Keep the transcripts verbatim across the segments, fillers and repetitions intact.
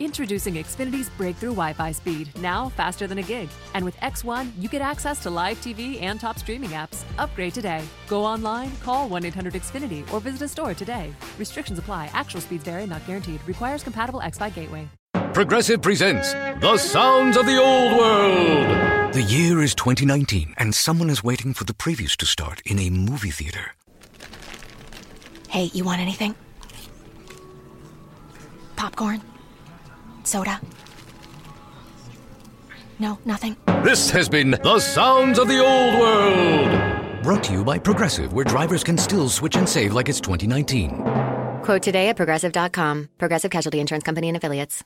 Introducing Xfinity's breakthrough Wi-Fi speed, now faster than a gig. And with X one, you get access to live T V and top streaming apps. Upgrade today. Go online, call one eight hundred X Finity, or visit a store today. Restrictions apply. Actual speeds vary, not guaranteed. Requires compatible X-Fi gateway. Progressive presents The Sounds of the Old World. The year is twenty nineteen, and someone is waiting for the previews to start in a movie theater. Hey, you want anything? Popcorn? Soda? No, nothing? This has been The Sounds of the Old World. Brought to you by Progressive, where drivers can still switch and save like it's twenty nineteen. Quote today at Progressive dot com. Progressive Casualty Insurance Company and Affiliates.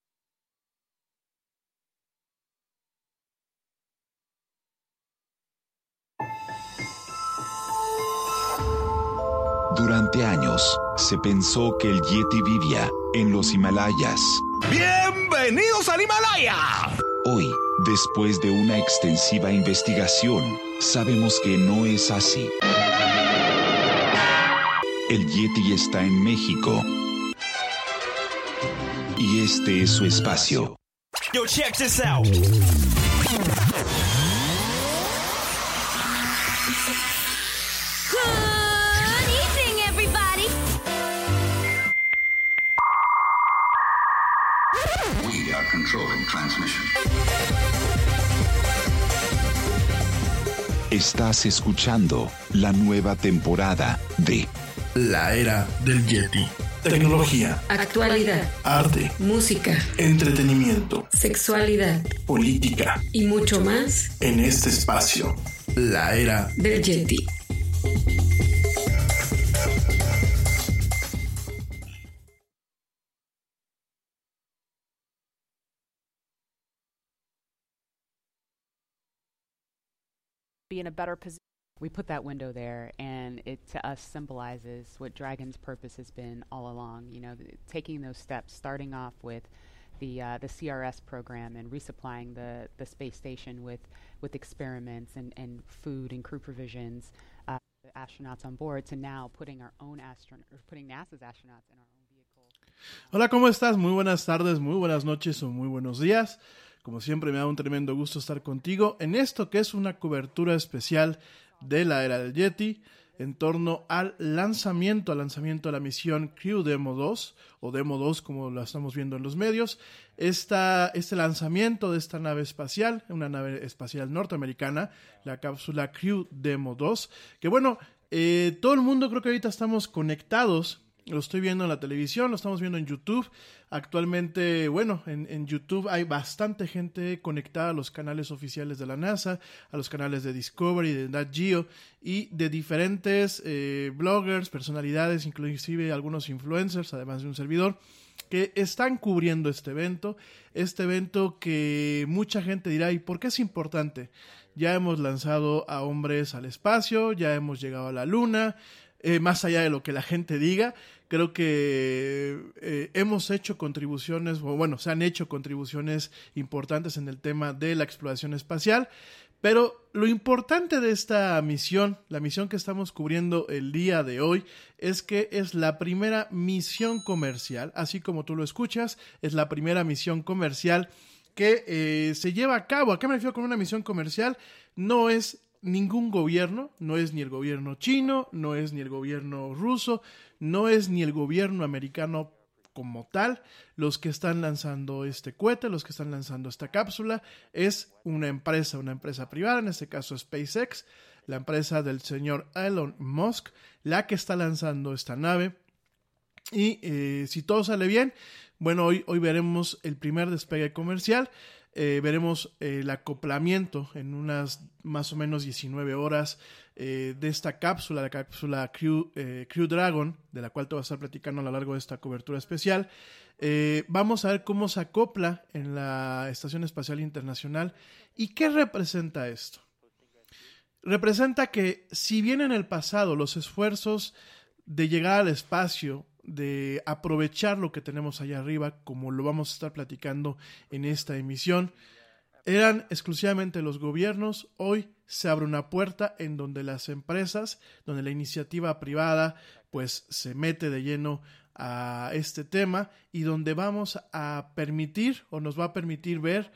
Durante años, se pensó que el Yeti vivía en los Himalayas. ¡Bienvenidos al Himalaya! Hoy, después de una extensiva investigación, sabemos que no es así. El Yeti está en México. Y este es su espacio. Yo, check this out. Estás escuchando la nueva temporada de La Era del Yeti. Tecnología, actualidad, arte, música, entretenimiento, sexualidad, política y mucho más en este espacio. La Era del Yeti. Be in a better position. We put that window there, and it to us symbolizes what Dragon's purpose has been all along. You know, th- taking those steps, starting off with the uh, the C R S program and resupplying the, the space station with with experiments and, and food and crew provisions, uh, the astronauts on board, to now putting our own astronaut, or putting NASA's astronauts in our own vehicle. Hola, ¿cómo estás? Muy buenas tardes, muy buenas noches o muy buenos días. Como siempre, me da un tremendo gusto estar contigo en esto que es una cobertura especial de la Era del Yeti en torno al lanzamiento, al lanzamiento de la misión Crew Demo dos, o Demo dos como lo estamos viendo en los medios. Esta, este lanzamiento de esta nave espacial, una nave espacial norteamericana, la cápsula Crew Demo dos, que bueno, eh, todo el mundo creo que ahorita estamos conectados. Lo estoy viendo en la televisión, lo estamos viendo en YouTube. Actualmente, bueno, en, en YouTube hay bastante gente conectada a los canales oficiales de la NASA, a los canales de Discovery, de Nat Geo y de diferentes eh, bloggers, personalidades, inclusive algunos influencers, además de un servidor, que están cubriendo este evento. Este evento que mucha gente dirá, ¿y por qué es importante? Ya hemos lanzado a hombres al espacio, ya hemos llegado a la Luna. Eh, más allá de lo que la gente diga, creo que eh, hemos hecho contribuciones, o bueno, se han hecho contribuciones importantes en el tema de la exploración espacial, pero lo importante de esta misión, la misión que estamos cubriendo el día de hoy, es que es la primera misión comercial, así como tú lo escuchas, es la primera misión comercial que eh, se lleva a cabo. ¿A qué me refiero con una misión comercial? No es ningún gobierno, no es ni el gobierno chino, no es ni el gobierno ruso, no es ni el gobierno americano como tal, los que están lanzando este cohete, los que están lanzando esta cápsula, es una empresa, una empresa privada, en este caso SpaceX, la empresa del señor Elon Musk, la que está lanzando esta nave. Y eh, si todo sale bien, bueno, hoy, hoy veremos el primer despegue comercial. Eh, veremos eh, el acoplamiento en unas más o menos diecinueve horas eh, de esta cápsula, la cápsula Crew, eh, Crew Dragon, de la cual te voy a estar platicando a lo largo de esta cobertura especial. Eh, vamos a ver cómo se acopla en la Estación Espacial Internacional y qué representa esto. Representa que si bien en el pasado los esfuerzos de llegar al espacio, de aprovechar lo que tenemos allá arriba, como lo vamos a estar platicando en esta emisión, eran exclusivamente los gobiernos, hoy se abre una puerta en donde las empresas, donde la iniciativa privada pues se mete de lleno a este tema y donde vamos a permitir o nos va a permitir ver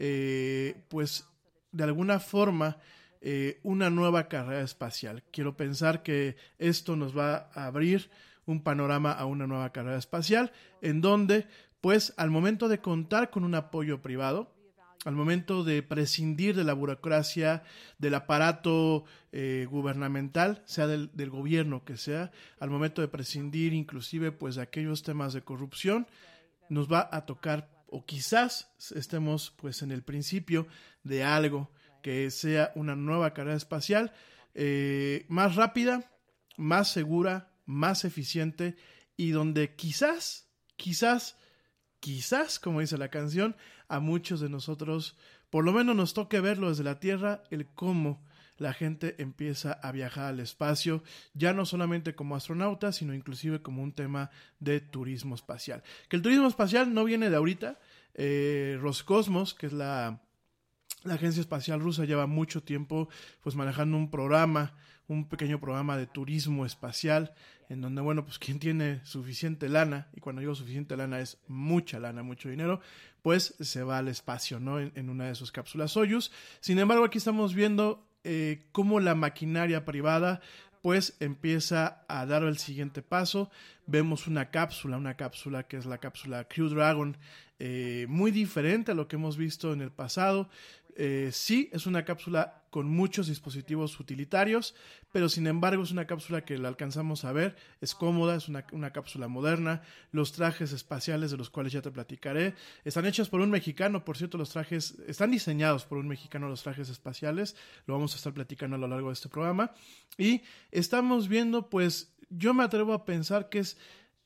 eh, pues de alguna forma eh, una nueva carrera espacial. Quiero pensar que esto nos va a abrir un panorama a una nueva carrera espacial en donde pues al momento de contar con un apoyo privado, al momento de prescindir de la burocracia, del aparato eh, gubernamental, sea del, del gobierno que sea, al momento de prescindir inclusive pues de aquellos temas de corrupción, nos va a tocar, o quizás estemos pues en el principio de algo que sea una nueva carrera espacial, eh, más rápida, más segura, más eficiente y donde quizás, quizás, quizás, como dice la canción, a muchos de nosotros, por lo menos nos toque verlo desde la Tierra, el cómo la gente empieza a viajar al espacio, ya no solamente como astronauta, sino inclusive como un tema de turismo espacial. Que el turismo espacial no viene de ahorita, eh, Roscosmos, que es la, la agencia espacial rusa, lleva mucho tiempo pues manejando un programa, un pequeño programa de turismo espacial, en donde, bueno, pues quien tiene suficiente lana, y cuando digo suficiente lana es mucha lana, mucho dinero, pues se va al espacio, ¿no? En, en una de sus cápsulas Soyuz. Sin embargo, aquí estamos viendo eh, cómo la maquinaria privada pues empieza a dar el siguiente paso. Vemos una cápsula, una cápsula que es la cápsula Crew Dragon, eh, muy diferente a lo que hemos visto en el pasado. Eh, sí, es una cápsula con muchos dispositivos utilitarios, pero sin embargo es una cápsula que la alcanzamos a ver, es cómoda, es una, una cápsula moderna. Los trajes espaciales, de los cuales ya te platicaré, están hechos por un mexicano, por cierto, los trajes están diseñados por un mexicano, los trajes espaciales, lo vamos a estar platicando a lo largo de este programa, y estamos viendo, pues, yo me atrevo a pensar que es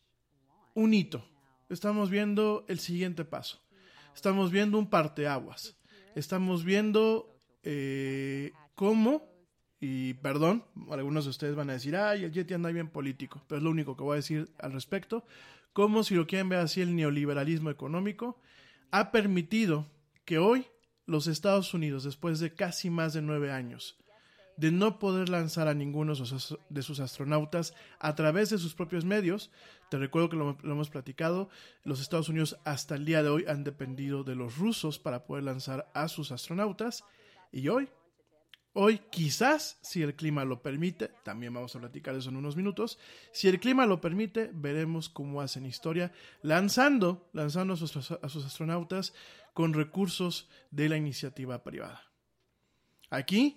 un hito, estamos viendo el siguiente paso, estamos viendo un parteaguas. Estamos viendo eh, cómo, y perdón, algunos de ustedes van a decir, ay, el Yeti anda bien político, pero es lo único que voy a decir al respecto, cómo, si lo quieren ver así, el neoliberalismo económico ha permitido que hoy los Estados Unidos, después de casi más de nueve años, de no poder lanzar a ninguno de sus astronautas a través de sus propios medios. Te recuerdo que lo, lo hemos platicado, los Estados Unidos hasta el día de hoy han dependido de los rusos para poder lanzar a sus astronautas, y hoy, hoy quizás, si el clima lo permite, también vamos a platicar eso en unos minutos, si el clima lo permite, veremos cómo hacen historia lanzando, lanzando a sus, a sus astronautas con recursos de la iniciativa privada. Aquí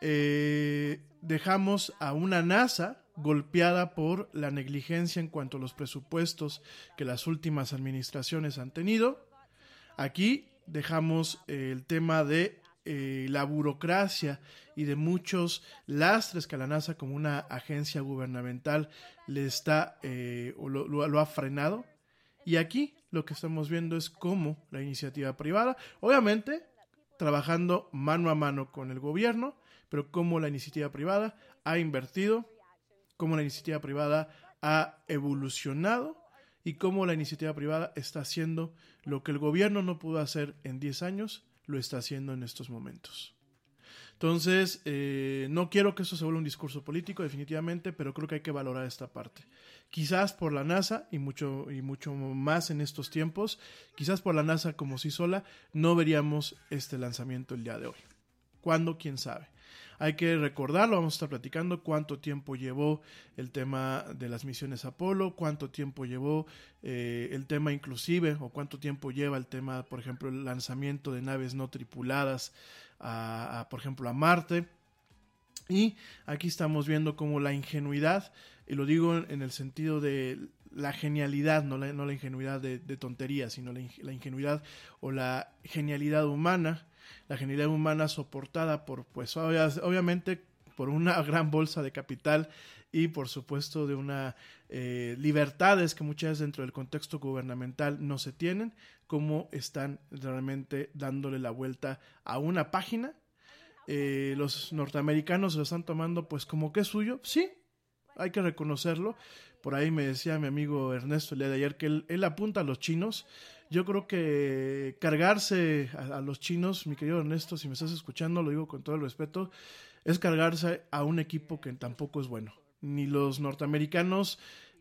Eh, dejamos a una NASA golpeada por la negligencia en cuanto a los presupuestos que las últimas administraciones han tenido. Aquí dejamos eh, el tema de eh, la burocracia y de muchos lastres que a la NASA como una agencia gubernamental le está eh, o lo, lo, lo ha frenado. Y aquí lo que estamos viendo es cómo la iniciativa privada, obviamente trabajando mano a mano con el gobierno, pero cómo la iniciativa privada ha invertido, cómo la iniciativa privada ha evolucionado y cómo la iniciativa privada está haciendo lo que el gobierno no pudo hacer en diez años, lo está haciendo en estos momentos. Entonces, eh, no quiero que eso se vuelva un discurso político, definitivamente, pero creo que hay que valorar esta parte. Quizás por la NASA, y mucho, y mucho más en estos tiempos, quizás por la NASA como sí sola, no veríamos este lanzamiento el día de hoy. ¿Cuándo? ¿Quién sabe? Hay que recordarlo, vamos a estar platicando cuánto tiempo llevó el tema de las misiones Apolo, cuánto tiempo llevó eh, el tema inclusive, o cuánto tiempo lleva el tema, por ejemplo, el lanzamiento de naves no tripuladas a, a por ejemplo, a Marte. Y aquí estamos viendo cómo la ingenuidad, y lo digo en el sentido de la genialidad, no la, no la ingenuidad de, de tonterías, sino la, la ingenuidad o la genialidad humana, la genialidad humana soportada por, pues obviamente, por una gran bolsa de capital y por supuesto de una eh, libertades que muchas veces dentro del contexto gubernamental no se tienen, como están realmente dándole la vuelta a una página. Eh, los norteamericanos lo están tomando pues como que es suyo, sí, hay que reconocerlo. Por ahí me decía mi amigo Ernesto el día de ayer que él, él apunta a los chinos. Yo creo que cargarse a, a los chinos, mi querido Ernesto, si me estás escuchando, lo digo con todo el respeto, es cargarse a un equipo que tampoco es bueno. Ni los norteamericanos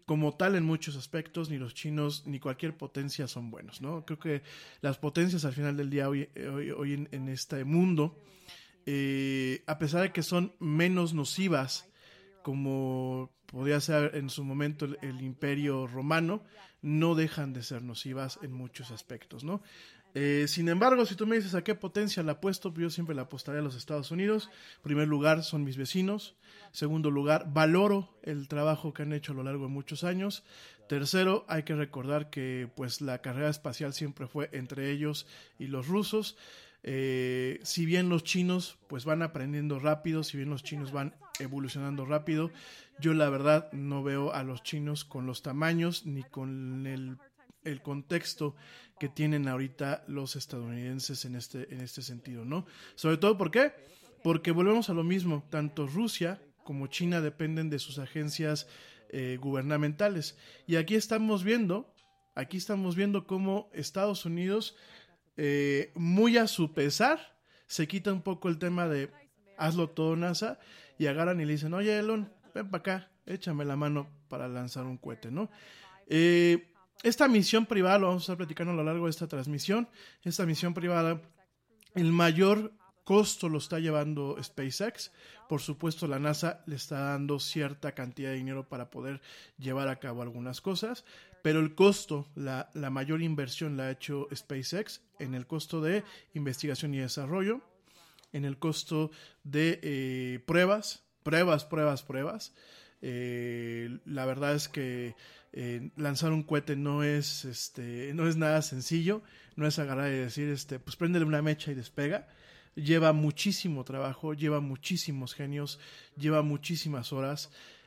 como tal en muchos aspectos, ni los chinos ni cualquier potencia son buenos, ¿no? Creo que las potencias al final del día hoy, hoy, hoy en, en este mundo, eh, a pesar de que son menos nocivas, como podía ser en su momento el, el Imperio Romano, no dejan de ser nocivas en muchos aspectos, ¿no? Eh, sin embargo, si tú me dices a qué potencia la apuesto, yo siempre la apostaré a los Estados Unidos. En primer lugar, son mis vecinos. Segundo lugar, valoro el trabajo que han hecho a lo largo de muchos años. Tercero, hay que recordar que pues la carrera espacial siempre fue entre ellos y los rusos. Eh, si bien los chinos pues van aprendiendo rápido, si bien los chinos van evolucionando rápido, yo la verdad no veo a los chinos con los tamaños ni con el, el contexto que tienen ahorita los estadounidenses en este, en este sentido, ¿no? Sobre todo, ¿por qué? Porque volvemos a lo mismo, tanto Rusia como China dependen de sus agencias eh, gubernamentales, y aquí estamos viendo, aquí estamos viendo cómo Estados Unidos, eh, muy a su pesar, se quita un poco el tema de hazlo todo NASA, y agarran y le dicen, oye Elon, ven para acá, échame la mano para lanzar un cohete, ¿no? Eh, esta misión privada, lo vamos a estar platicando a lo largo de esta transmisión, esta misión privada, el mayor costo lo está llevando SpaceX. Por supuesto, la NASA le está dando cierta cantidad de dinero para poder llevar a cabo algunas cosas, pero el costo, la, la mayor inversión la ha hecho SpaceX en el costo de investigación y desarrollo, en el costo de eh, pruebas, pruebas, pruebas, pruebas. Eh, la verdad es que eh, lanzar un cohete no es, este, no es nada sencillo, no es agarrar y decir, este, pues préndele una mecha y despega. Lleva muchísimo trabajo, lleva muchísimos genios, lleva muchísimas horas.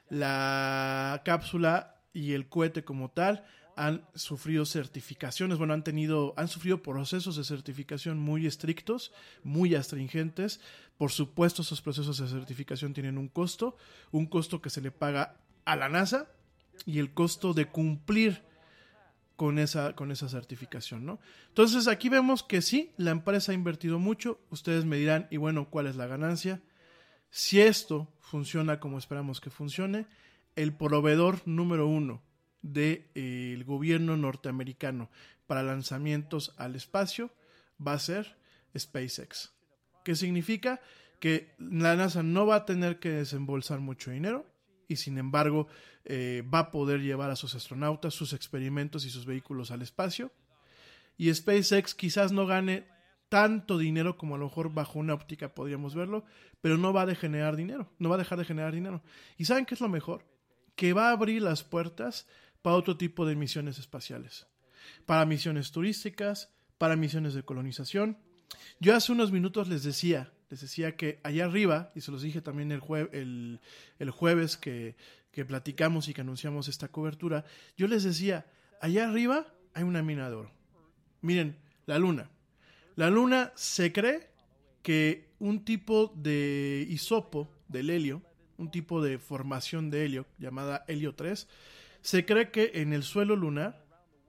La cápsula y el cohete como tal han sufrido certificaciones, bueno, han tenido, han sufrido procesos de certificación muy estrictos, muy astringentes. Por supuesto, esos procesos de certificación tienen un costo, un costo que se le paga a la NASA y el costo de cumplir con esa, con esa certificación, ¿no? Entonces aquí vemos que sí, la empresa ha invertido mucho. Ustedes me dirán, y bueno, ¿cuál es la ganancia? Si esto funciona como esperamos que funcione, el proveedor número uno del eh, gobierno norteamericano para lanzamientos al espacio va a ser SpaceX. ¿Qué significa? Que la NASA no va a tener que desembolsar mucho dinero, y sin embargo eh, va a poder llevar a sus astronautas, sus experimentos y sus vehículos al espacio. Y SpaceX quizás no gane tanto dinero como a lo mejor bajo una óptica podríamos verlo, pero no va a de generar dinero, no va a dejar de generar dinero. ¿Y saben qué es lo mejor? Que va a abrir las puertas para otro tipo de misiones espaciales, para misiones turísticas, para misiones de colonización. Yo hace unos minutos les decía, les decía que allá arriba, y se los dije también el, jue- el, el jueves que, que platicamos y que anunciamos esta cobertura, yo les decía, allá arriba hay una mina de oro. Miren, la luna. La luna se cree que un tipo de hisopo del helio, un tipo de formación de helio llamada helio tres, se cree que en el suelo lunar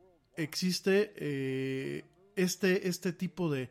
existe eh, este, este tipo de,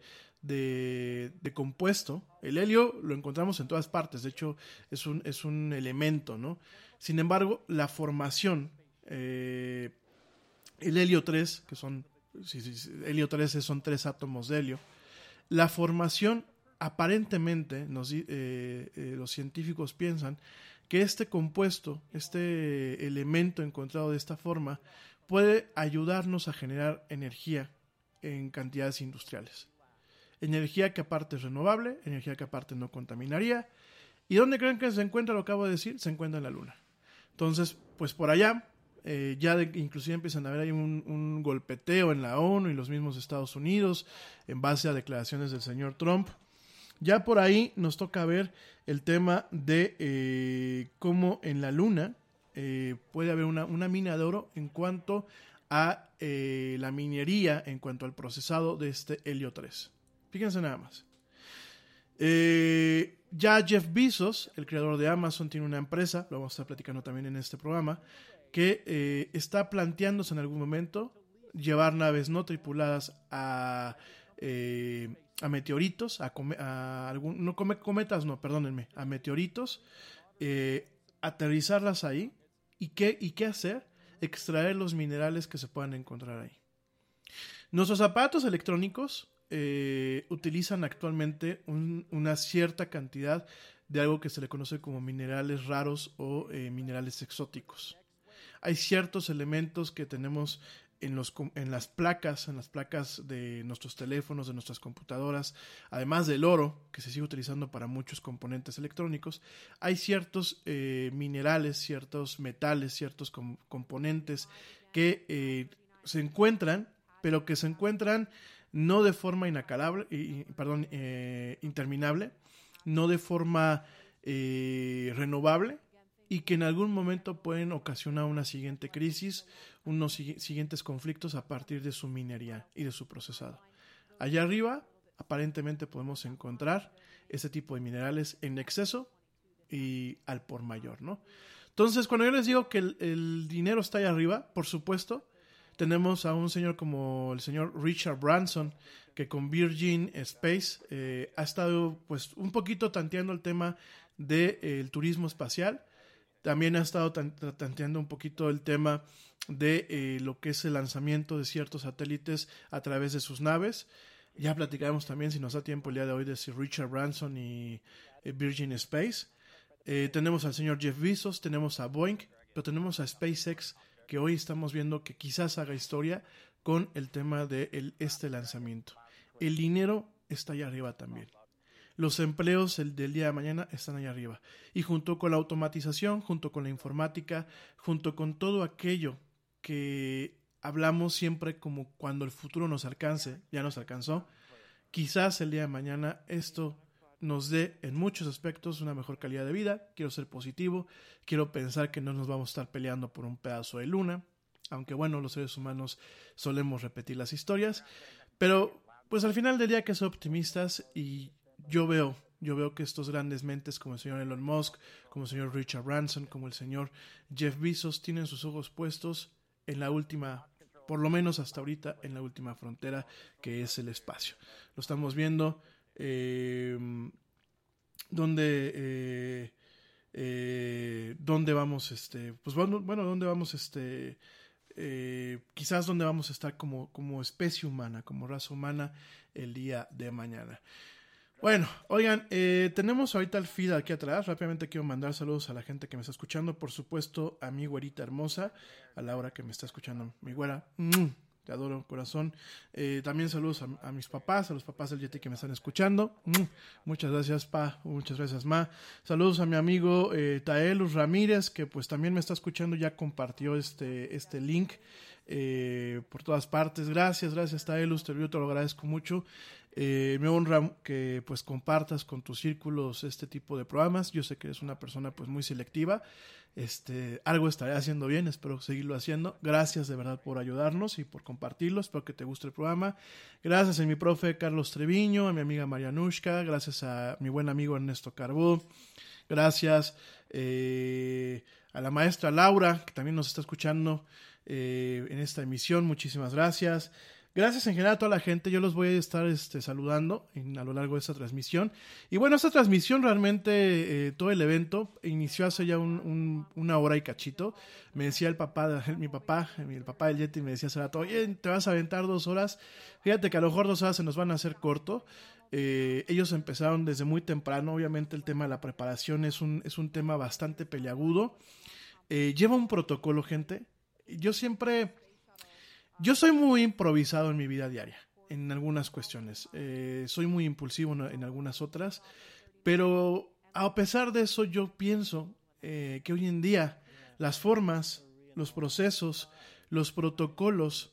de, de compuesto. El helio lo encontramos en todas partes, de hecho es un, es un elemento, ¿no? Sin embargo, la formación, eh, el helio tres, que son, sí, sí, helio tres son tres átomos de helio, la formación aparentemente nos, eh, eh, los científicos piensan que este compuesto, este elemento encontrado de esta forma, puede ayudarnos a generar energía en cantidades industriales. Energía que aparte es renovable, energía que aparte no contaminaría. ¿Y dónde creen que se encuentra? Lo acabo de decir, se encuentra en la Luna. Entonces, pues por allá, eh, ya de, inclusive empiezan a haber ahí un, un golpeteo en la ONU y los mismos Estados Unidos, en base a declaraciones del señor Trump. Ya por ahí nos toca ver el tema de eh, cómo en la Luna eh, puede haber una, una mina de oro en cuanto a eh, la minería, en cuanto al procesado de este helio tres. Fíjense nada más. Eh, ya Jeff Bezos, el creador de Amazon, tiene una empresa, lo vamos a estar platicando también en este programa, que eh, está planteándose en algún momento llevar naves no tripuladas a... Eh, a meteoritos, a, come, a algún, no come, cometas, no, perdónenme, a meteoritos, eh, aterrizarlas ahí, y qué, y qué hacer, extraer los minerales que se puedan encontrar ahí. Nuestros aparatos electrónicos eh, utilizan actualmente un, una cierta cantidad de algo que se le conoce como minerales raros o eh, minerales exóticos. Hay ciertos elementos que tenemos en, los, en las placas, en las placas de nuestros teléfonos, de nuestras computadoras, además del oro, que se sigue utilizando para muchos componentes electrónicos. Hay ciertos eh, minerales, ciertos metales, ciertos com- componentes que eh, se encuentran, pero que se encuentran no de forma inacabable, y, perdón, eh, interminable, no de forma eh, renovable, y que en algún momento pueden ocasionar una siguiente crisis, unos si- siguientes conflictos a partir de su minería y de su procesado. Allá arriba, aparentemente podemos encontrar ese tipo de minerales en exceso y al por mayor, ¿no? Entonces, cuando yo les digo que el, el dinero está allá arriba, por supuesto, tenemos a un señor como el señor Richard Branson, que con Virgin Space eh, ha estado pues un poquito tanteando el tema del de, eh, turismo espacial. También ha estado tanteando un poquito el tema de eh, lo que es el lanzamiento de ciertos satélites a través de sus naves. Ya platicaremos también, si nos da tiempo el día de hoy, de Sir Richard Branson y eh, Virgin Space. Eh, tenemos al señor Jeff Bezos, tenemos a Boeing, pero tenemos a SpaceX, que hoy estamos viendo que quizás haga historia con el tema de el, este lanzamiento. El dinero está allá arriba también. Los empleos el del día de mañana están allá arriba. Y junto con la automatización, junto con la informática, junto con todo aquello que hablamos siempre como cuando el futuro nos alcance, ya nos alcanzó, quizás el día de mañana esto nos dé en muchos aspectos una mejor calidad de vida. Quiero ser positivo, quiero pensar que no nos vamos a estar peleando por un pedazo de luna, aunque bueno, los seres humanos solemos repetir las historias, pero pues al final del día hay que ser optimistas y Yo veo, yo veo que estos grandes mentes como el señor Elon Musk, como el señor Richard Branson, como el señor Jeff Bezos, tienen sus ojos puestos en la última, por lo menos hasta ahorita, en la última frontera, que es el espacio. Lo estamos viendo, eh, donde, eh, eh, dónde vamos, este, pues bueno, bueno, dónde vamos, este, eh, quizás dónde vamos a estar como, como especie humana, como raza humana, el día de mañana. Bueno, oigan, eh, tenemos ahorita el feed aquí atrás. Rápidamente quiero mandar saludos a la gente que me está escuchando. Por supuesto, a mi güerita hermosa, a Laura que me está escuchando. Mi güera, ¡mmm! Te adoro, corazón. Eh, también saludos a, a mis papás, a los papás del Yeti que me están escuchando. ¡Mmm! Muchas gracias, pa. Muchas gracias, ma. Saludos a mi amigo eh, Taelus Ramírez, que pues también me está escuchando. Ya compartió este, este link eh, por todas partes. Gracias, gracias, Taelus. Te, yo te lo agradezco mucho. Eh, me honra que pues compartas con tus círculos este tipo de programas. Yo sé que eres una persona pues muy selectiva. Este, algo estaré haciendo bien, espero seguirlo haciendo. Gracias de verdad por ayudarnos y por compartirlo. Espero que te guste el programa. Gracias a mi profe Carlos Treviño, a mi amiga Marianushka, gracias a mi buen amigo Ernesto Carbó. Gracias eh, a la maestra Laura, que también nos está escuchando eh, en esta emisión. Muchísimas gracias. Gracias en general a toda la gente. Yo los voy a estar este, saludando en, a lo largo de esta transmisión. Y bueno, esta transmisión realmente, eh, todo el evento, inició hace ya un, un, una hora y cachito. Me decía el papá, mi papá, el papá del Yeti, me decía hace rato, oye, te vas a aventar dos horas. Fíjate que a lo mejor dos horas se nos van a hacer corto. Eh, ellos empezaron desde muy temprano. Obviamente el tema de la preparación es un, es un tema bastante peliagudo. Eh, lleva un protocolo, gente. Yo siempre... Yo soy muy improvisado en mi vida diaria, en algunas cuestiones. Eh, soy muy impulsivo en, en algunas otras, pero a pesar de eso yo pienso eh, que hoy en día las formas, los procesos, los protocolos,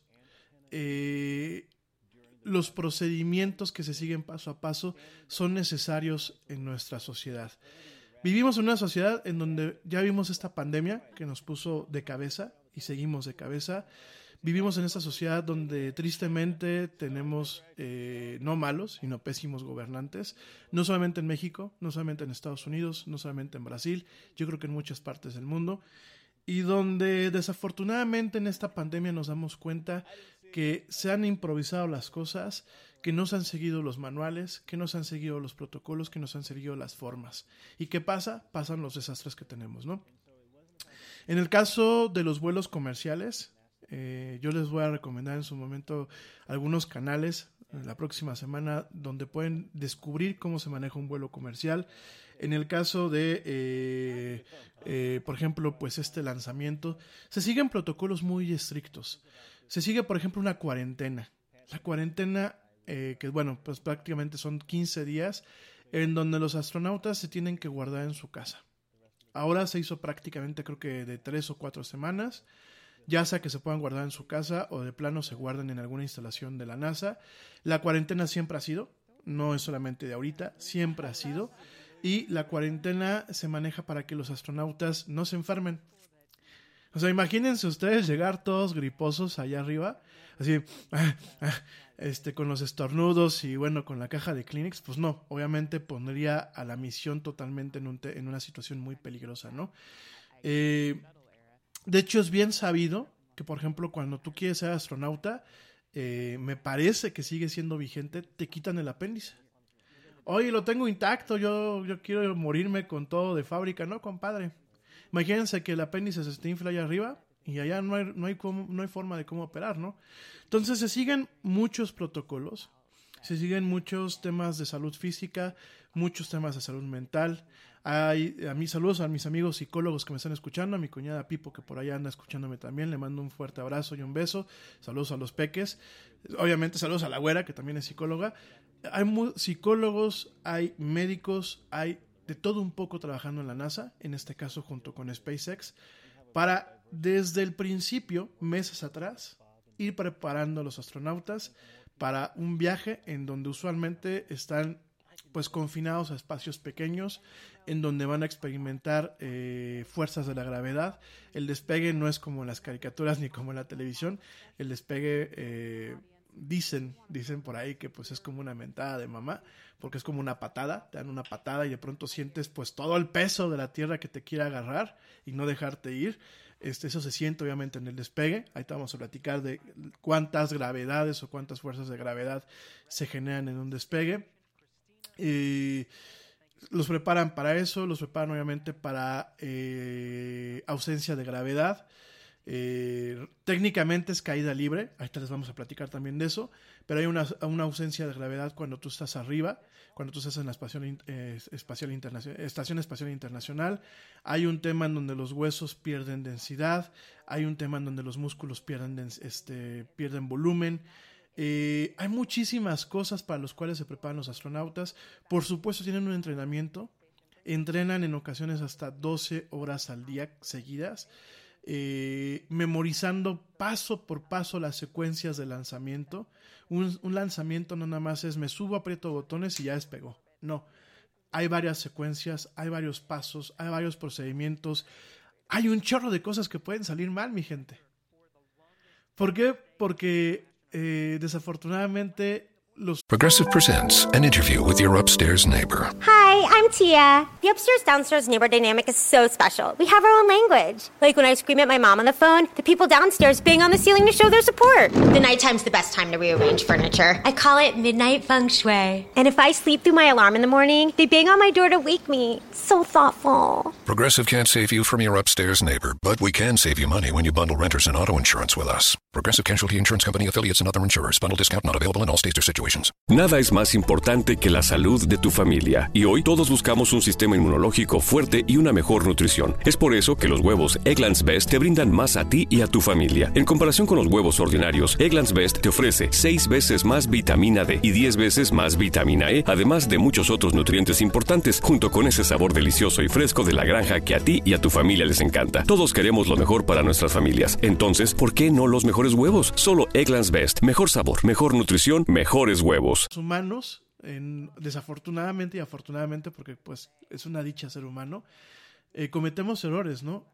eh, los procedimientos que se siguen paso a paso son necesarios en nuestra sociedad. Vivimos en una sociedad en donde ya vimos esta pandemia que nos puso de cabeza y seguimos de cabeza. Vivimos en esta sociedad donde tristemente tenemos eh, no malos, sino pésimos gobernantes, no solamente en México, no solamente en Estados Unidos, no solamente en Brasil, yo creo que en muchas partes del mundo, y donde desafortunadamente en esta pandemia nos damos cuenta que se han improvisado las cosas, que no se han seguido los manuales, que no se han seguido los protocolos, que no se han seguido las formas. ¿Y qué pasa? Pasan los desastres que tenemos, ¿no? En el caso de los vuelos comerciales, eh, yo les voy a recomendar en su momento algunos canales la próxima semana donde pueden descubrir cómo se maneja un vuelo comercial. En el caso de, eh, eh, por ejemplo, pues este lanzamiento, se siguen protocolos muy estrictos. Se sigue, por ejemplo, una cuarentena. La cuarentena, eh, que bueno, pues prácticamente son quince días, en donde los astronautas se tienen que guardar en su casa. Ahora se hizo prácticamente, creo que de tres o cuatro semanas, ya sea que se puedan guardar en su casa o de plano se guarden en alguna instalación de la NASA. La cuarentena siempre ha sido, no es solamente de ahorita, siempre ha sido, y la cuarentena se maneja para que los astronautas no se enfermen. O sea, imagínense ustedes llegar todos griposos allá arriba, así, ah, ah, este, con los estornudos y bueno, con la caja de Kleenex. Pues no, obviamente pondría a la misión totalmente en, un te- en una situación muy peligrosa, ¿no? Eh, de hecho, es bien sabido que, por ejemplo, cuando tú quieres ser astronauta, eh, me parece que sigue siendo vigente, te quitan el apéndice. Oye, lo tengo intacto, yo, yo quiero morirme con todo de fábrica, ¿no, compadre? Imagínense que el apéndice se te infla allá arriba y allá no hay, no hay, cómo, no hay forma de cómo operar, ¿no? Entonces se siguen muchos protocolos, se siguen muchos temas de salud física, muchos temas de salud mental. Hay, a mis saludos a mis amigos psicólogos que me están escuchando, a mi cuñada Pipo que por allá anda escuchándome también, le mando un fuerte abrazo y un beso. Saludos a los peques, obviamente saludos a la güera que también es psicóloga. Hay mu- psicólogos, hay médicos, hay de todo un poco trabajando en la NASA, en este caso junto con SpaceX, para desde el principio, meses atrás, ir preparando a los astronautas para un viaje en donde usualmente están pues confinados a espacios pequeños, en donde van a experimentar eh, fuerzas de la gravedad. El despegue no es como en las caricaturas ni como en la televisión. El despegue eh, dicen, dicen por ahí que pues es como una mentada de mamá, porque es como una patada, te dan una patada y de pronto sientes pues todo el peso de la Tierra que te quiere agarrar y no dejarte ir. Este, eso se siente obviamente en el despegue. Ahí te vamos a platicar de cuántas gravedades o cuántas fuerzas de gravedad se generan en un despegue. Y los preparan para eso, los preparan obviamente para eh, ausencia de gravedad. Eh, técnicamente es caída libre, ahorita les vamos a platicar también de eso, pero hay una, una ausencia de gravedad cuando tú estás arriba, cuando tú estás en la espacial, eh, espacial internacional, Estación Espacial Internacional. Hay un tema en donde los huesos pierden densidad, hay un tema en donde los músculos pierden, este, pierden volumen. Eh, hay muchísimas cosas para las cuales se preparan los astronautas. Por supuesto tienen un entrenamiento, entrenan en ocasiones hasta doce horas al día seguidas, eh, memorizando paso por paso las secuencias de lanzamiento. Un, un lanzamiento no nada más es me subo, aprieto botones y ya despegó. No, hay varias secuencias, hay varios pasos, hay varios procedimientos, hay un chorro de cosas que pueden salir mal, mi gente. ¿Por qué? Porque eh, desafortunadamente los... Progressive presents an interview with your upstairs neighbor. Hi, I'm Tia. The upstairs-downstairs neighbor dynamic is so special. We have our own language. Like when I scream at my mom on the phone, the people downstairs bang on the ceiling to show their support. The nighttime's the best time to rearrange furniture. I call it midnight feng shui. And if I sleep through my alarm in the morning, they bang on my door to wake me. So thoughtful. Progressive can't save you from your upstairs neighbor, but we can save you money when you bundle renters and auto insurance with us. Progressive Casualty Insurance Company, affiliates, and other insurers. Bundle discount not available in all states or situations. Nada es más importante que la salud de tu familia, y hoy todos buscamos un sistema inmunológico fuerte y una mejor nutrición. Es por eso que los huevos Eggland's Best te brindan más a ti y a tu familia. En comparación con los huevos ordinarios, Eggland's Best te ofrece seis veces más vitamina D y diez veces más vitamina E, además de muchos otros nutrientes importantes, junto con ese sabor delicioso y fresco de la granja que a ti y a tu familia les encanta. Todos queremos lo mejor para nuestras familias. Entonces, ¿por qué no los mejores huevos? Solo Eggland's Best. Mejor sabor, mejor nutrición, mejores huevos. Humanos, en, desafortunadamente y afortunadamente, porque pues es una dicha ser humano, eh, cometemos errores, ¿no?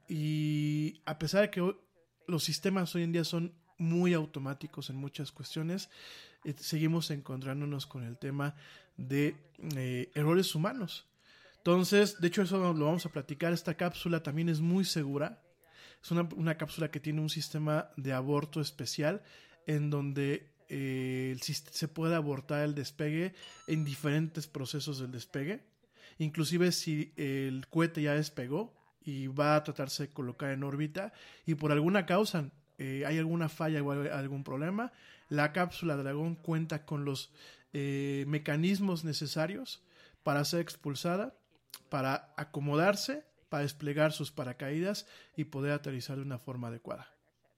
Y a pesar de que hoy, los sistemas hoy en día son muy automáticos en muchas cuestiones, eh, seguimos encontrándonos con el tema de eh, errores humanos. Entonces, de hecho eso lo vamos a platicar. Esta cápsula también es muy segura. Es una, una cápsula que tiene un sistema de aborto especial en donde eh, el, se puede abortar el despegue en diferentes procesos del despegue. Inclusive si el cohete ya despegó y va a tratarse de colocar en órbita y por alguna causa eh, hay alguna falla o algún problema, la cápsula Dragón cuenta con los eh, mecanismos necesarios para ser expulsada, para acomodarse, para desplegar sus paracaídas y poder aterrizar de una forma adecuada.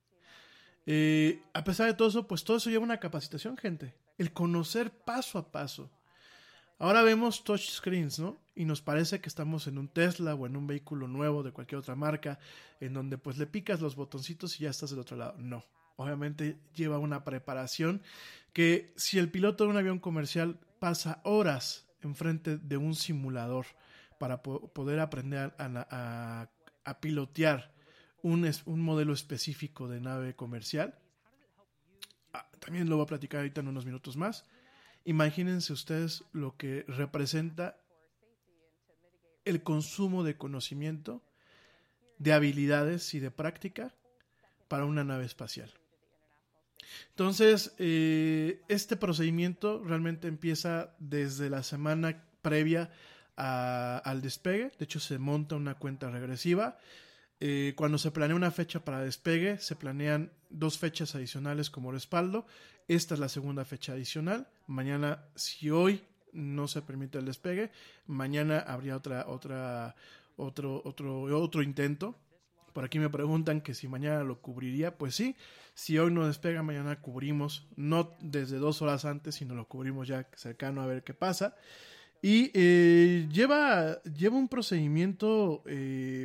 Eh, a pesar de todo eso, pues todo eso lleva una capacitación, gente. El conocer paso a paso. Ahora vemos touchscreens, ¿no? Y nos parece que estamos en un Tesla o en un vehículo nuevo de cualquier otra marca, en donde pues le picas los botoncitos y ya estás del otro lado. No. Obviamente lleva una preparación que si el piloto de un avión comercial pasa horas enfrente de un simulador para po- poder aprender a, a, a pilotear un, es, un modelo específico de nave comercial, ah, también lo voy a platicar ahorita en unos minutos más. Imagínense ustedes lo que representa el consumo de conocimiento, de habilidades y de práctica para una nave espacial. Entonces, eh, este procedimiento realmente empieza desde la semana previa a, al despegue. De hecho, se monta una cuenta regresiva. Eh, cuando se planea una fecha para despegue, se planean dos fechas adicionales como respaldo. Esta es la segunda fecha adicional. Mañana, si hoy no se permite el despegue, mañana habría otra, otra, otro, otro, otro intento. Por aquí me preguntan que si mañana lo cubriría. Pues sí, si hoy no despega, mañana cubrimos, no desde dos horas antes, sino lo cubrimos ya cercano a ver qué pasa. Y eh, lleva, lleva un procedimiento... Eh,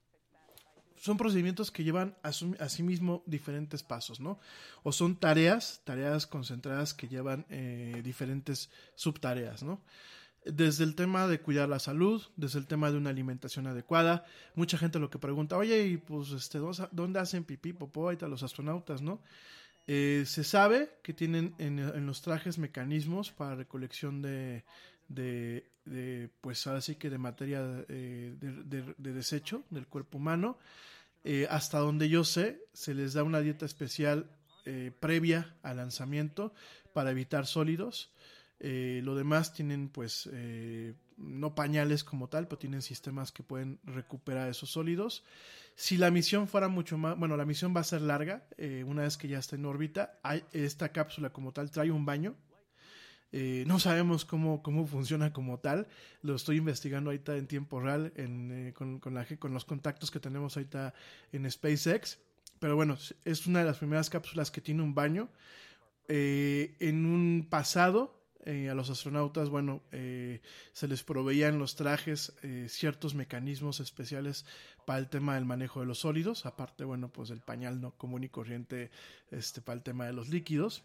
Son procedimientos que llevan a, su, a sí mismo diferentes pasos, ¿no? O son tareas, tareas concentradas que llevan eh, diferentes subtareas, ¿no? Desde el tema de cuidar la salud, desde el tema de una alimentación adecuada. Mucha gente lo que pregunta, oye, y pues, este, ¿dónde hacen pipí, popó ahorita los astronautas, no? Eh, se sabe que tienen en, en los trajes mecanismos para recolección de... de, de pues ahora sí que de materia eh, de, de, de desecho del cuerpo humano. Eh, hasta donde yo sé, se les da una dieta especial eh, previa al lanzamiento para evitar sólidos. Eh, lo demás tienen pues eh, no pañales como tal, pero tienen sistemas que pueden recuperar esos sólidos. Si la misión fuera mucho más, bueno, la misión va a ser larga, eh, una vez que ya está en órbita, hay, esta cápsula como tal trae un baño. Eh, no sabemos cómo, cómo funciona como tal, lo estoy investigando ahorita en tiempo real en, eh, con, con, la, con los contactos que tenemos ahorita en SpaceX, pero bueno, es una de las primeras cápsulas que tiene un baño. Eh, en un pasado, eh, a los astronautas, bueno, eh, se les proveían los trajes eh, ciertos mecanismos especiales para el tema del manejo de los sólidos, aparte, bueno, pues el pañal no común y corriente este, para el tema de los líquidos.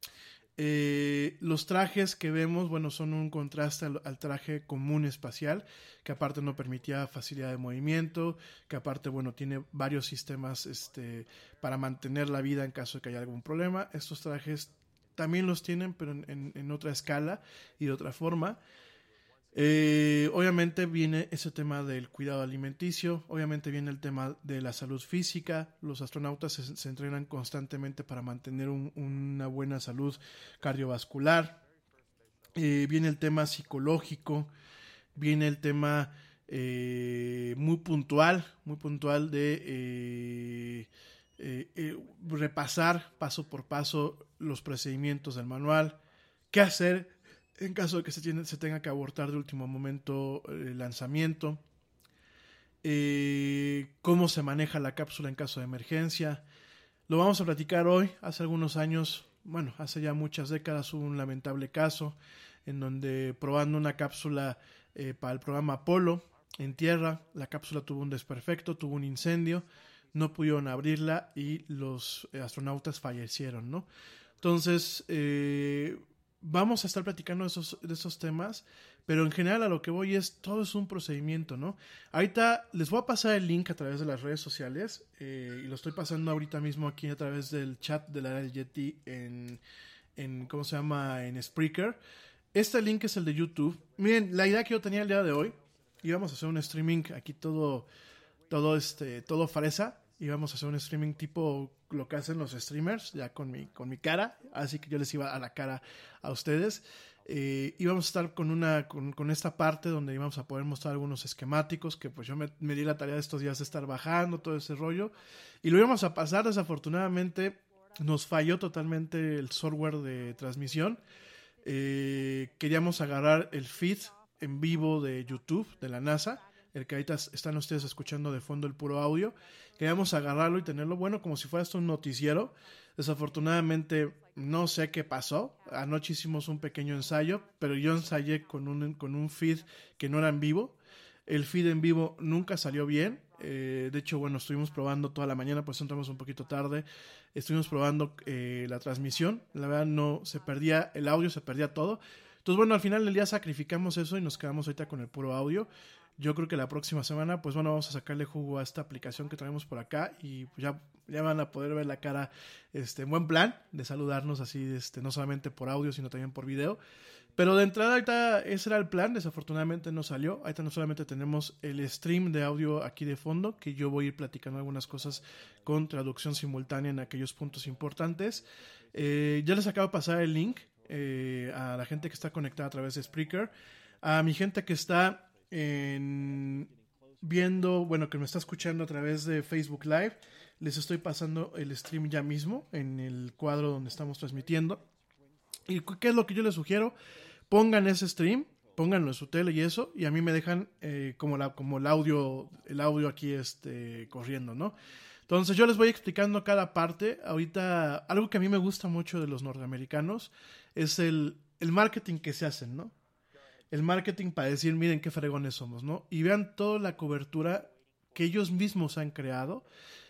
Eh, los trajes que vemos, bueno, son un contraste al, al traje común espacial, que aparte no permitía facilidad de movimiento, que aparte, bueno, tiene varios sistemas este, para mantener la vida en caso de que haya algún problema. Estos trajes también los tienen, pero en, en, en otra escala y de otra forma. Eh, obviamente viene ese tema del cuidado alimenticio, obviamente viene el tema de la salud física. Los astronautas se, se entrenan constantemente para mantener un, una buena salud cardiovascular. Eh, viene el tema psicológico, viene el tema eh, muy puntual, muy puntual de eh, eh, eh, repasar paso por paso los procedimientos del manual, qué hacer en caso de que se, tiene, se tenga que abortar de último momento el lanzamiento, eh, cómo se maneja la cápsula en caso de emergencia. Lo vamos a platicar hoy. Hace algunos años, bueno, hace ya muchas décadas hubo un lamentable caso en donde probando una cápsula eh, para el programa Apolo en tierra, la cápsula tuvo un desperfecto, tuvo un incendio, no pudieron abrirla y los astronautas fallecieron, ¿no? Entonces, eh, vamos a estar platicando de esos, de esos temas, pero en general a lo que voy es, todo es un procedimiento, ¿no? Ahorita les voy a pasar el link a través de las redes sociales, eh, y lo estoy pasando ahorita mismo aquí a través del chat de la era del Yeti en, en, ¿cómo se llama? En Spreaker. Este link es el de YouTube. Miren, la idea que yo tenía el día de hoy, íbamos a hacer un streaming aquí todo, todo este, todo fresa, íbamos a hacer un streaming tipo lo que hacen los streamers, ya con mi, con mi cara, así que yo les iba a la cara a ustedes. Eh, íbamos a estar con una con, con esta parte donde íbamos a poder mostrar algunos esquemáticos que pues yo me, me di la tarea de estos días de estar bajando todo ese rollo y lo íbamos a pasar. Desafortunadamente nos falló totalmente el software de transmisión. Eh, queríamos agarrar el feed en vivo de YouTube de la NASA, el que ahorita están ustedes escuchando de fondo, el puro audio. Queríamos agarrarlo y tenerlo bueno como si fuera esto un noticiero. Desafortunadamente no sé qué pasó. Anoche hicimos un pequeño ensayo, pero yo ensayé con un, con un feed que no era en vivo. El feed en vivo nunca salió bien. Eh, de hecho, bueno, estuvimos probando toda la mañana, pues entramos un poquito tarde. Estuvimos probando eh, la transmisión. La verdad no se perdía el audio, se perdía todo. Entonces, bueno, al final del día sacrificamos eso y nos quedamos ahorita con el puro audio. Yo creo que la próxima semana, pues bueno, vamos a sacarle jugo a esta aplicación que traemos por acá y pues ya, ya van a poder ver la cara este, en buen plan de saludarnos así, este, no solamente por audio, sino también por video. Pero de entrada ahorita ese era el plan, desafortunadamente no salió. Ahorita no solamente tenemos el stream de audio aquí de fondo, que yo voy a ir platicando algunas cosas con traducción simultánea en aquellos puntos importantes. Eh, ya les acabo de pasar el link eh, a la gente que está conectada a través de Spreaker, a mi gente que está en, viendo, bueno, que me está escuchando a través de Facebook Live. Les estoy pasando el stream ya mismo en el cuadro donde estamos transmitiendo. ¿Y qué es lo que yo les sugiero? Pongan ese stream, pónganlo en su tele y eso, y a mí me dejan eh, como, la, como el audio el audio aquí este, corriendo, ¿no? Entonces yo les voy explicando cada parte. Ahorita, algo que a mí me gusta mucho de los norteamericanos es el, el marketing que se hacen, ¿no? El marketing para decir, miren qué fregones somos, ¿no? Y vean toda la cobertura que ellos mismos han creado.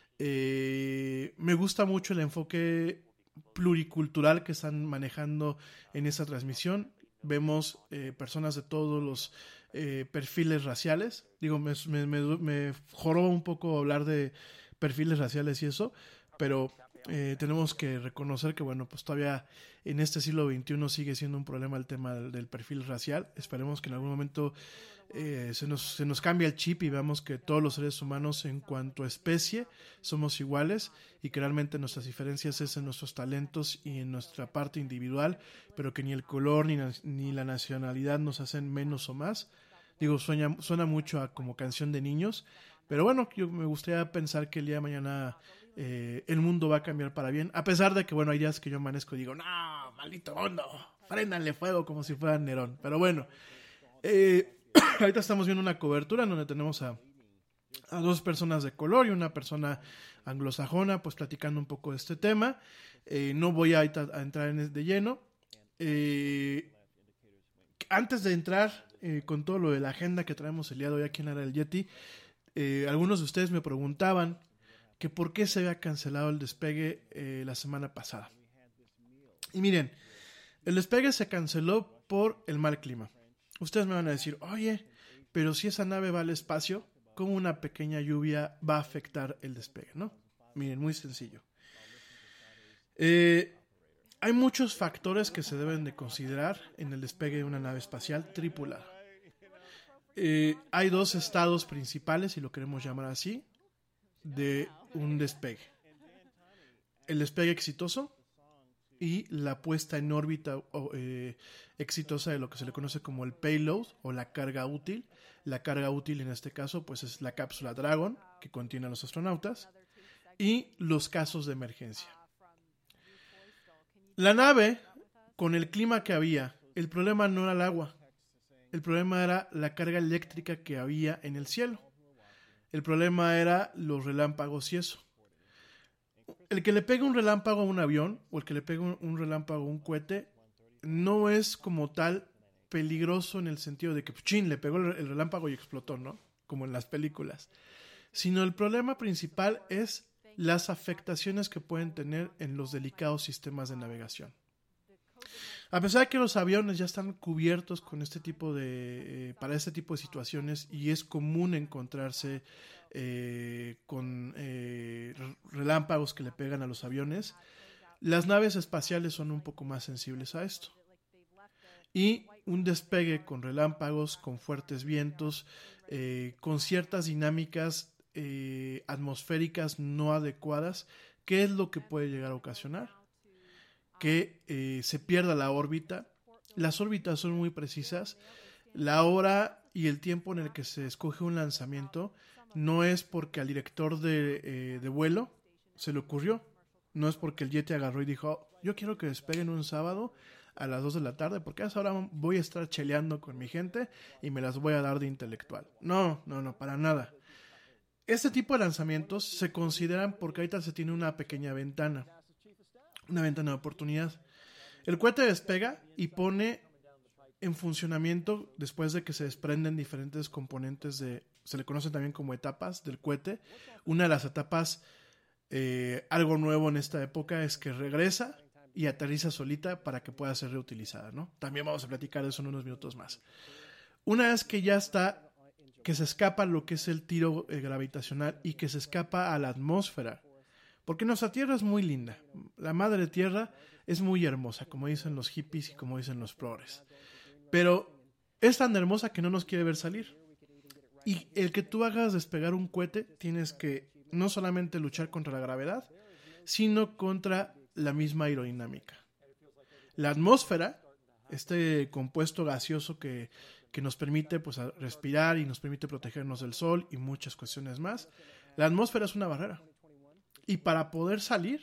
Eh, me gusta mucho el enfoque pluricultural que están manejando en esa transmisión. Vemos eh, personas de todos los eh, perfiles raciales. Digo, me, me, me, me joroba un poco hablar de perfiles raciales y eso, pero eh, tenemos que reconocer que, bueno, pues todavía en este siglo veintiuno sigue siendo un problema el tema del, del perfil racial. Esperemos que en algún momento eh, se nos, se nos cambie el chip y veamos que todos los seres humanos en cuanto a especie somos iguales y que realmente nuestras diferencias es en nuestros talentos y en nuestra parte individual, pero que ni el color ni, ni la nacionalidad nos hacen menos o más. Digo, suena, suena mucho a como canción de niños, pero bueno, yo me gustaría pensar que el día de mañana eh, el mundo va a cambiar para bien, a pesar de que, bueno, hay días que yo amanezco y digo, no, maldito mundo, préndanle fuego como si fuera Nerón. Pero bueno, eh, ahorita estamos viendo una cobertura en donde tenemos a, a dos personas de color y una persona anglosajona, pues platicando un poco de este tema. Eh, no voy a, a entrar en de lleno. Eh, antes de entrar eh, con todo lo de la agenda que traemos el día de hoy aquí en la Era del Yeti, eh, algunos de ustedes me preguntaban que por qué se había cancelado el despegue eh, la semana pasada. Y miren, el despegue se canceló por el mal clima. Ustedes me van a decir, oye, pero si esa nave va al espacio, ¿cómo una pequeña lluvia va a afectar el despegue, no? Miren, muy sencillo. Eh, hay muchos factores que se deben de considerar en el despegue de una nave espacial tripulada. Eh, hay dos estados principales, si lo queremos llamar así, de un despegue. El despegue exitoso y la puesta en órbita eh, exitosa de lo que se le conoce como el payload o la carga útil. La carga útil en este caso pues es la cápsula Dragon que contiene a los astronautas y los casos de emergencia. La nave, con el clima que había, el problema no era el agua, el problema era la carga eléctrica que había en el cielo. El problema era los relámpagos y eso. El que le pegue un relámpago a un avión o el que le pegue un, un relámpago a un cohete no es como tal peligroso en el sentido de que chin, le pegó el, el relámpago y explotó, ¿no? Como en las películas. Sino el problema principal es las afectaciones que pueden tener en los delicados sistemas de navegación. A pesar de que los aviones ya están cubiertos con este tipo de eh, para este tipo de situaciones y es común encontrarse eh, con eh, relámpagos que le pegan a los aviones, las naves espaciales son un poco más sensibles a esto. Y un despegue con relámpagos, con fuertes vientos, eh, con ciertas dinámicas eh, atmosféricas no adecuadas, ¿qué es lo que puede llegar a ocasionar? Que eh, se pierda la órbita las órbitas son muy precisas. La hora y el tiempo en el que se escoge un lanzamiento no es porque al director de, eh, de vuelo se le ocurrió. No es porque el Yeti agarró y dijo, yo quiero que despeguen un sábado a las dos de la tarde, porque a esa hora voy a estar cheleando con mi gente y me las voy a dar de intelectual. No, no, no, para nada. Este tipo de lanzamientos se consideran porque ahorita se tiene una pequeña ventana, una ventana de oportunidad. El cohete despega y pone en funcionamiento, después de que se desprenden diferentes componentes de, se le conocen también como etapas del cohete. Una de las etapas, eh, algo nuevo en esta época, es que regresa y aterriza solita para que pueda ser reutilizada, ¿no? También vamos a platicar de eso en unos minutos más. Una vez que ya está, que se escapa lo que es el tiro eh, gravitacional y que se escapa a la atmósfera, porque nuestra Tierra es muy linda. La madre Tierra es muy hermosa, como dicen los hippies y como dicen los progres. Pero es tan hermosa que no nos quiere ver salir. Y el que tú hagas despegar un cohete, tienes que no solamente luchar contra la gravedad, sino contra la misma aerodinámica. La atmósfera, este compuesto gaseoso que, que nos permite pues, respirar y nos permite protegernos del sol y muchas cuestiones más, la atmósfera es una barrera. Y para poder salir,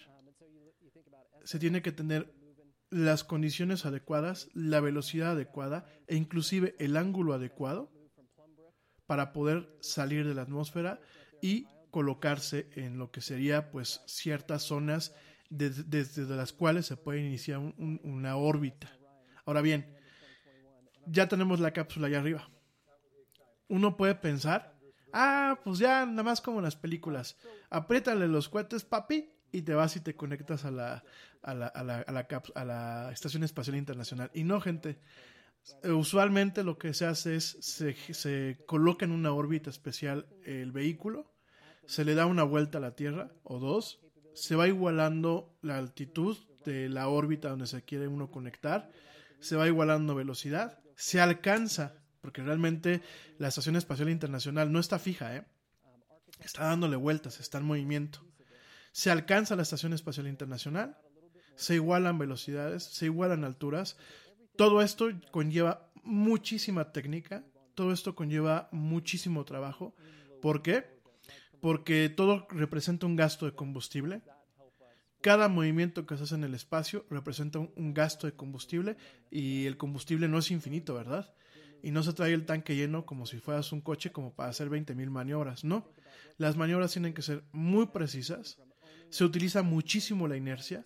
se tiene que tener las condiciones adecuadas, la velocidad adecuada e inclusive el ángulo adecuado para poder salir de la atmósfera y colocarse en lo que sería pues ciertas zonas desde, desde las cuales se puede iniciar un, un, una órbita. Ahora bien, ya tenemos la cápsula allá arriba. Uno puede pensar, ah, pues ya nada más como en las películas, apriétale los cohetes, papi, y te vas y te conectas a la, a la, a la, a la, caps- a la Estación Espacial Internacional. Y no, gente, usualmente lo que se hace es, se, se coloca en una órbita especial el vehículo, se le da una vuelta a la Tierra, o dos, se va igualando la altitud de la órbita donde se quiere uno conectar, se va igualando velocidad, se alcanza, porque realmente la Estación Espacial Internacional no está fija, ¿eh? Está dándole vueltas, está en movimiento. Se alcanza la Estación Espacial Internacional, se igualan velocidades, se igualan alturas. Todo esto conlleva muchísima técnica, todo esto conlleva muchísimo trabajo. ¿Por qué? Porque todo representa un gasto de combustible. Cada movimiento que se hace en el espacio representa un, un gasto de combustible y el combustible no es infinito, ¿verdad? Y no se trae el tanque lleno como si fueras un coche como para hacer veinte mil maniobras, no. Las maniobras tienen que ser muy precisas, se utiliza muchísimo la inercia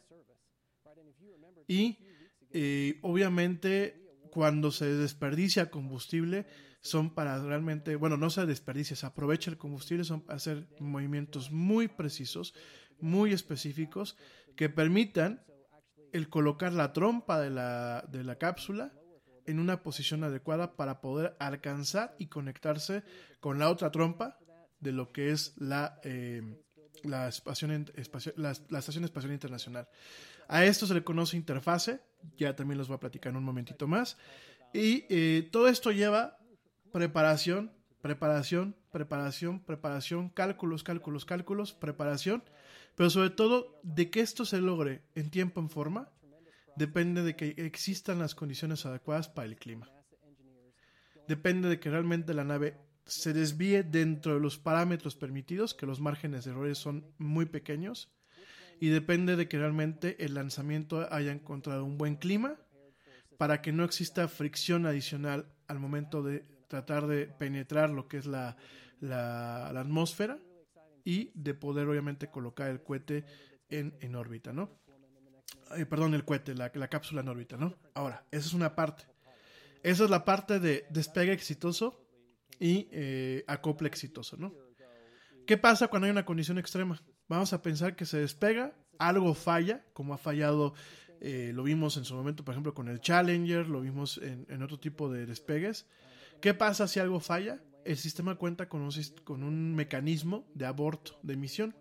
y eh, obviamente cuando se desperdicia combustible son para realmente, bueno, no se desperdicia, se aprovecha el combustible, son para hacer movimientos muy precisos, muy específicos, que permitan el colocar la trompa de la, de la cápsula en una posición adecuada para poder alcanzar y conectarse con la otra trompa de lo que es la, eh, la, espación, espacio, la, la Estación Espacial Internacional. A esto se le conoce interfase, ya también los voy a platicar en un momentito más, y eh, todo esto lleva preparación, preparación, preparación, preparación, cálculos, cálculos, cálculos, preparación, pero sobre todo de que esto se logre en tiempo, en forma, depende de que existan las condiciones adecuadas para el clima. Depende de que realmente la nave se desvíe dentro de los parámetros permitidos, que los márgenes de errores son muy pequeños, y depende de que realmente el lanzamiento haya encontrado un buen clima para que no exista fricción adicional al momento de tratar de penetrar lo que es la, la, la atmósfera y de poder obviamente colocar el cohete en, en órbita, ¿no? Eh, perdón, el cohete, la, la cápsula en órbita, ¿no? Ahora, esa es una parte. Esa es la parte de despegue exitoso y eh, acople exitoso, ¿no? ¿Qué pasa cuando hay una condición extrema? Vamos a pensar que se despega, algo falla, como ha fallado, eh, lo vimos en su momento, por ejemplo, con el Challenger, lo vimos en, en otro tipo de despegues. ¿Qué pasa si algo falla? El sistema cuenta con un, con un mecanismo de aborto, de misión.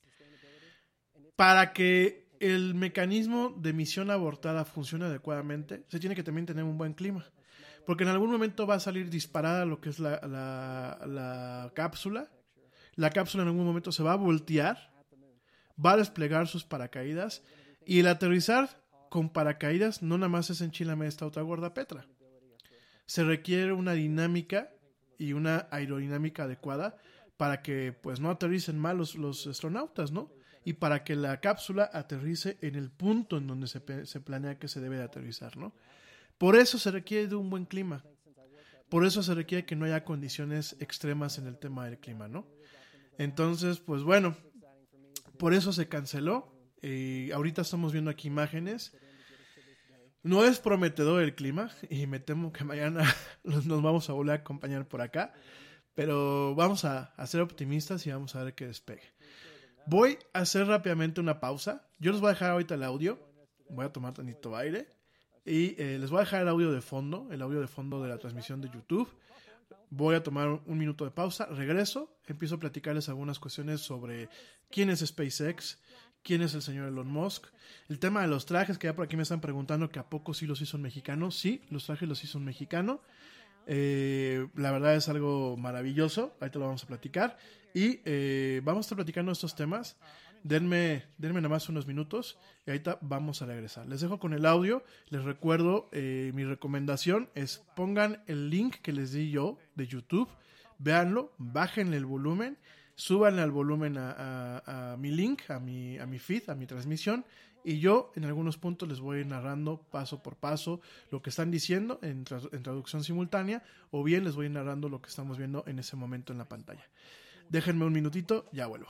Para que el mecanismo de misión abortada funcione adecuadamente, se tiene que también tener un buen clima. Porque en algún momento va a salir disparada lo que es la, la, la cápsula. La cápsula en algún momento se va a voltear, va a desplegar sus paracaídas y el aterrizar con paracaídas no nada más es enchilame esta otra gorda Petra. Se requiere una dinámica y una aerodinámica adecuada para que pues no aterricen mal los, los astronautas, ¿no? Y para que la cápsula aterrice en el punto en donde se, se planea que se debe de aterrizar, ¿no? Por eso se requiere de un buen clima. Por eso se requiere que no haya condiciones extremas en el tema del clima, ¿no? Entonces, pues bueno, por eso se canceló. Eh, ahorita estamos viendo aquí imágenes. No es prometedor el clima y me temo que mañana nos vamos a volver a acompañar por acá. Pero vamos a, a ser optimistas y vamos a ver qué despegue. Voy a hacer rápidamente una pausa. Yo les voy a dejar ahorita el audio. Voy a tomar tantito aire. Y eh, les voy a dejar el audio de fondo. El audio de fondo de la transmisión de YouTube. Voy a tomar un, un minuto de pausa. Regreso. Empiezo a platicarles algunas cuestiones sobre quién es SpaceX. Quién es el señor Elon Musk. El tema de los trajes, que ya por aquí me están preguntando que a poco sí los hizo un mexicano. Sí, los trajes los hizo un mexicano. Eh, la verdad es algo maravilloso. Ahorita lo vamos a platicar. Y eh, vamos a estar platicando estos temas. Denme, denme nada más unos minutos y ahorita vamos a regresar. Les dejo con el audio. Les recuerdo, eh, mi recomendación es pongan el link que les di yo de YouTube. Véanlo, bájenle el volumen, súbanle al volumen a, a, a mi link, a mi, a mi feed, a mi transmisión. Y yo en algunos puntos les voy a ir narrando paso por paso lo que están diciendo en, tra- en traducción simultánea, o bien les voy a ir narrando lo que estamos viendo en ese momento en la pantalla. Déjenme un minutito, ya vuelvo.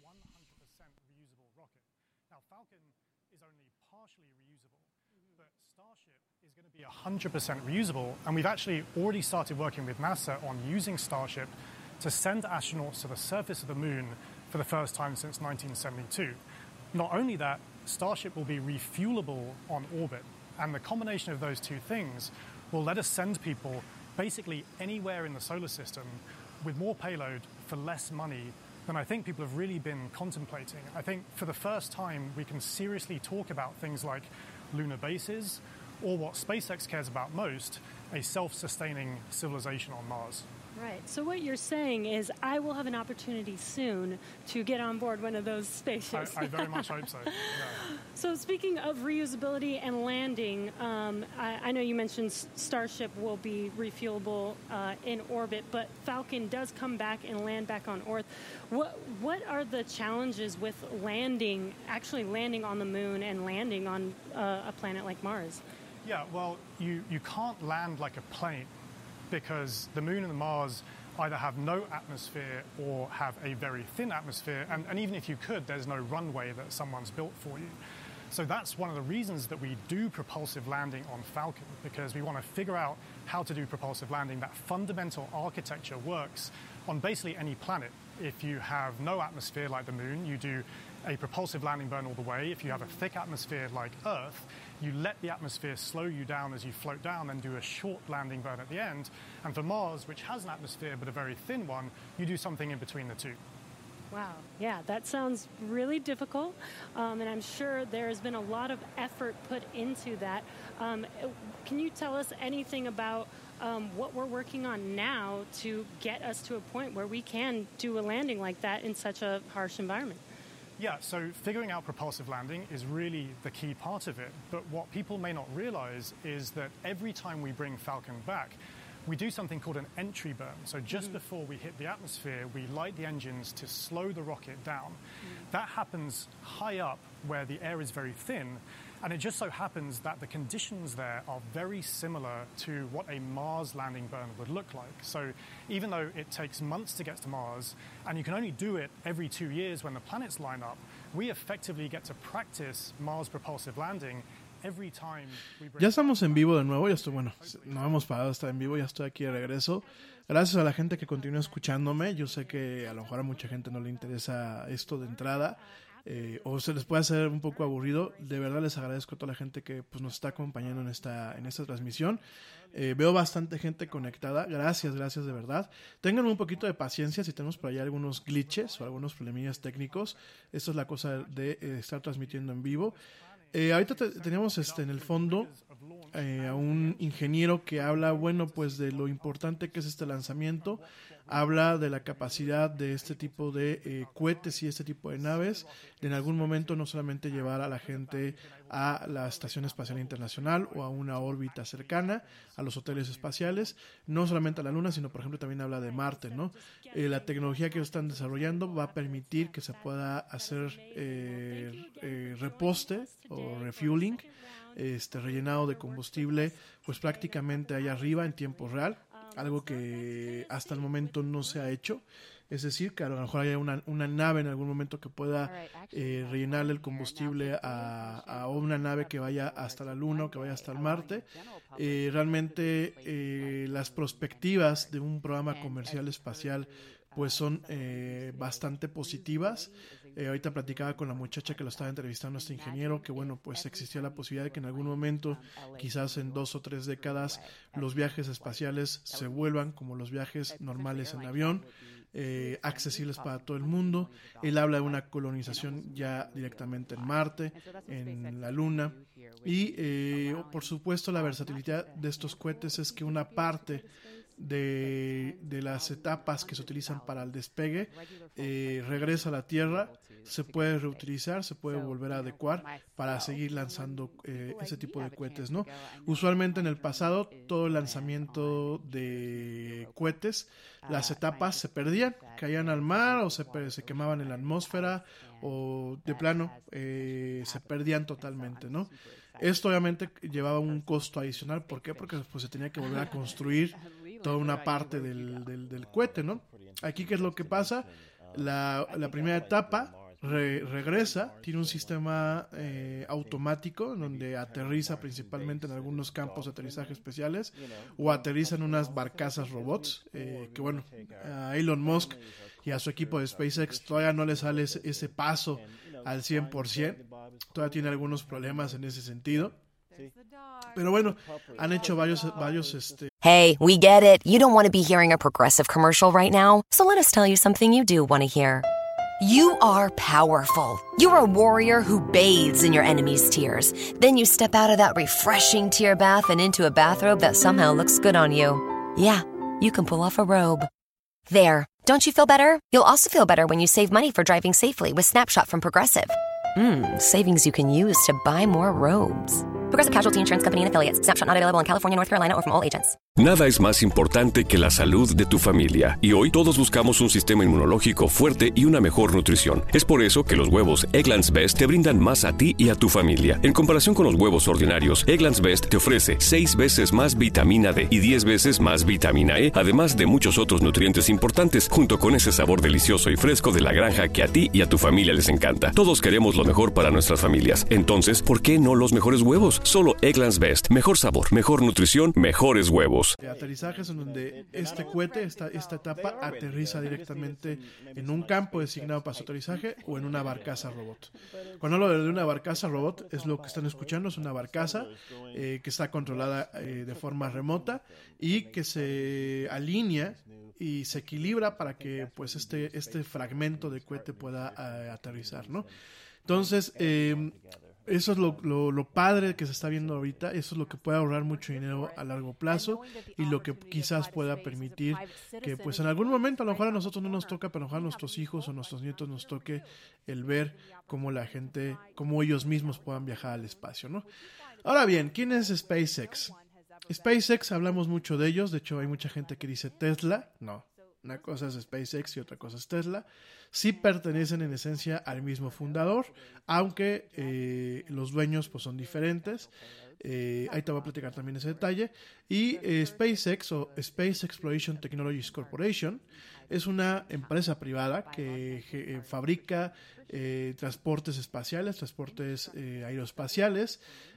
one hundred percent reusable, and we've actually already started working with NASA on using Starship to send astronauts to the surface of the moon for the first time since nineteen seventy-two. Not only that, Starship will be refuelable on orbit, and the combination of those two things will let us send people basically anywhere in the solar system with more payload for less money than I think people have really been contemplating. I think for the first time we can seriously talk about things like lunar bases, or what SpaceX cares about most, a self-sustaining civilization on Mars. Right. So what you're saying is I will have an opportunity soon to get on board one of those spaceships. I, I very much hope so. Yeah. So speaking of reusability and landing, um, I, I know you mentioned Starship will be refuelable uh, in orbit, but Falcon does come back and land back on Earth. What what are the challenges with landing, actually landing on the moon and landing on uh, a planet like Mars? Yeah, well, you, you can't land like a plane, because the moon and the Mars either have no atmosphere or have a very thin atmosphere, and, and even if you could, there's no runway that someone's built for you. So that's one of the reasons that we do propulsive landing on Falcon, because we want to figure out how to do propulsive landing. That fundamental architecture works on basically any planet. If you have no atmosphere like the moon, you do a propulsive landing burn all the way. If you have a thick atmosphere like Earth, you let the atmosphere slow you down as you float down, then do a short landing burn at the end. And for Mars, which has an atmosphere but a very thin one, you do something in between the two. Wow. Yeah, that sounds really difficult, um, and I'm sure there's been a lot of effort put into that. Um, can you tell us anything about um, what we're working on now to get us to a point where we can do a landing like that in such a harsh environment? Yeah, so figuring out propulsive landing is really the key part of it. But what people may not realize is that every time we bring Falcon back, we do something called an entry burn. So just mm-hmm. before we hit the atmosphere, we light the engines to slow the rocket down. Mm-hmm. That happens high up where the air is very thin. And it just so happens that the conditions there are very similar to what a Mars landing burn would look like. So even though it takes months to get to Mars, and you can only do it every two years when the planets line up, we effectively get to practice Mars propulsive landing every time we bring... Ya estamos en vivo de nuevo, ya estoy, bueno, no hemos parado de estar en vivo, ya estoy aquí de regreso. Gracias a la gente que continúa escuchándome. Yo sé que a lo mejor a mucha gente no le interesa esto de entrada. Eh, o se les puede hacer un poco aburrido. De verdad les agradezco a toda la gente que pues, nos está acompañando en esta, en esta transmisión. Eh, veo bastante gente conectada. Gracias, gracias de verdad. Tengan un poquito de paciencia si tenemos por allá algunos glitches o algunos problemillas técnicos. Esto es la cosa de eh, estar transmitiendo en vivo. Eh, ahorita te, tenemos este, en el fondo eh, a un ingeniero que habla, bueno, pues de lo importante que es este lanzamiento. Habla de la capacidad de este tipo de eh, cohetes y este tipo de naves de en algún momento no solamente llevar a la gente a la Estación Espacial Internacional o a una órbita cercana, a los hoteles espaciales, no solamente a la Luna, sino por ejemplo también habla de Marte, ¿no? Eh, la tecnología que están desarrollando va a permitir que se pueda hacer eh, eh, reposte o refueling, este rellenado de combustible, pues prácticamente ahí arriba en tiempo real. Algo que hasta el momento no se ha hecho, es decir, que a lo mejor haya una, una nave en algún momento que pueda eh, rellenarle el combustible a, a una nave que vaya hasta la Luna o que vaya hasta el Marte. Eh, realmente eh, las perspectivas de un programa comercial espacial pues son eh, bastante positivas. Eh, ahorita platicaba con la muchacha que lo estaba entrevistando, este ingeniero, que bueno, pues existía la posibilidad de que en algún momento, quizás en dos o tres décadas, los viajes espaciales se vuelvan como los viajes normales en avión, eh, accesibles para todo el mundo. Él habla de una colonización ya directamente en Marte, en la Luna, y eh, por supuesto la versatilidad de estos cohetes es que una parte De, de las etapas que se utilizan para el despegue eh, regresa a la Tierra, se puede reutilizar, se puede volver a adecuar para seguir lanzando eh, ese tipo de cohetes, ¿no? Usualmente en el pasado todo el lanzamiento de cohetes, las etapas se perdían, caían al mar o se, se quemaban en la atmósfera o de plano eh, se perdían totalmente, ¿no? Esto obviamente llevaba un costo adicional. ¿Por qué? Porque pues, se tenía que volver a construir toda una parte del, del, del cohete, ¿no? Aquí, ¿qué es lo que pasa? La, la primera etapa re, regresa, tiene un sistema eh, automático donde aterriza principalmente en algunos campos de aterrizaje especiales o aterriza en unas barcazas robots, eh, que bueno, a Elon Musk y a su equipo de SpaceX todavía no le sale ese, ese paso al cien por ciento, todavía tiene algunos problemas en ese sentido. Pero bueno, han hecho varios, varios, este... Hey, we get it. You don't want to be hearing a Progressive commercial right now. So let us tell you something you do want to hear. You are powerful. You're a warrior who bathes in your enemy's tears. Then you step out of that refreshing tear bath and into a bathrobe that somehow looks good on you. Yeah, you can pull off a robe. There. Don't you feel better? You'll also feel better when you save money for driving safely with Snapshot from Progressive. Mmm, savings you can use to buy more robes. Progressive Casualty Insurance Company and Affiliates. Snapshot not available in California, North Carolina, or from all agents. Nada es más importante que la salud de tu familia. Y hoy todos buscamos un sistema inmunológico fuerte y una mejor nutrición. Es por eso que los huevos Eggland's Best te brindan más a ti y a tu familia. En comparación con los huevos ordinarios, Eggland's Best te ofrece seis veces más vitamina D y diez veces más vitamina E, además de muchos otros nutrientes importantes, junto con ese sabor delicioso y fresco de la granja que a ti y a tu familia les encanta. Todos queremos lo mejor para nuestras familias. Entonces, ¿por qué no los mejores huevos? Solo Eggland's Best. Mejor sabor, mejor nutrición, mejores huevos. De aterrizajes en donde este cohete, esta, esta etapa, aterriza directamente en un campo designado para su aterrizaje o en una barcaza robot. Cuando hablo de una barcaza robot, es lo que están escuchando, es una barcaza eh, que está controlada eh, de forma remota y que se alinea y se equilibra para que pues este, este fragmento de cohete pueda eh, aterrizar, ¿no? Entonces, eh, eso es lo, lo, lo padre que se está viendo ahorita. Eso es lo que puede ahorrar mucho dinero a largo plazo y lo que quizás pueda permitir que pues en algún momento a lo mejor a nosotros no nos toca, pero a lo mejor a nuestros hijos o nuestros nietos nos toque el ver cómo la gente, cómo ellos mismos puedan viajar al espacio, ¿no? Ahora bien, ¿quién es SpaceX? SpaceX, hablamos mucho de ellos. De hecho hay mucha gente que dice Tesla. No, una cosa es SpaceX y otra cosa es Tesla. Sí pertenecen en esencia al mismo fundador, aunque eh, los dueños pues son diferentes. Eh, ahí te voy a platicar también ese detalle. Y eh, SpaceX o Space Exploration Technologies Corporation es una empresa privada que eh, fabrica eh, transportes espaciales, transportes eh, aeroespaciales.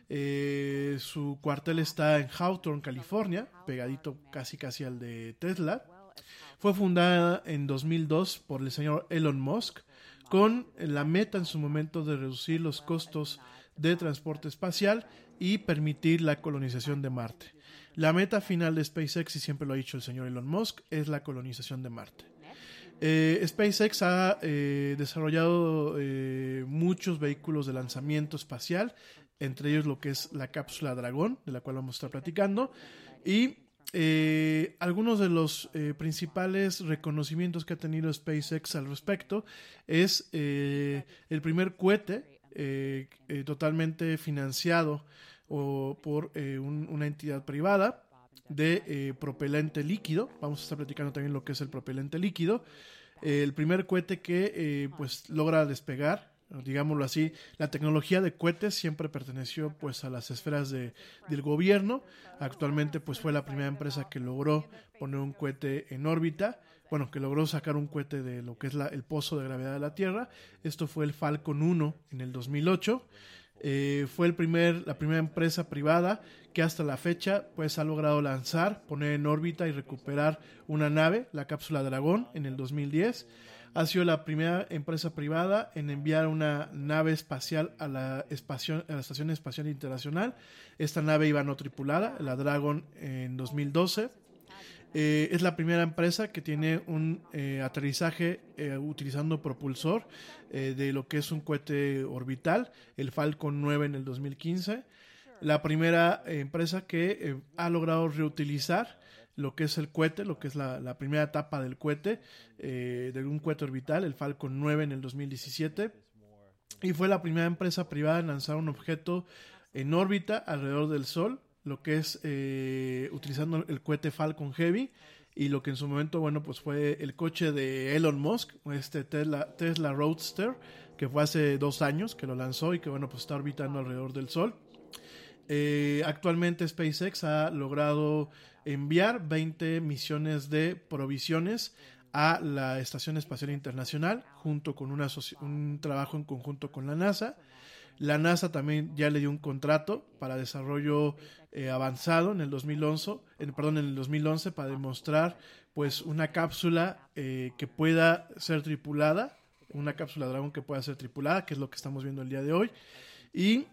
Eh, su cuartel está en Hawthorne, California, pegadito casi casi al de Tesla. Fue fundada en dos mil dos por el señor Elon Musk con la meta en su momento de reducir los costos de transporte espacial y permitir la colonización de Marte. La meta final de SpaceX, y siempre lo ha dicho el señor Elon Musk, es la colonización de Marte. Eh, SpaceX ha eh, desarrollado eh, muchos vehículos de lanzamiento espacial entre ellos lo que es la cápsula Dragón, de la cual vamos a estar platicando, y eh, algunos de los eh, principales reconocimientos que ha tenido SpaceX al respecto es eh, el primer cohete eh, eh, totalmente financiado o por eh, un, una entidad privada de eh, propelente líquido. Vamos a estar platicando también lo que es el propelente líquido. Eh, el primer cohete que eh, pues logra despegar, digámoslo así. La tecnología de cohetes siempre perteneció pues a las esferas de, del gobierno. Actualmente pues fue la primera empresa que logró poner un cohete en órbita, bueno, que logró sacar un cohete de lo que es la, el pozo de gravedad de la Tierra. Esto fue el Falcon uno en el dos mil ocho. Eh, fue el primer, la primera empresa privada que hasta la fecha pues ha logrado lanzar, poner en órbita y recuperar una nave, la cápsula Dragón, en el dos mil diez. Ha sido la primera empresa privada en enviar una nave espacial a la, espacio, a la Estación Espacial Internacional. Esta nave iba no tripulada, la Dragon, en dos mil doce. Eh, es la primera empresa que tiene un eh, aterrizaje eh, utilizando propulsor eh, de lo que es un cohete orbital, el Falcon nueve en el dos mil quince. La primera eh, empresa que eh, ha logrado reutilizar lo que es el cohete, lo que es la, la primera etapa del cohete, eh, de un cohete orbital, el Falcon nueve en el dos mil diecisiete. Y fue la primera empresa privada en lanzar un objeto en órbita alrededor del Sol, lo que es eh, utilizando el cohete Falcon Heavy, y lo que en su momento, bueno, pues fue el coche de Elon Musk, este Tesla, Tesla Roadster, que fue hace dos años que lo lanzó y que, bueno, pues está orbitando alrededor del Sol. Eh, actualmente SpaceX ha logrado enviar veinte misiones de provisiones a la Estación Espacial Internacional, junto con una asoci- un trabajo en conjunto con la NASA. La NASA también ya le dio un contrato para desarrollo eh, avanzado en el dos mil once, en, perdón, en el dos mil once, para demostrar pues una cápsula eh, que pueda ser tripulada, una cápsula Dragon que pueda ser tripulada, que es lo que estamos viendo el día de hoy. Y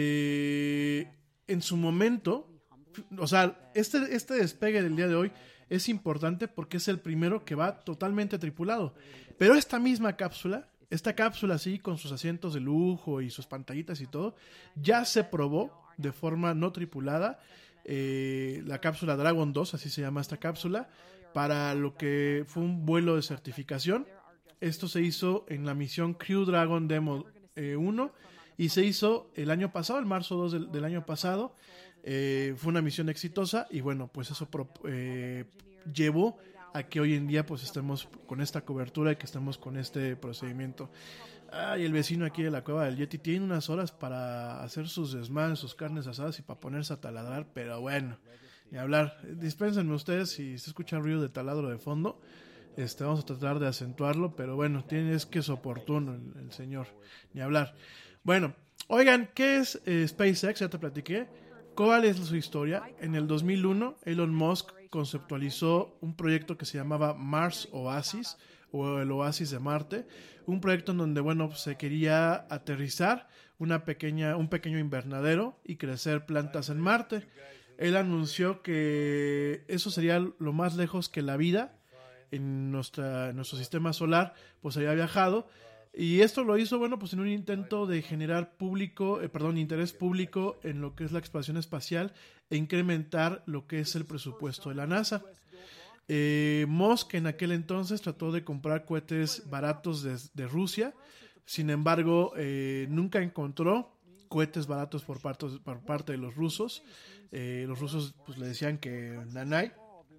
eh, en su momento, o sea, este, este despegue del día de hoy es importante porque es el primero que va totalmente tripulado. Pero esta misma cápsula, esta cápsula así con sus asientos de lujo y sus pantallitas y todo, ya se probó de forma no tripulada, eh, la cápsula Dragon dos, así se llama esta cápsula, para lo que fue un vuelo de certificación. Esto se hizo en la misión Crew Dragon Demo eh, uno y se hizo el año pasado, el marzo dos del, del año pasado. Eh, fue una misión exitosa y bueno, pues eso pro, eh, llevó a que hoy en día pues estemos con esta cobertura y que estemos con este procedimiento. Ay, el vecino aquí de la cueva del Yeti tiene unas horas para hacer sus desmanes, sus carnes asadas y para ponerse a taladrar, pero bueno, ni hablar. Dispénsenme ustedes si se escucha ruido de taladro de fondo. Este, vamos a tratar de acentuarlo, pero bueno, tiene, es que es oportuno el, el señor, ni hablar. Bueno, oigan, ¿qué es eh, SpaceX? Ya te platiqué. ¿Cuál es su historia? En el dos mil uno, Elon Musk conceptualizó un proyecto que se llamaba Mars Oasis, o el Oasis de Marte, un proyecto en donde, bueno, se quería aterrizar una pequeña, un pequeño invernadero y crecer plantas en Marte. Él anunció que eso sería lo más lejos que la vida en, nuestra, en nuestro sistema solar pues había viajado, y esto lo hizo, bueno, pues en un intento de generar público, eh, perdón, interés público en lo que es la exploración espacial e incrementar lo que es el presupuesto de la NASA. Eh, Musk en aquel entonces trató de comprar cohetes baratos de, de Rusia, sin embargo, eh, nunca encontró cohetes baratos por parte, por parte de los rusos. Eh, los rusos pues le decían que nanay,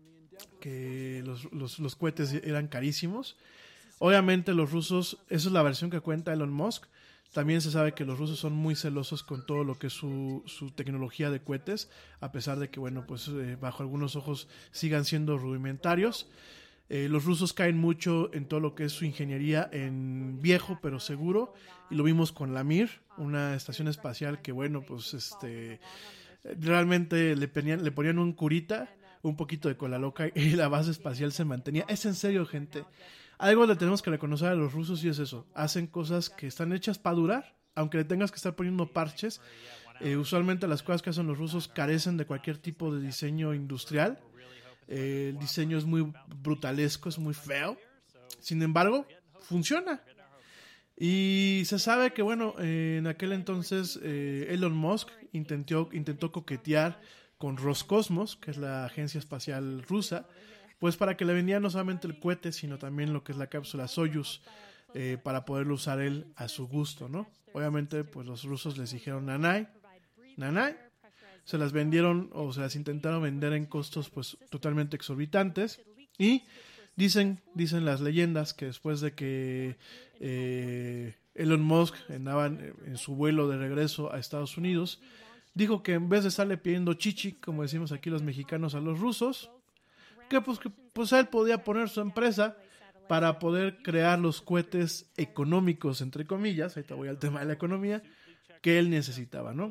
que los, los, los cohetes eran carísimos. Obviamente los rusos, esa es la versión que cuenta Elon Musk. También se sabe que los rusos son muy celosos con todo lo que es su, su tecnología de cohetes, a pesar de que, bueno, pues eh, bajo algunos ojos sigan siendo rudimentarios. Eh, los rusos caen mucho en todo lo que es su ingeniería en viejo pero seguro, y lo vimos con la Mir, una estación espacial que, bueno, pues este realmente le ponían, le ponían un curita, un poquito de cola loca y la base espacial se mantenía. Es en serio, gente. Algo le tenemos que reconocer a los rusos y es eso. Hacen cosas que están hechas para durar, aunque le tengas que estar poniendo parches. Eh, usualmente las cosas que hacen los rusos carecen de cualquier tipo de diseño industrial. Eh, el diseño es muy brutalesco, es muy feo. Sin embargo, funciona. Y se sabe que, bueno, eh, en aquel entonces eh, Elon Musk intentó, intentó coquetear con Roscosmos, que es la agencia espacial rusa, pues para que le vendieran no solamente el cohete, sino también lo que es la cápsula Soyuz, eh, para poderlo usar él a su gusto, ¿no? Obviamente, pues los rusos les dijeron nanay, nanay, se las vendieron o se las intentaron vender en costos pues totalmente exorbitantes, y dicen, dicen las leyendas que después de que eh, Elon Musk andaba en, en su vuelo de regreso a Estados Unidos, dijo que en vez de estarle pidiendo chichi, como decimos aquí los mexicanos a los rusos, que pues, que pues él podía poner su empresa para poder crear los cohetes económicos, entre comillas, ahorita voy al tema de la economía, que él necesitaba, ¿no?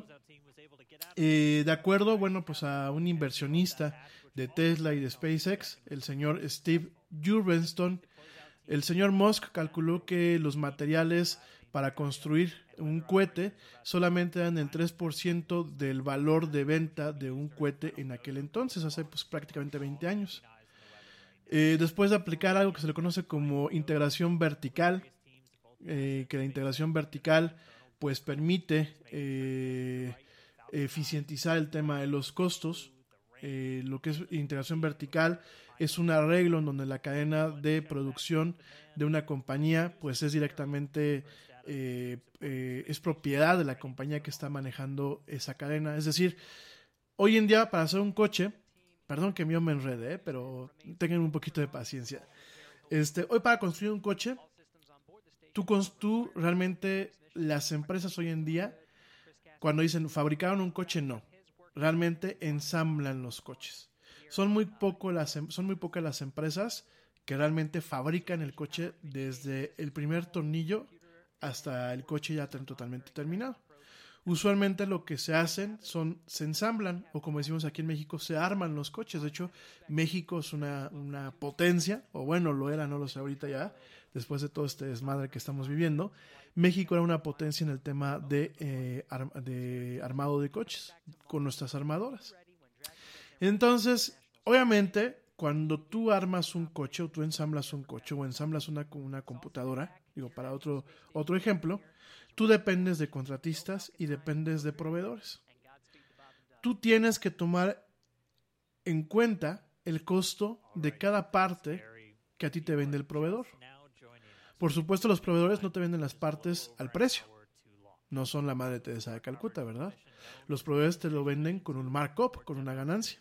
Eh, de acuerdo, bueno, pues a un inversionista de Tesla y de SpaceX, el señor Steve Jurvetson, el señor Musk calculó que los materiales para construir un cohete solamente eran el tres por ciento del valor de venta de un cohete en aquel entonces, hace pues prácticamente veinte años. Eh, después de aplicar algo que se le conoce como integración vertical, eh, que la integración vertical pues permite eh, eficientizar el tema de los costos. Eh, lo que es integración vertical es un arreglo en donde la cadena de producción de una compañía pues es directamente eh, eh, es propiedad de la compañía que está manejando esa cadena. Es decir, hoy en día para hacer un coche, perdón que yo me enrede, ¿eh? pero tengan un poquito de paciencia. Este, hoy para construir un coche, tú, tú realmente las empresas hoy en día, cuando dicen fabricaron un coche, no. Realmente ensamblan los coches. Son muy, poco las, son muy pocas las empresas que realmente fabrican el coche desde el primer tornillo hasta el coche ya totalmente terminado. Usualmente lo que se hacen son, se ensamblan, o como decimos aquí en México, se arman los coches. De hecho, México es una, una potencia, o bueno, lo era, no lo sé ahorita ya, después de todo este desmadre que estamos viviendo. México era una potencia en el tema de, eh, ar- de armado de coches, con nuestras armadoras. Entonces, obviamente, cuando tú armas un coche, o tú ensamblas un coche, o ensamblas una, una computadora, digo, para otro, otro ejemplo, tú dependes de contratistas y dependes de proveedores. Tú tienes que tomar en cuenta el costo de cada parte que a ti te vende el proveedor. Por supuesto, los proveedores no te venden las partes al precio. No son la Madre Teresa de Calcuta, ¿verdad? Los proveedores te lo venden con un markup, con una ganancia.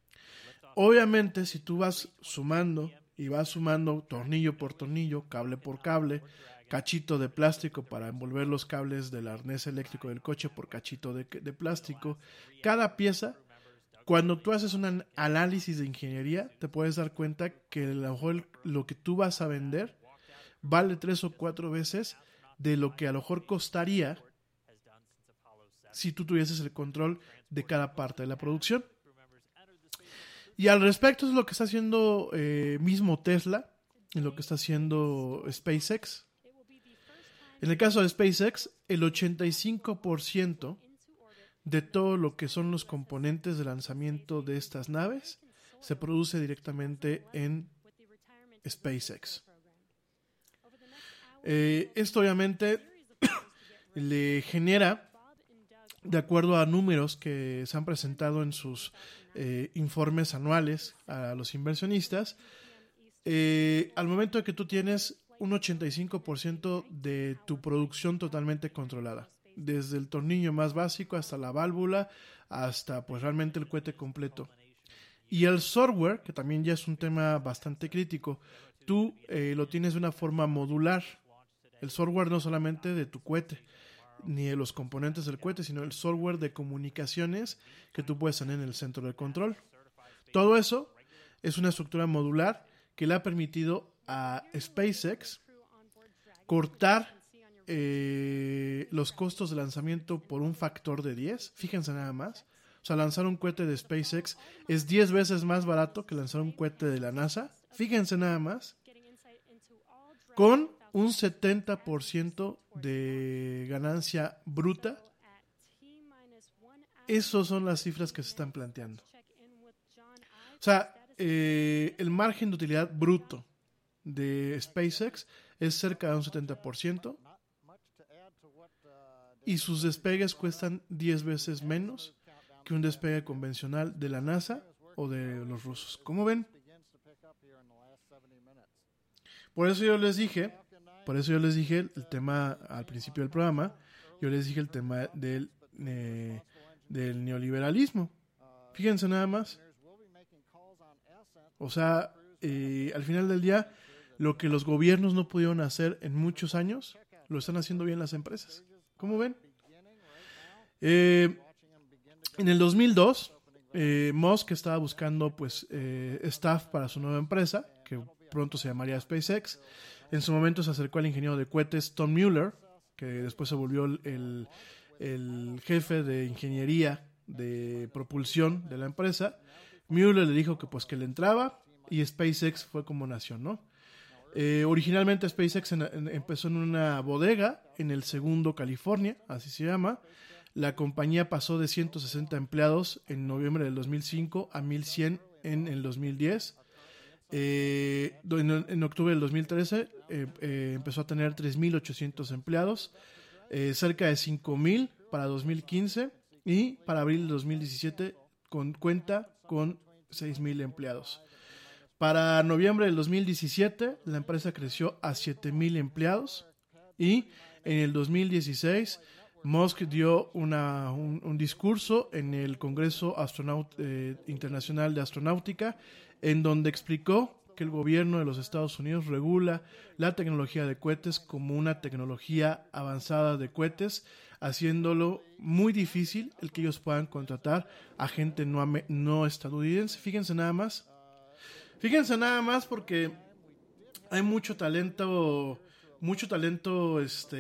Obviamente, si tú vas sumando y vas sumando tornillo por tornillo, cable por cable, cachito de plástico para envolver los cables del arnés eléctrico del coche por cachito de, de plástico, cada pieza, cuando tú haces un análisis de ingeniería, te puedes dar cuenta que a lo mejor lo que tú vas a vender vale tres o cuatro veces de lo que a lo mejor costaría si tú tuvieses el control de cada parte de la producción. Y al respecto es lo que está haciendo eh, mismo Tesla y lo que está haciendo SpaceX. En el caso de SpaceX, el ochenta y cinco por ciento de todo lo que son los componentes de lanzamiento de estas naves se produce directamente en SpaceX. Eh, esto obviamente le genera, de acuerdo a números que se han presentado en sus eh, informes anuales a los inversionistas, eh, al momento de que tú tienes un ochenta y cinco por ciento de tu producción totalmente controlada, desde el tornillo más básico hasta la válvula, hasta pues realmente el cohete completo. Y el software, que también ya es un tema bastante crítico, tú eh, lo tienes de una forma modular. El software no solamente de tu cohete, ni de los componentes del cohete, sino el software de comunicaciones que tú puedes tener en el centro de control. Todo eso es una estructura modular que le ha permitido a SpaceX cortar eh, los costos de lanzamiento por un factor de diez. Fíjense nada más. O sea, lanzar un cohete de SpaceX es diez veces más barato que lanzar un cohete de la NASA. Fíjense nada más. Con un setenta por ciento de ganancia bruta. Esas son las cifras que se están planteando. O sea, eh, el margen de utilidad bruto de SpaceX es cerca de un setenta por ciento y sus despegues cuestan diez veces menos que un despegue convencional de la NASA o de los rusos. ¿Cómo ven? Por eso yo les dije, por eso yo les dije el tema al principio del programa, yo les dije el tema del, eh, del neoliberalismo. Fíjense nada más. O sea, eh, al final del día, lo que los gobiernos no pudieron hacer en muchos años, lo están haciendo bien las empresas. ¿Cómo ven? Eh, en el dos mil dos, eh, Musk estaba buscando pues eh, staff para su nueva empresa, que pronto se llamaría SpaceX. En su momento se acercó al ingeniero de cohetes Tom Mueller, que después se volvió el, el jefe de ingeniería de propulsión de la empresa. Mueller le dijo que pues que le entraba y SpaceX fue como nació, ¿no? Eh, originalmente SpaceX en, en, empezó en una bodega en el Segundo California, así se llama. La compañía pasó de ciento sesenta empleados en noviembre del dos mil cinco a mil cien en el dos mil diez. Eh, en, en octubre del dos mil trece eh, eh, empezó a tener tres mil ochocientos empleados, eh, cerca de cinco mil para dos mil quince, y para abril del dos mil diecisiete con, cuenta con seis mil empleados. Para noviembre del dos mil diecisiete la empresa creció a siete mil empleados, y en el dos mil dieciséis Musk dio una, un, un discurso en el Congreso Astronaut, eh, Internacional de Astronáutica, en donde explicó que el gobierno de los Estados Unidos regula la tecnología de cohetes como una tecnología avanzada de cohetes, haciéndolo muy difícil el que ellos puedan contratar a gente no, no estadounidense. Fíjense nada más. Fíjense nada más porque hay mucho talento, mucho talento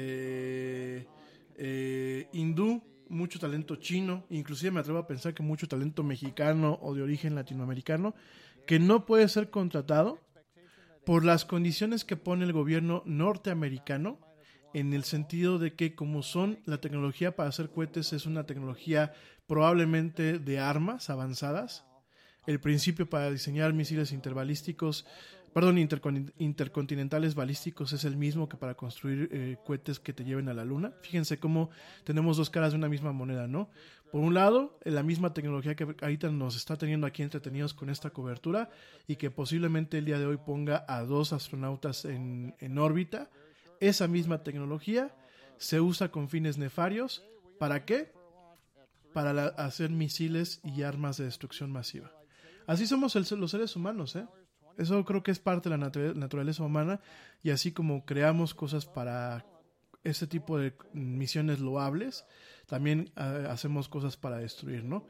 este, eh, hindú, mucho talento chino, inclusive me atrevo a pensar que mucho talento mexicano o de origen latinoamericano, que no puede ser contratado por las condiciones que pone el gobierno norteamericano, en el sentido de que como son la tecnología para hacer cohetes es una tecnología probablemente de armas avanzadas, el principio para diseñar misiles interbalísticos, perdón, intercon- intercontinentales balísticos es el mismo que para construir eh, cohetes que te lleven a la luna. Fíjense cómo tenemos dos caras de una misma moneda, ¿no? Por un lado, la misma tecnología que ahorita nos está teniendo aquí entretenidos con esta cobertura y que posiblemente el día de hoy ponga a dos astronautas en, en órbita. Esa misma tecnología se usa con fines nefarios. ¿Para qué? Para la, hacer misiles y armas de destrucción masiva. Así somos el, los seres humanos, ¿eh? Eso creo que es parte de la natu- naturaleza humana, y así como creamos cosas para este tipo de misiones loables, también uh, hacemos cosas para destruir, ¿no?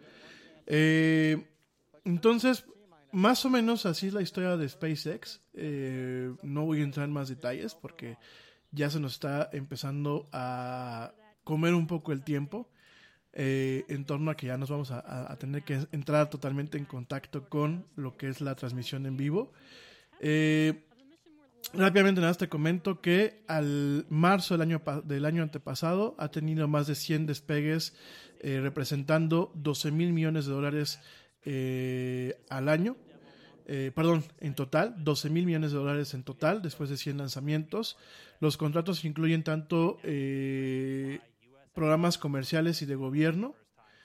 Eh, entonces, más o menos así es la historia de SpaceX. Eh, no voy a entrar en más detalles porque ya se nos está empezando a comer un poco el tiempo. Eh, en torno a que ya nos vamos a, a, a tener que entrar totalmente en contacto con lo que es la transmisión en vivo. Eh, rápidamente nada más te comento que al marzo del año, del año antepasado ha tenido más de cien despegues, eh, representando doce mil millones de dólares eh, al año. Eh, perdón, en total, doce mil millones de dólares en total, después de cien lanzamientos. Los contratos incluyen tanto eh, programas comerciales y de gobierno.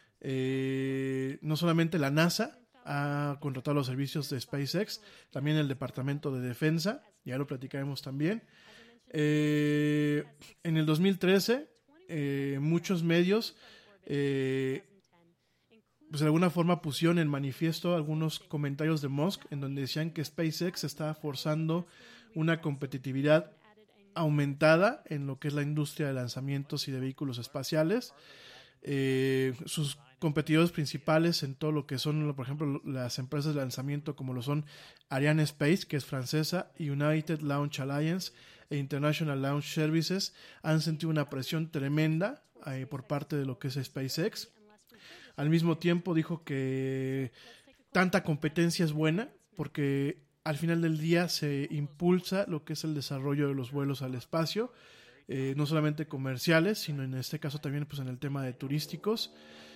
Eh, no solamente la NASA ha contratado los servicios de SpaceX, también el Departamento de Defensa, ya lo platicaremos también. Eh, en el dos mil trece, eh, muchos medios eh, pues de alguna forma pusieron en manifiesto algunos comentarios de Musk en donde decían que SpaceX estaba forzando una competitividad aumentada en lo que es la industria de lanzamientos y de vehículos espaciales. Eh, sus competidores principales en todo lo que son, por ejemplo, las empresas de lanzamiento como lo son Ariane Space, que es francesa, United Launch Alliance e International Launch Services, han sentido una presión tremenda eh, por parte de lo que es SpaceX. Al mismo tiempo dijo que tanta competencia es buena porque al final del día se impulsa lo que es el desarrollo de los vuelos al espacio, eh, no solamente comerciales, sino en este caso también pues en el tema de turísticos.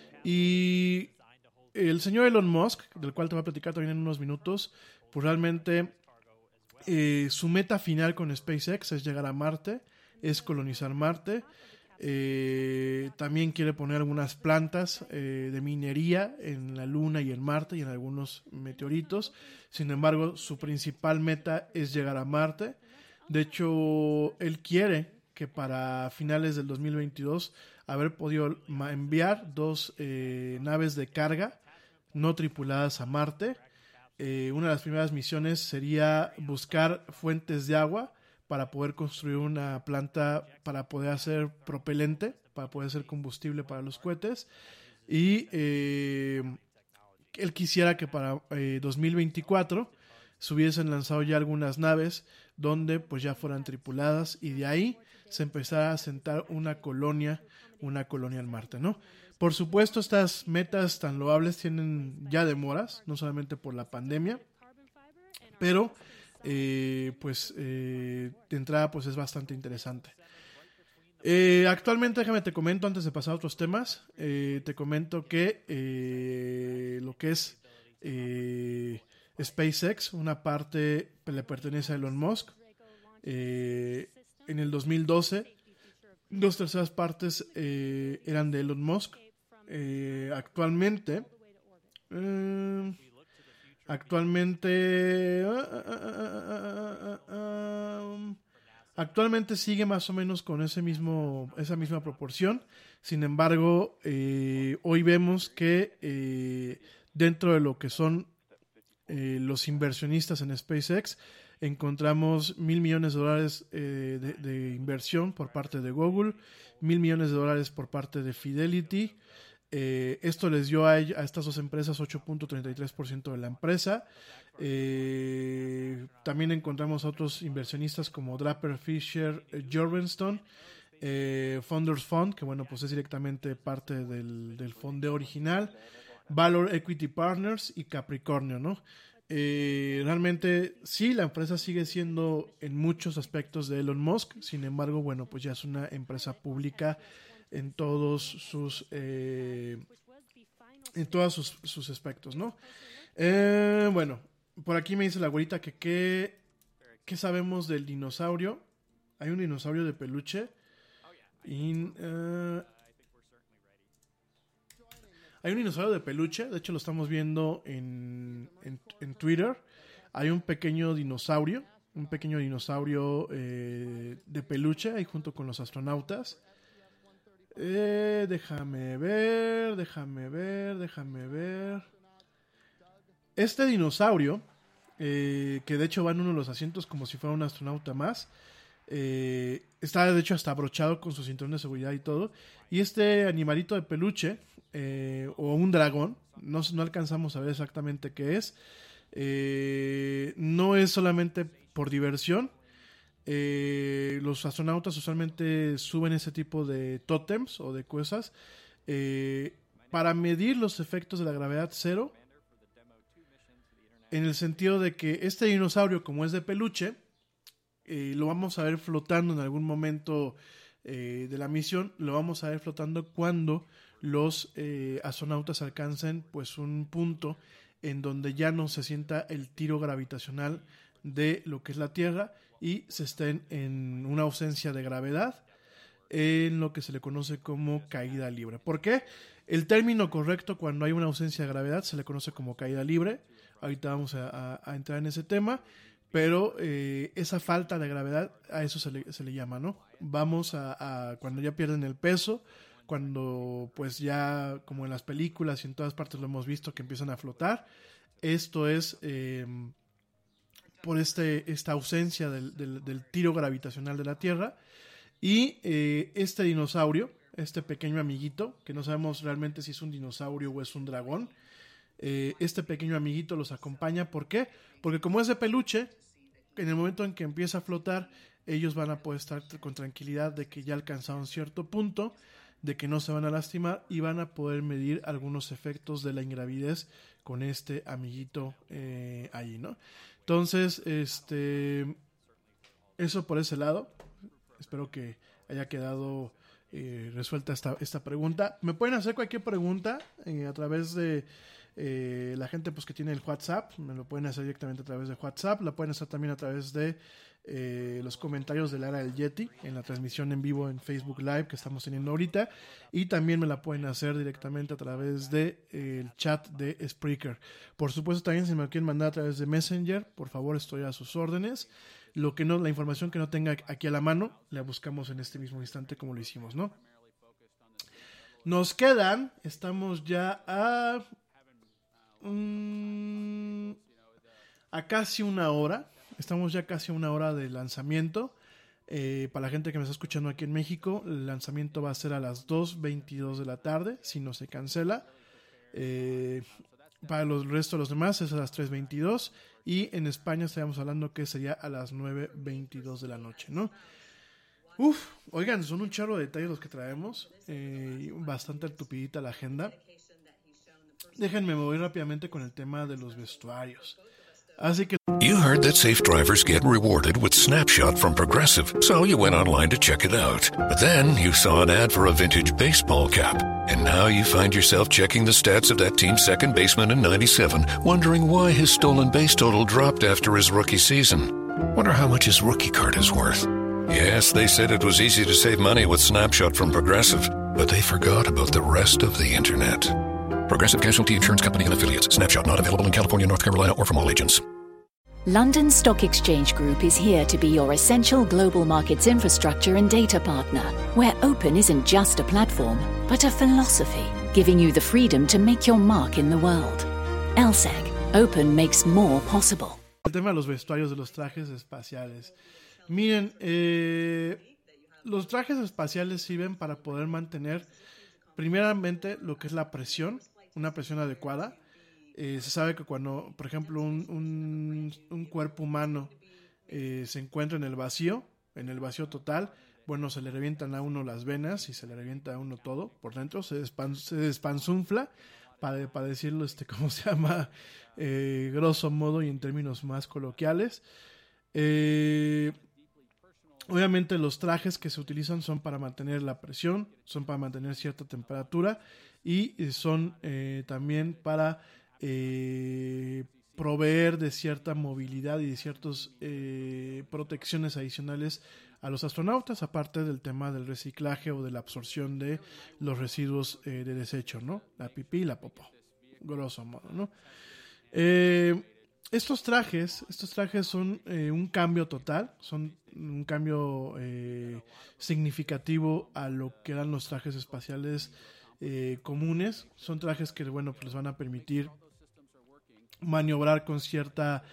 Y el señor Elon Musk, del cual te voy a platicar también en unos minutos, pues realmente eh, su meta final con SpaceX es llegar a Marte, es colonizar Marte. Eh, también quiere poner algunas plantas eh, de minería en la Luna y en Marte y en algunos meteoritos. Sin embargo, su principal meta es llegar a Marte. De hecho, él quiere que para finales del dos mil veintidós haber podido enviar dos eh, naves de carga no tripuladas a Marte. Eh, una de las primeras misiones sería buscar fuentes de agua para poder construir una planta para poder hacer propelente, para poder hacer combustible para los cohetes. Y eh, él quisiera que para eh, dos mil veinticuatro se hubiesen lanzado ya algunas naves donde pues ya fueran tripuladas y de ahí se empezara a asentar una colonia, una colonia en Marte, ¿no? Por supuesto, estas metas tan loables tienen ya demoras, no solamente por la pandemia, pero eh, pues eh, de entrada pues es bastante interesante. Eh, actualmente, déjame te comento antes de pasar a otros temas, eh, te comento que eh, lo que es eh, SpaceX, una parte le pertenece a Elon Musk. Eh, en el dos mil doce, dos terceras partes eh, eran de Elon Musk. Eh, actualmente, eh, actualmente, uh, uh, uh, uh, uh, um, actualmente sigue más o menos con ese mismo, esa misma proporción. Sin embargo, eh, hoy vemos que eh, dentro de lo que son eh, los inversionistas en SpaceX, encontramos mil millones de dólares eh, de, de inversión por parte de Google, mil millones de dólares por parte de Fidelity. Eh, esto les dio a, ella, a estas dos empresas ocho punto treinta y tres por ciento de la empresa. Eh, también encontramos a otros inversionistas como Draper Fisher eh, Jorgensen, eh, Founders Fund, que bueno, pues es directamente parte del, del fondo original, Valor Equity Partners y Capricornio, ¿no? Eh, realmente sí, la empresa sigue siendo en muchos aspectos de Elon Musk, sin embargo, bueno, pues ya es una empresa pública en todos sus eh, en todos sus, sus aspectos, ¿no? Eh, bueno, por aquí me dice la güerita que qué, qué sabemos del dinosaurio. Hay un dinosaurio de peluche. In, uh, hay un dinosaurio de peluche, de hecho lo estamos viendo en, en, en Twitter. Hay un pequeño dinosaurio, un pequeño dinosaurio eh, de peluche ahí junto con los astronautas. Eh, déjame ver, déjame ver, déjame ver. Este dinosaurio, eh, que de hecho va en uno de los asientos como si fuera un astronauta más, eh, está de hecho hasta abrochado con su cinturón de seguridad y todo. Y este animalito de peluche, eh, o un dragón, no, no alcanzamos a ver exactamente qué es. Eh, no es solamente por diversión. Eh, los astronautas usualmente suben ese tipo de tótems o de cosas eh, para medir los efectos de la gravedad cero, en el sentido de que este dinosaurio, como es de peluche, eh, lo vamos a ver flotando en algún momento eh, de la misión. Lo vamos a ver flotando cuando los eh, astronautas alcancen pues un punto en donde ya no se sienta el tiro gravitacional de lo que es la Tierra y se estén en una ausencia de gravedad, en lo que se le conoce como caída libre. ¿Por qué? El término correcto cuando hay una ausencia de gravedad se le conoce como caída libre. Ahorita vamos a, a, a entrar en ese tema, pero eh, esa falta de gravedad, a eso se le, se le llama, ¿no? Vamos a, a cuando ya pierden el peso, cuando pues ya, como en las películas y en todas partes lo hemos visto, que empiezan a flotar. Esto es eh, por este, esta ausencia del, del, del tiro gravitacional de la Tierra. Y eh, este dinosaurio, este pequeño amiguito, que no sabemos realmente si es un dinosaurio o es un dragón, eh, este pequeño amiguito los acompaña. ¿Por qué? Porque como es de peluche, en el momento en que empieza a flotar, ellos van a poder estar con tranquilidad de que ya alcanzaron cierto punto, de que no se van a lastimar y van a poder medir algunos efectos de la ingravidez con este amiguito eh, ahí, ¿no? Entonces, este, eso por ese lado. Espero que haya quedado eh, resuelta esta, esta pregunta. Me pueden hacer cualquier pregunta eh, a través de Eh, la gente pues que tiene el WhatsApp, me lo pueden hacer directamente a través de WhatsApp, la pueden hacer también a través de eh, los comentarios de la era del Yeti en la transmisión en vivo en Facebook Live que estamos teniendo ahorita, y también me la pueden hacer directamente a través de eh, el chat de Spreaker. Por supuesto, también si me lo quieren mandar a través de Messenger, por favor, estoy a sus órdenes. Lo que no, la información que no tenga aquí a la mano, la buscamos en este mismo instante como lo hicimos, ¿no? Nos quedan, estamos ya a um, a casi una hora, estamos ya casi a una hora de lanzamiento. Eh, para la gente que me está escuchando aquí en México, el lanzamiento va a ser a las dos veintidós de la tarde, si no se cancela. Eh, para los resto de los demás es a las tres veintidós, y en España estaríamos hablando que sería a las nueve veintidós de la noche, ¿no? Uf, oigan, son un chorro de detalles los que traemos, eh, bastante tupidita la agenda. Déjenme mover rápidamente con el tema de los vestuarios. Así que You heard that safe drivers get rewarded with Snapshot from Progressive, so you went online to check it out. But then you saw an ad for a vintage baseball cap, and now you find yourself checking the stats of that team's second baseman in ninety-seven, wondering why his stolen base total dropped after his rookie season. Wonder how much his rookie card is worth. Yes, they said it was easy to save money with Snapshot from Progressive, but they forgot about the rest of the internet. Progressive Casualty Insurance Company and Affiliates. Snapshot not available in California, North Carolina, or from all agents. London Stock Exchange Group is here to be your essential global markets infrastructure and data partner, where open isn't just a platform, but a philosophy, giving you the freedom to make your mark in the world. L S E C. Open makes more possible. El tema de los vestuarios de los trajes espaciales. Miren, eh, los trajes espaciales sirven para poder mantener primeramente lo que es la presión, una presión adecuada. Eh, se sabe que cuando, por ejemplo, un, un, un cuerpo humano eh, se encuentra en el vacío, en el vacío total, bueno, se le revientan a uno las venas y se le revienta a uno todo por dentro, se, despan, se despanzunfla, para, para decirlo, este, ¿cómo se llama? Eh, grosso modo y en términos más coloquiales. Eh, obviamente los trajes que se utilizan son para mantener la presión, son para mantener cierta temperatura y son eh, también para Eh, proveer de cierta movilidad y de ciertas eh, protecciones adicionales a los astronautas, aparte del tema del reciclaje o de la absorción de los residuos eh, de desecho, ¿no? La pipí y la popó, grosso modo, ¿no? Eh, estos trajes, estos trajes son eh, un cambio total, son un cambio eh, significativo a lo que eran los trajes espaciales eh, comunes. Son trajes que, bueno, pues les van a permitir maniobrar con cierta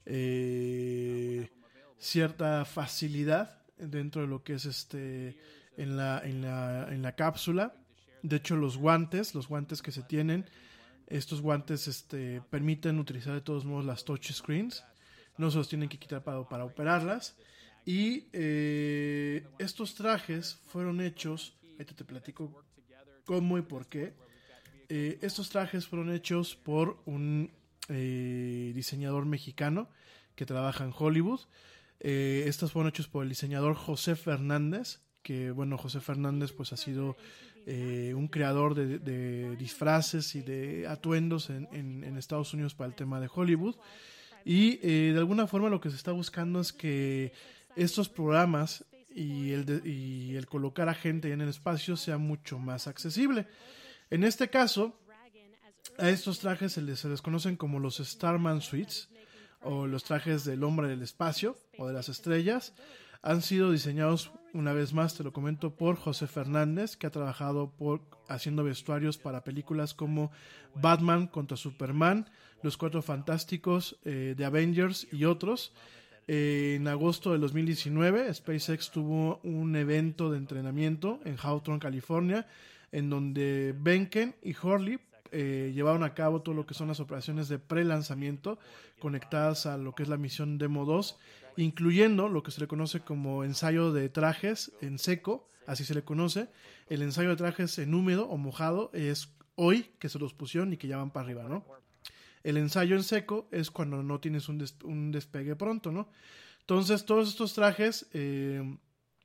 eh, cierta facilidad dentro de lo que es este en la en la en la cápsula. De hecho, los guantes, los guantes que se tienen, estos guantes este permiten utilizar de todos modos las touch screens, no se los tienen que quitar para, para operarlas. Y eh, estos trajes fueron hechos, ahorita te platico cómo y por qué. Eh, estos trajes fueron hechos por un Eh, diseñador mexicano que trabaja en Hollywood. Eh, estos fueron hechos por el diseñador José Fernández, que bueno, José Fernández pues ha sido eh, un creador de, de disfraces y de atuendos en, en, en Estados Unidos para el tema de Hollywood. Y eh, de alguna forma lo que se está buscando es que estos programas y el, de, y el colocar a gente en el espacio sea mucho más accesible. En este caso, a estos trajes se les, se les conocen como los Starman Suits, o los trajes del hombre del espacio o de las estrellas. Han sido diseñados, una vez más te lo comento, por José Fernández, que ha trabajado por, haciendo vestuarios para películas como Batman contra Superman, Los Cuatro Fantásticos, eh, The Avengers y otros. Eh, en agosto del dos mil diecinueve, SpaceX tuvo un evento de entrenamiento en Hawthorne, California, en donde Benken y Hurley Eh, llevaron a cabo todo lo que son las operaciones de pre-lanzamiento conectadas a lo que es la misión Demo dos, incluyendo lo que se le conoce como ensayo de trajes en seco, así se le conoce. El ensayo de trajes en húmedo o mojado es hoy que se los pusieron y que ya van para arriba, ¿no? El ensayo en seco es cuando no tienes un, des- un despegue pronto, ¿no? Entonces todos estos trajes eh,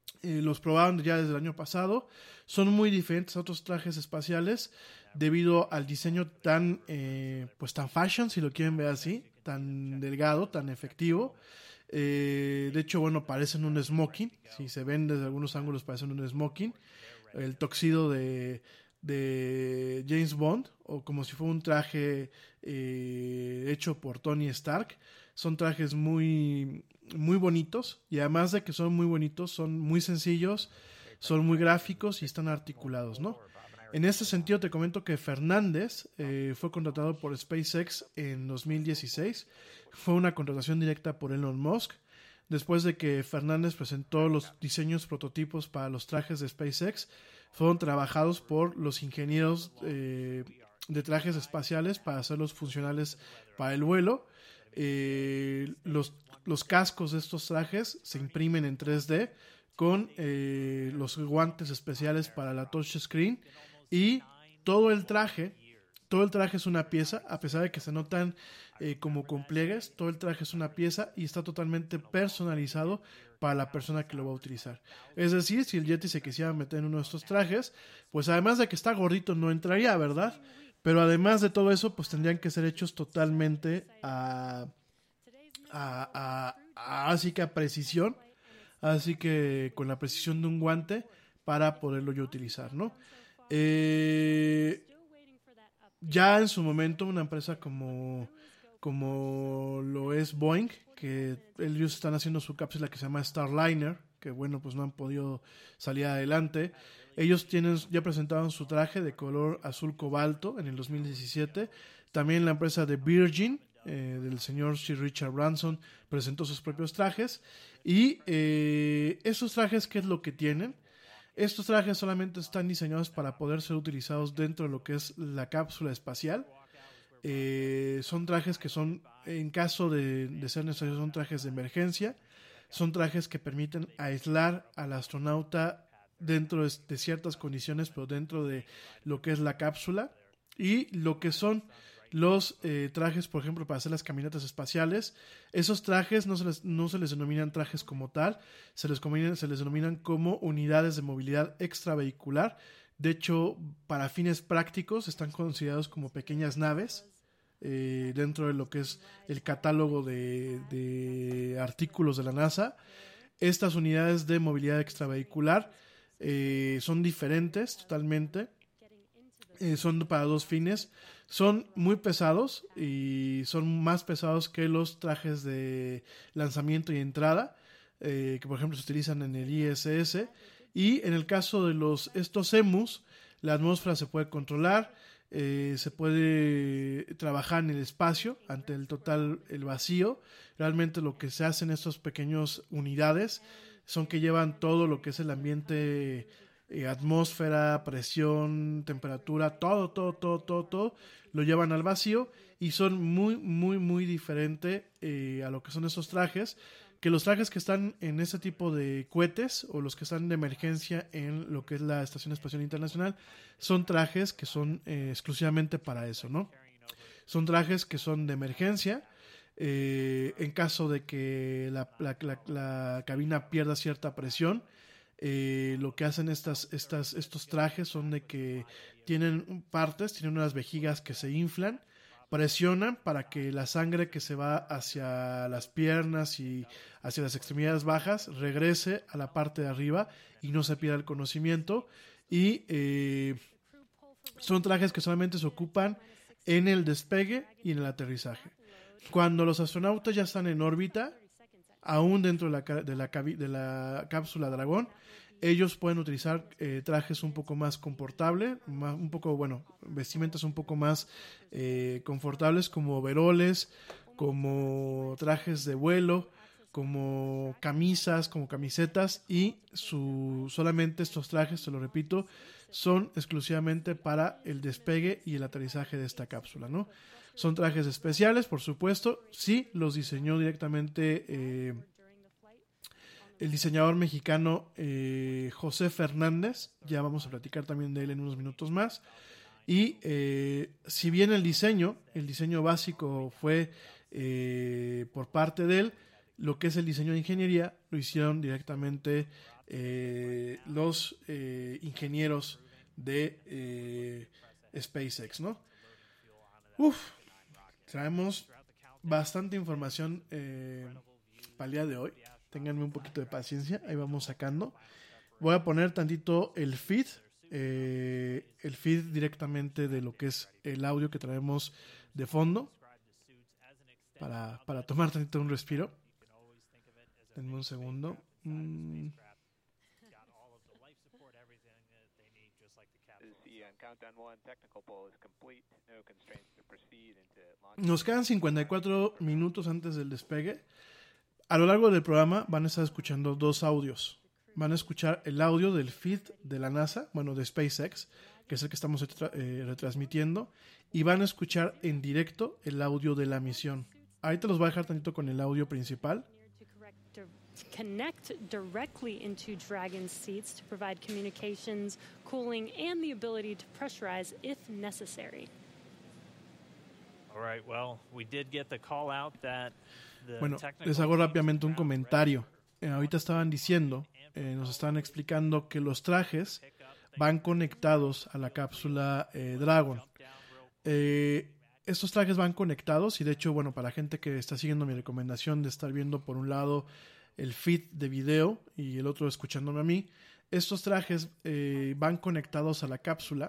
Eh, los probaron ya desde el año pasado. Son muy diferentes a otros trajes espaciales debido al diseño tan, eh, pues tan fashion, si lo quieren ver así, tan delgado, tan efectivo. Eh, de hecho, bueno, parecen un smoking. Si se ven desde algunos ángulos, parecen un smoking. El tuxedo de, de James Bond, o como si fuera un traje eh, hecho por Tony Stark. Son trajes muy, muy bonitos, y además de que son muy bonitos, son muy sencillos, son muy gráficos y están articulados, ¿no? En este sentido te comento que Fernández eh, fue contratado por SpaceX en dos mil dieciséis. Fue una contratación directa por Elon Musk. Después de que Fernández presentó los diseños prototipos para los trajes de SpaceX, fueron trabajados por los ingenieros eh, de trajes espaciales para hacerlos funcionales para el vuelo. Eh, los, los cascos de estos trajes se imprimen en tres D con eh, los guantes especiales para la touchscreen, y todo el traje, todo el traje es una pieza, a pesar de que se notan eh, como con pliegues. Todo el traje es una pieza y está totalmente personalizado para la persona que lo va a utilizar. Es decir, si el Yeti se quisiera meter en uno de estos trajes, pues además de que está gordito no entraría, ¿verdad? Pero además de todo eso, pues tendrían que ser hechos totalmente a, a, a, a así que a precisión, así que con la precisión de un guante para poderlo yo utilizar, ¿no? Eh, ya en su momento una empresa como, como lo es Boeing, que ellos están haciendo su cápsula que se llama Starliner, que bueno, pues no han podido salir adelante. Ellos tienen, ya presentaron su traje de color azul cobalto en el dos mil diecisiete. También la empresa de Virgin, eh, del señor Sir Richard Branson, presentó sus propios trajes. Y eh, estos trajes, ¿qué es lo que tienen? Estos trajes solamente están diseñados para poder ser utilizados dentro de lo que es la cápsula espacial. Eh, son trajes que son, en caso de, de ser necesarios, son trajes de emergencia. Son trajes que permiten aislar al astronauta dentro de, de ciertas condiciones, pero dentro de lo que es la cápsula. Y lo que son los eh, trajes, por ejemplo, para hacer las caminatas espaciales, esos trajes no se les, no se les denominan trajes como tal, se les, combinan, se les denominan como unidades de movilidad extravehicular. De hecho, para fines prácticos están considerados como pequeñas naves eh, dentro de lo que es el catálogo de, de artículos de la NASA. Estas unidades de movilidad extravehicular eh, son diferentes totalmente. Eh, son para dos fines. Son muy pesados y son más pesados que los trajes de lanzamiento y entrada, eh, que por ejemplo se utilizan en el I S S. Y en el caso de los estos EMUs, la atmósfera se puede controlar, eh, se puede trabajar en el espacio ante el total el vacío. Realmente lo que se hace en estas pequeñas unidades son que llevan todo lo que es el ambiente, eh, atmósfera, presión, temperatura, todo, todo, todo, todo, todo, lo llevan al vacío, y son muy, muy, muy diferentes eh, a lo que son esos trajes, que los trajes que están en ese tipo de cohetes o los que están de emergencia en lo que es la Estación Espacial Internacional son trajes que son eh, exclusivamente para eso, ¿no? Son trajes que son de emergencia. Eh, en caso de que la, la, la, la cabina pierda cierta presión, eh, lo que hacen estas, estas, estos trajes son de que tienen partes, tienen unas vejigas que se inflan, presionan para que la sangre que se va hacia las piernas y hacia las extremidades bajas regrese a la parte de arriba y no se pierda el conocimiento. Y eh, son trajes que solamente se ocupan en el despegue y en el aterrizaje. Cuando los astronautas ya están en órbita, aún dentro de la, de la, de la cápsula Dragón, ellos pueden utilizar eh, trajes un poco más confortables, más, un poco, bueno, vestimentas un poco más eh, confortables, como overoles, como trajes de vuelo, como camisas, como camisetas, y su, solamente estos trajes, se lo repito, son exclusivamente para el despegue y el aterrizaje de esta cápsula, ¿no? Son trajes especiales, por supuesto. Sí, los diseñó directamente eh, el diseñador mexicano eh, José Fernández. Ya vamos a platicar también de él en unos minutos más. Y eh, si bien el diseño, el diseño básico fue eh, por parte de él, lo que es el diseño de ingeniería lo hicieron directamente eh, los eh, ingenieros de eh, SpaceX, ¿no? Uf, traemos bastante información eh, para el día de hoy. Ténganme un poquito de paciencia, ahí vamos sacando. Voy a poner tantito el feed, eh, el feed directamente de lo que es el audio que traemos de fondo, para, para tomar tantito un respiro. Denme un segundo. Mm. Nos quedan cincuenta y cuatro minutos antes del despegue. A lo largo del programa van a estar escuchando dos audios. Van a escuchar el audio del feed de la NASA, bueno, de SpaceX, que es el que estamos retra- eh, retransmitiendo, y van a escuchar en directo el audio de la misión. Ahorita los voy a dejar tantito con el audio principal. Connect directly into Dragon's seats to provide communications, cooling, and the ability to pressurize if necessary. All right, well, we did get the call out that the Bueno, technical les hago rápidamente un comentario. Eh, ahorita estaban diciendo, eh, nos estaban explicando que los trajes van conectados a la cápsula eh, Dragon. Eh, estos trajes van conectados y de hecho, bueno, para la gente que está siguiendo mi recomendación de estar viendo por un lado el feed de video y el otro escuchándome a mí, estos trajes eh, van conectados a la cápsula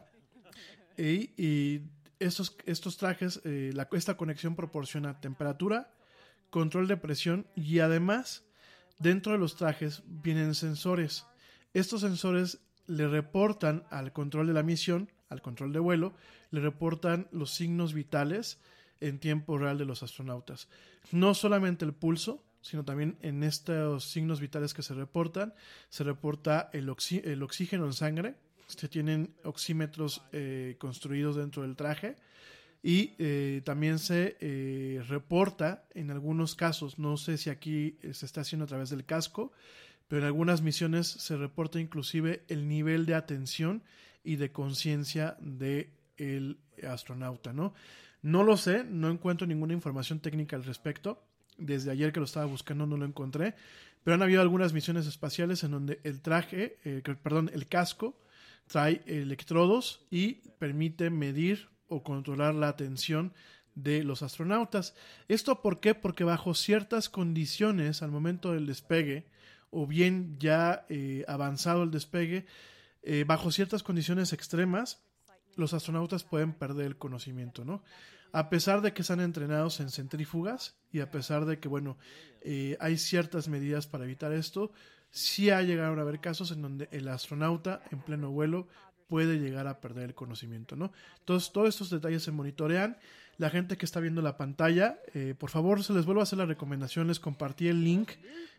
y, y estos, estos trajes, eh, la, esta conexión proporciona temperatura, control de presión y además dentro de los trajes vienen sensores. Estos sensores le reportan al control de la misión, al control de vuelo, le reportan los signos vitales en tiempo real de los astronautas. No solamente el pulso, sino también en estos signos vitales que se reportan, se reporta el, oxi- el oxígeno en sangre, se tienen oxímetros eh, construidos dentro del traje y eh, también se eh, reporta en algunos casos, no sé si aquí se está haciendo a través del casco, pero en algunas misiones se reporta inclusive el nivel de atención y de conciencia del astronauta, ¿no? No lo sé, no encuentro ninguna información técnica al respecto. Desde ayer que lo estaba buscando no lo encontré, pero han habido algunas misiones espaciales en donde el traje, eh, perdón, el casco trae electrodos y permite medir o controlar la atención de los astronautas. ¿Esto por qué? Porque bajo ciertas condiciones al momento del despegue, o bien ya eh, avanzado el despegue, eh, bajo ciertas condiciones extremas, los astronautas pueden perder el conocimiento, ¿no? A pesar de que están entrenados en centrífugas y a pesar de que, bueno, eh, hay ciertas medidas para evitar esto, sí ha llegado a haber casos en donde el astronauta en pleno vuelo puede llegar a perder el conocimiento, ¿no? Entonces, todos estos detalles se monitorean. La gente que está viendo la pantalla, eh, por favor, se les vuelvo a hacer la recomendación, les compartí el link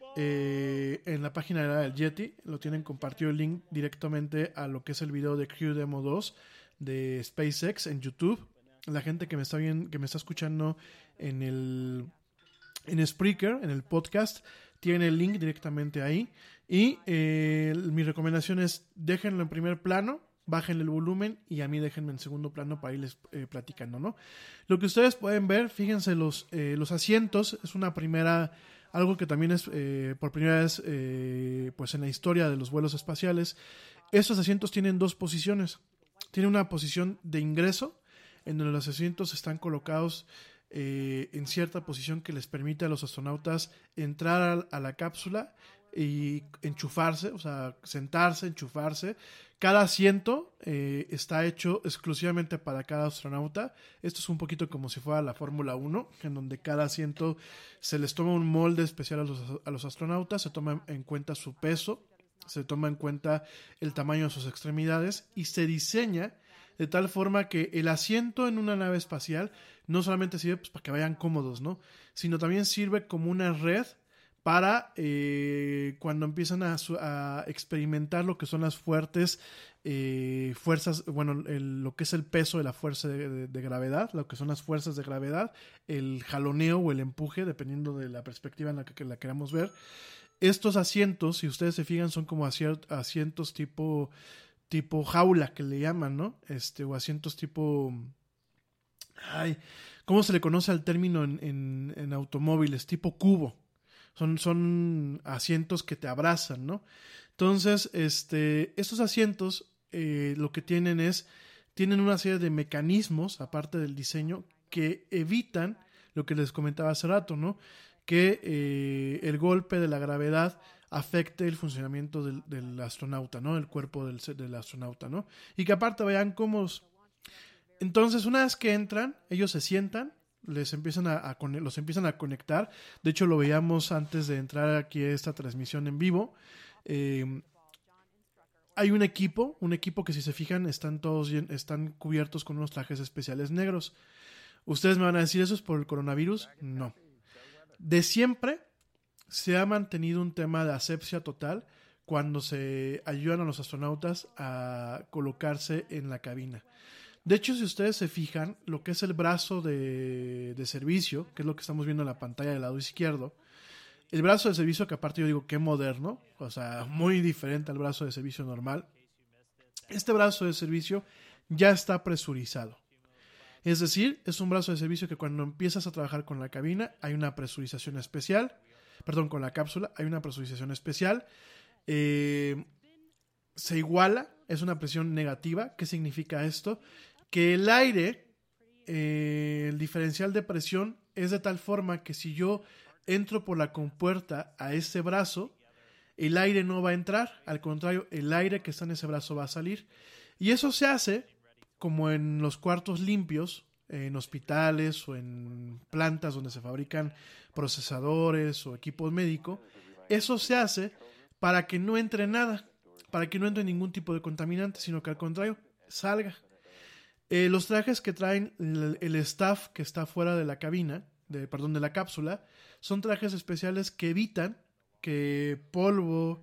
eh, en la página de la del Yeti, lo tienen compartido el link directamente a lo que es el video de Crew Demo dos de SpaceX en YouTube. La gente que me está bien, que me está escuchando en el en Spreaker, en el podcast, tiene el link directamente ahí. Y eh, mi recomendación es déjenlo en primer plano, bájenle el volumen y a mí déjenme en segundo plano para irles eh, platicando, ¿no? Lo que ustedes pueden ver, fíjense los, eh, los asientos, es una primera, algo que también es eh, por primera vez eh, pues en la historia de los vuelos espaciales. Estos asientos tienen dos posiciones. Tiene una posición de ingreso, en donde los asientos están colocados eh, en cierta posición que les permite a los astronautas entrar a, a la cápsula y enchufarse, o sea, sentarse, enchufarse. Cada asiento eh, está hecho exclusivamente para cada astronauta. Esto es un poquito como si fuera la Fórmula uno, en donde cada asiento se les toma un molde especial a los, a los astronautas, se toma en cuenta su peso, se toma en cuenta el tamaño de sus extremidades y se diseña de tal forma que el asiento en una nave espacial no solamente sirve pues, para que vayan cómodos, ¿no? Sino también sirve como una red para eh, cuando empiezan a, a experimentar lo que son las fuertes eh, fuerzas, bueno, el, lo que es el peso de la fuerza de, de, de gravedad, lo que son las fuerzas de gravedad, el jaloneo o el empuje, dependiendo de la perspectiva en la que, que la queramos ver. Estos asientos, si ustedes se fijan, son como asientos tipo... tipo jaula que le llaman, ¿no? Este, o asientos tipo... Ay, ¿cómo se le conoce al término en, en, en automóviles? Tipo cubo. Son, son asientos que te abrazan, ¿no? Entonces, este, estos asientos eh, lo que tienen es, tienen una serie de mecanismos, aparte del diseño, que evitan lo que les comentaba hace rato, ¿no? Que eh, el golpe de la gravedad afecte el funcionamiento del, del astronauta, ¿no? El cuerpo del, del astronauta, ¿no? Y que aparte vayan cómodos. Entonces, una vez que entran, ellos se sientan, les empiezan a, a los empiezan a conectar. De hecho, lo veíamos antes de entrar aquí a esta transmisión en vivo. Eh, hay un equipo, un equipo que si se fijan están todos están cubiertos con unos trajes especiales negros. Ustedes me van a decir, ¿eso es por el coronavirus? No. De siempre se ha mantenido un tema de asepsia total cuando se ayudan a los astronautas a colocarse en la cabina. De hecho, si ustedes se fijan, lo que es el brazo de, de servicio, que es lo que estamos viendo en la pantalla del lado izquierdo, el brazo de servicio, que aparte yo digo que moderno, o sea, muy diferente al brazo de servicio normal, este brazo de servicio ya está presurizado. Es decir, es un brazo de servicio que cuando empiezas a trabajar con la cabina hay una presurización especial, perdón, con la cápsula hay una presurización especial, eh, se iguala, es una presión negativa. ¿Qué significa esto? Que el aire, eh, el diferencial de presión es de tal forma que si yo entro por la compuerta a ese brazo, el aire no va a entrar, al contrario, el aire que está en ese brazo va a salir. Y eso se hace como en los cuartos limpios, en hospitales o en plantas donde se fabrican procesadores o equipos médicos. Eso se hace para que no entre nada, para que no entre ningún tipo de contaminante, sino que al contrario, salga. Eh, los trajes que traen el, el staff que está fuera de la cabina, de, perdón, de la cápsula, son trajes especiales que evitan que polvo,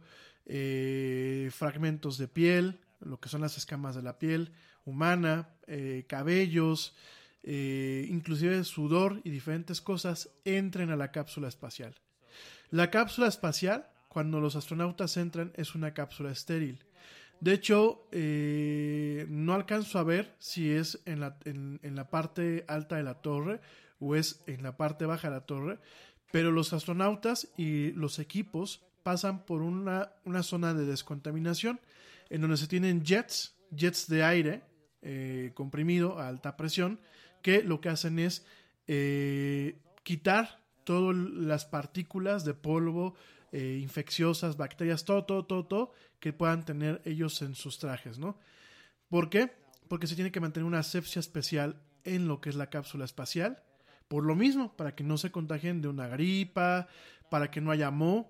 eh, fragmentos de piel, lo que son las escamas de la piel humana, eh, cabellos, eh, inclusive sudor y diferentes cosas entren a la cápsula espacial. La cápsula espacial, cuando los astronautas entran, es una cápsula estéril. De hecho, eh, no alcanzo a ver si es en la, en, en la parte alta de la torre o es en la parte baja de la torre, pero los astronautas y los equipos pasan por una, una zona de descontaminación en donde se tienen jets, jets de aire eh, comprimido a alta presión, que lo que hacen es eh, quitar todas las partículas de polvo, Eh, infecciosas, bacterias, todo, todo, todo, todo que puedan tener ellos en sus trajes, ¿no? ¿Por qué? Porque se tiene que mantener una asepsia especial en lo que es la cápsula espacial, por lo mismo, para que no se contagien de una gripa, para que no haya moho,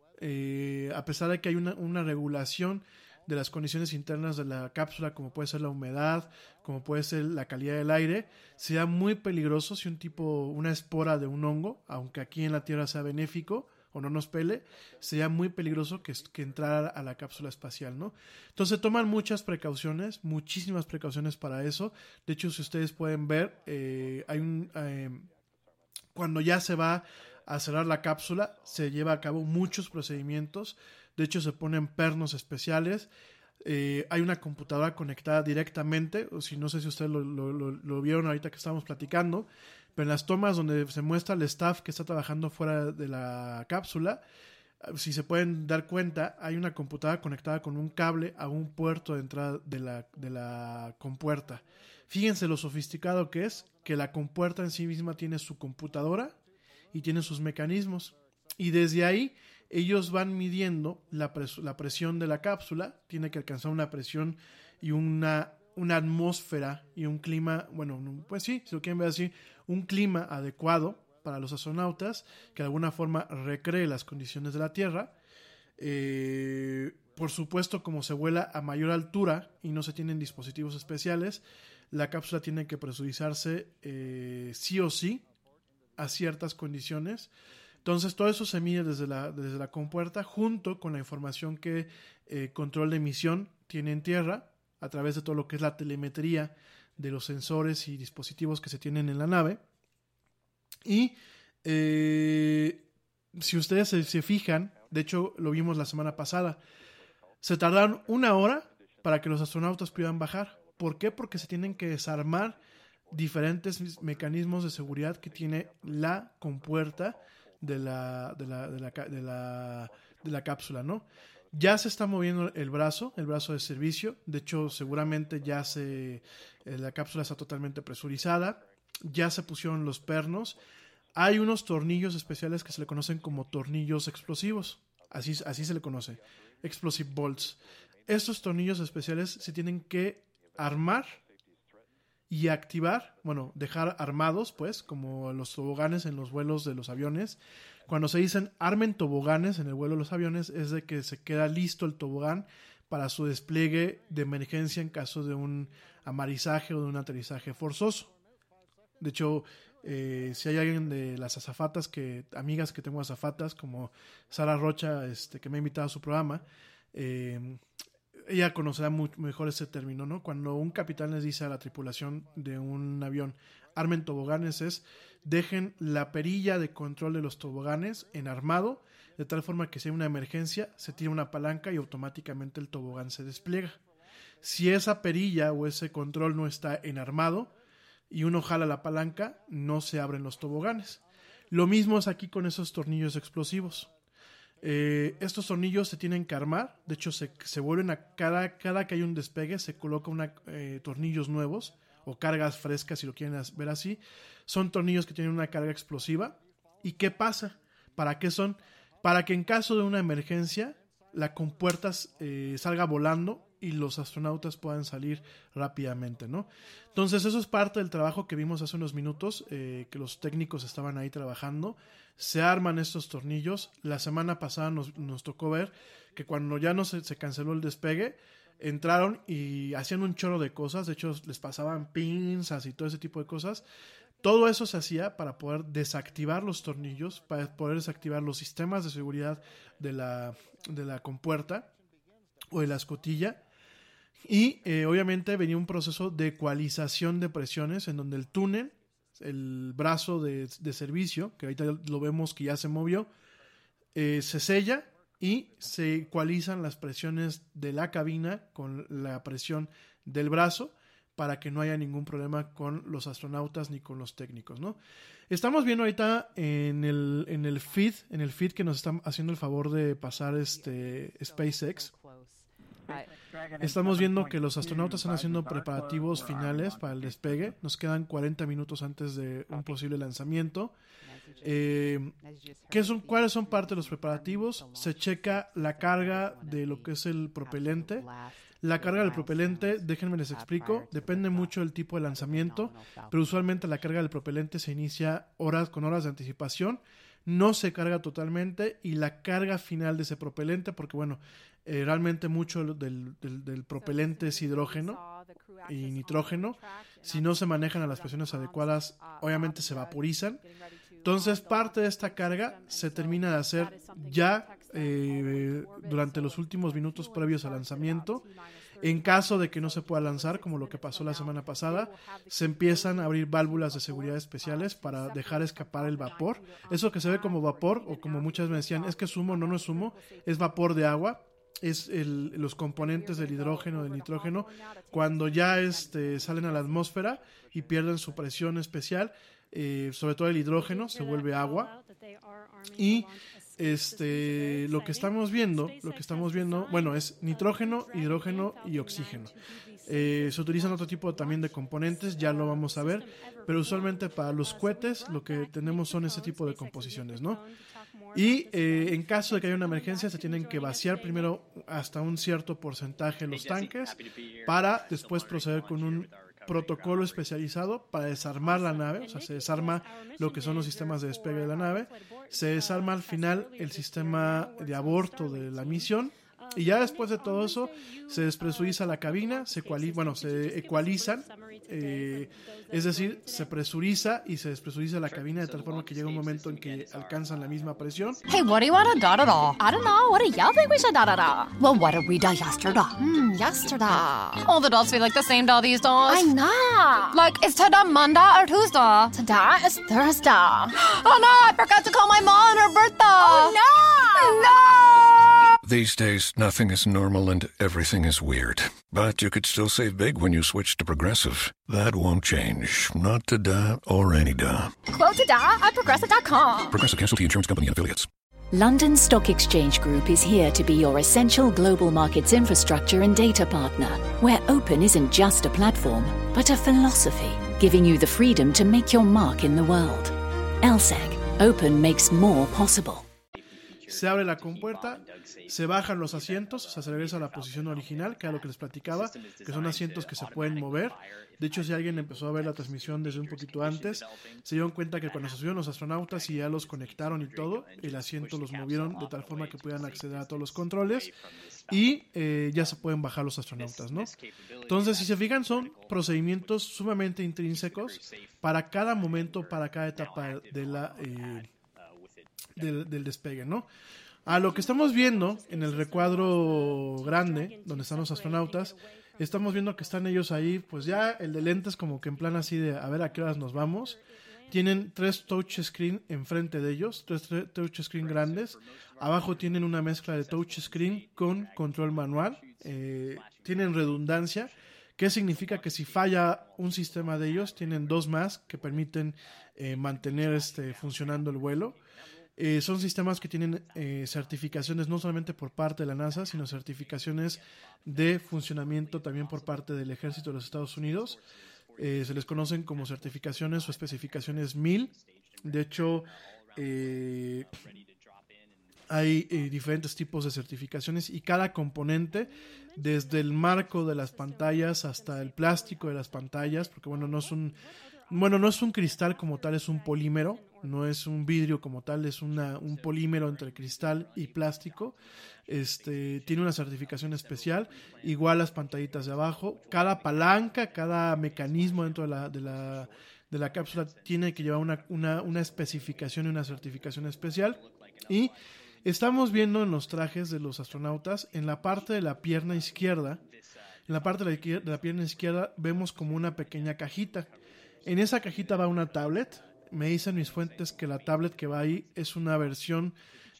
eh, a pesar de que hay una, una regulación de las condiciones internas de la cápsula, como puede ser la humedad, como puede ser la calidad del aire, sea muy peligroso si un tipo, una espora de un hongo, aunque aquí en la Tierra sea benéfico, o no nos pele, sería muy peligroso que, que entrara a la cápsula espacial, ¿no? Entonces toman muchas precauciones, muchísimas precauciones para eso. De hecho, si ustedes pueden ver, eh, hay un eh, cuando ya se va a cerrar la cápsula, se lleva a cabo muchos procedimientos. De hecho, se ponen pernos especiales. Eh, hay una computadora conectada directamente, o si no sé si ustedes lo, lo, lo, lo vieron ahorita que estábamos platicando, pero en las tomas donde se muestra el staff que está trabajando fuera de la cápsula, si se pueden dar cuenta, hay una computadora conectada con un cable a un puerto de entrada de la, de la compuerta. Fíjense lo sofisticado que es, que la compuerta en sí misma tiene su computadora y tiene sus mecanismos. Y desde ahí ellos van midiendo la, pres- la presión de la cápsula, tiene que alcanzar una presión y una, una atmósfera y un clima, bueno, pues sí, si lo quieren ver así, un clima adecuado para los astronautas, que de alguna forma recree las condiciones de la Tierra. Eh, por supuesto, como se vuela a mayor altura y no se tienen dispositivos especiales, la cápsula tiene que presurizarse eh, sí o sí a ciertas condiciones. Entonces todo eso se mide desde la, desde la compuerta junto con la información que eh, control de emisión tiene en tierra a través de todo lo que es la telemetría de los sensores y dispositivos que se tienen en la nave. Y eh, si ustedes se, se fijan, de hecho lo vimos la semana pasada, se tardaron una hora para que los astronautas pudieran bajar. ¿Por qué? Porque se tienen que desarmar diferentes mecanismos de seguridad que tiene la compuerta de la, de la, de la, de la, de la cápsula, ¿no? Ya se está moviendo el brazo, el brazo de servicio. De hecho, seguramente ya se eh, la cápsula está totalmente presurizada. Ya se pusieron los pernos. Hay unos tornillos especiales que se le conocen como tornillos explosivos. Así, así se le conoce. Explosive bolts. Estos tornillos especiales se tienen que armar y activar, bueno, dejar armados, pues, como los toboganes en los vuelos de los aviones. Cuando se dicen armen toboganes en el vuelo de los aviones, es de que se queda listo el tobogán para su despliegue de emergencia en caso de un amarizaje o de un aterrizaje forzoso. De hecho, eh, si hay alguien de las azafatas, que amigas que tengo azafatas, como Sara Rocha, este, que me ha invitado a su programa, eh, ella conocerá muy, mejor ese término, ¿no? Cuando un capitán les dice a la tripulación de un avión, armen toboganes, es dejen la perilla de control de los toboganes en armado, de tal forma que si hay una emergencia, se tira una palanca y automáticamente el tobogán se despliega. Si esa perilla o ese control no está en armado y uno jala la palanca, no se abren los toboganes. Lo mismo es aquí con esos tornillos explosivos. Eh, estos tornillos se tienen que armar, de hecho se, se vuelven a cada, cada que hay un despegue se coloca una, eh, tornillos nuevos o cargas frescas, si lo quieren ver así. Son tornillos que tienen una carga explosiva. ¿Y qué pasa? ¿Para qué son? Para que en caso de una emergencia la compuerta eh, salga volando y los astronautas puedan salir rápidamente, ¿no? Entonces eso es parte del trabajo que vimos hace unos minutos, eh, que los técnicos estaban ahí trabajando. Se arman estos tornillos. La semana pasada nos, nos tocó ver que cuando ya no se, se canceló el despegue, entraron y hacían un chorro de cosas. De hecho, les pasaban pinzas y todo ese tipo de cosas. Todo eso se hacía para poder desactivar los tornillos, para poder desactivar los sistemas de seguridad de la, de la compuerta o de la escotilla. Y eh, obviamente venía un proceso de ecualización de presiones en donde el túnel, el brazo de, de servicio, que ahorita lo vemos que ya se movió, eh, se sella y se ecualizan las presiones de la cabina con la presión del brazo para que no haya ningún problema con los astronautas ni con los técnicos, ¿no? Estamos viendo ahorita en el, en el feed, en el feed que nos están haciendo el favor de pasar este SpaceX. Estamos viendo que los astronautas están haciendo preparativos finales para el despegue. Nos quedan cuarenta minutos antes de un posible lanzamiento. Eh, ¿qué son, ¿Cuáles son parte de los preparativos? Se checa la carga de lo que es el propelente. La carga del propelente, déjenme les explico, depende mucho del tipo de lanzamiento, pero usualmente la carga del propelente se inicia horas con horas de anticipación, no se carga totalmente, y la carga final de ese propelente, porque bueno, eh, realmente mucho del, del, del propelente es hidrógeno y nitrógeno. Si no se manejan a las presiones adecuadas, obviamente se vaporizan. Entonces parte de esta carga se termina de hacer ya eh, durante los últimos minutos previos al lanzamiento. En caso de que no se pueda lanzar, como lo que pasó la semana pasada, se empiezan a abrir válvulas de seguridad especiales para dejar escapar el vapor. Eso que se ve como vapor, o como muchas me decían, es que es humo, no, no es humo, es vapor de agua. Es el, los componentes del hidrógeno, del nitrógeno, cuando ya este, salen a la atmósfera y pierden su presión especial. Eh, sobre todo el hidrógeno se vuelve agua, y este lo que estamos viendo lo que estamos viendo bueno es nitrógeno, hidrógeno y oxígeno. Eh, se utilizan otro tipo también de componentes, ya lo vamos a ver, pero usualmente para los cohetes lo que tenemos son ese tipo de composiciones, ¿no? Y eh, en caso de que haya una emergencia se tienen que vaciar primero hasta un cierto porcentaje los tanques para después proceder con un protocolo especializado para desarmar la nave. O sea, se desarma lo que son los sistemas de despegue de la nave, se desarma al final el sistema de aborto de la misión, y ya después de todo eso se despresuriza la cabina, se ecuali- bueno, se ecualizan, eh, es decir, se presuriza y se despresuriza la cabina de tal forma que llega un momento en que alcanzan la misma presión. Hey, what do you want to da da da? I don't know. What do y'all think we should da da da? Well, what did we da yesterday? Hmm, yesterday. All the dolls feel like the same doll these days. I know. Like, is today Monday or Tuesday? Today is Thursday. Oh no, I forgot to call my mom on her birthday. Oh no! No! These days, nothing is normal and everything is weird. But you could still save big when you switch to Progressive. That won't change. Not today or any day. Quote today at Progressive dot com. Progressive Casualty Insurance Company and Affiliates. London Stock Exchange Group is here to be your essential global markets infrastructure and data partner, where open isn't just a platform, but a philosophy, giving you the freedom to make your mark in the world. L S E C. Open makes more possible. Se abre la compuerta, se bajan los asientos, o sea, se regresa a la posición original, que era lo que les platicaba, que son asientos que se pueden mover. De hecho, si alguien empezó a ver la transmisión desde un poquito antes, se dieron cuenta que cuando se subieron los astronautas y ya los conectaron y todo, el asiento los movieron de tal forma que pudieran acceder a todos los controles y eh, ya se pueden bajar los astronautas, ¿no? Entonces, si se fijan, son procedimientos sumamente intrínsecos para cada momento, para cada etapa de la... Eh, Del, del despegue, ¿no? A lo que estamos viendo en el recuadro grande, donde están los astronautas, estamos viendo que están ellos ahí, pues ya el de lentes como que en plan así de a ver a qué horas nos vamos. Tienen tres touchscreen enfrente de ellos, tres, tres touchscreen grandes. Abajo tienen una mezcla de touchscreen con control manual. Eh, tienen redundancia, que significa que si falla un sistema de ellos, tienen dos más que permiten eh, mantener este, funcionando el vuelo. Eh, son sistemas que tienen eh, certificaciones no solamente por parte de la NASA, sino certificaciones de funcionamiento también por parte del Ejército de los Estados Unidos. Eh, se les conocen como certificaciones o especificaciones mil. De hecho, eh, hay eh, diferentes tipos de certificaciones y cada componente, desde el marco de las pantallas hasta el plástico de las pantallas, porque bueno, no es un... Bueno, no es un cristal como tal, es un polímero, no es un vidrio como tal, es una, un polímero entre cristal y plástico. Este, tiene una certificación especial, igual las pantallitas de abajo. Cada palanca, cada mecanismo dentro de la, de la, de la cápsula tiene que llevar una, una, una especificación y una certificación especial. Y estamos viendo en los trajes de los astronautas, en la parte de la pierna izquierda, en la parte de la, de la pierna izquierda vemos como una pequeña cajita. En esa cajita va una tablet. Me dicen mis fuentes que la tablet que va ahí es una versión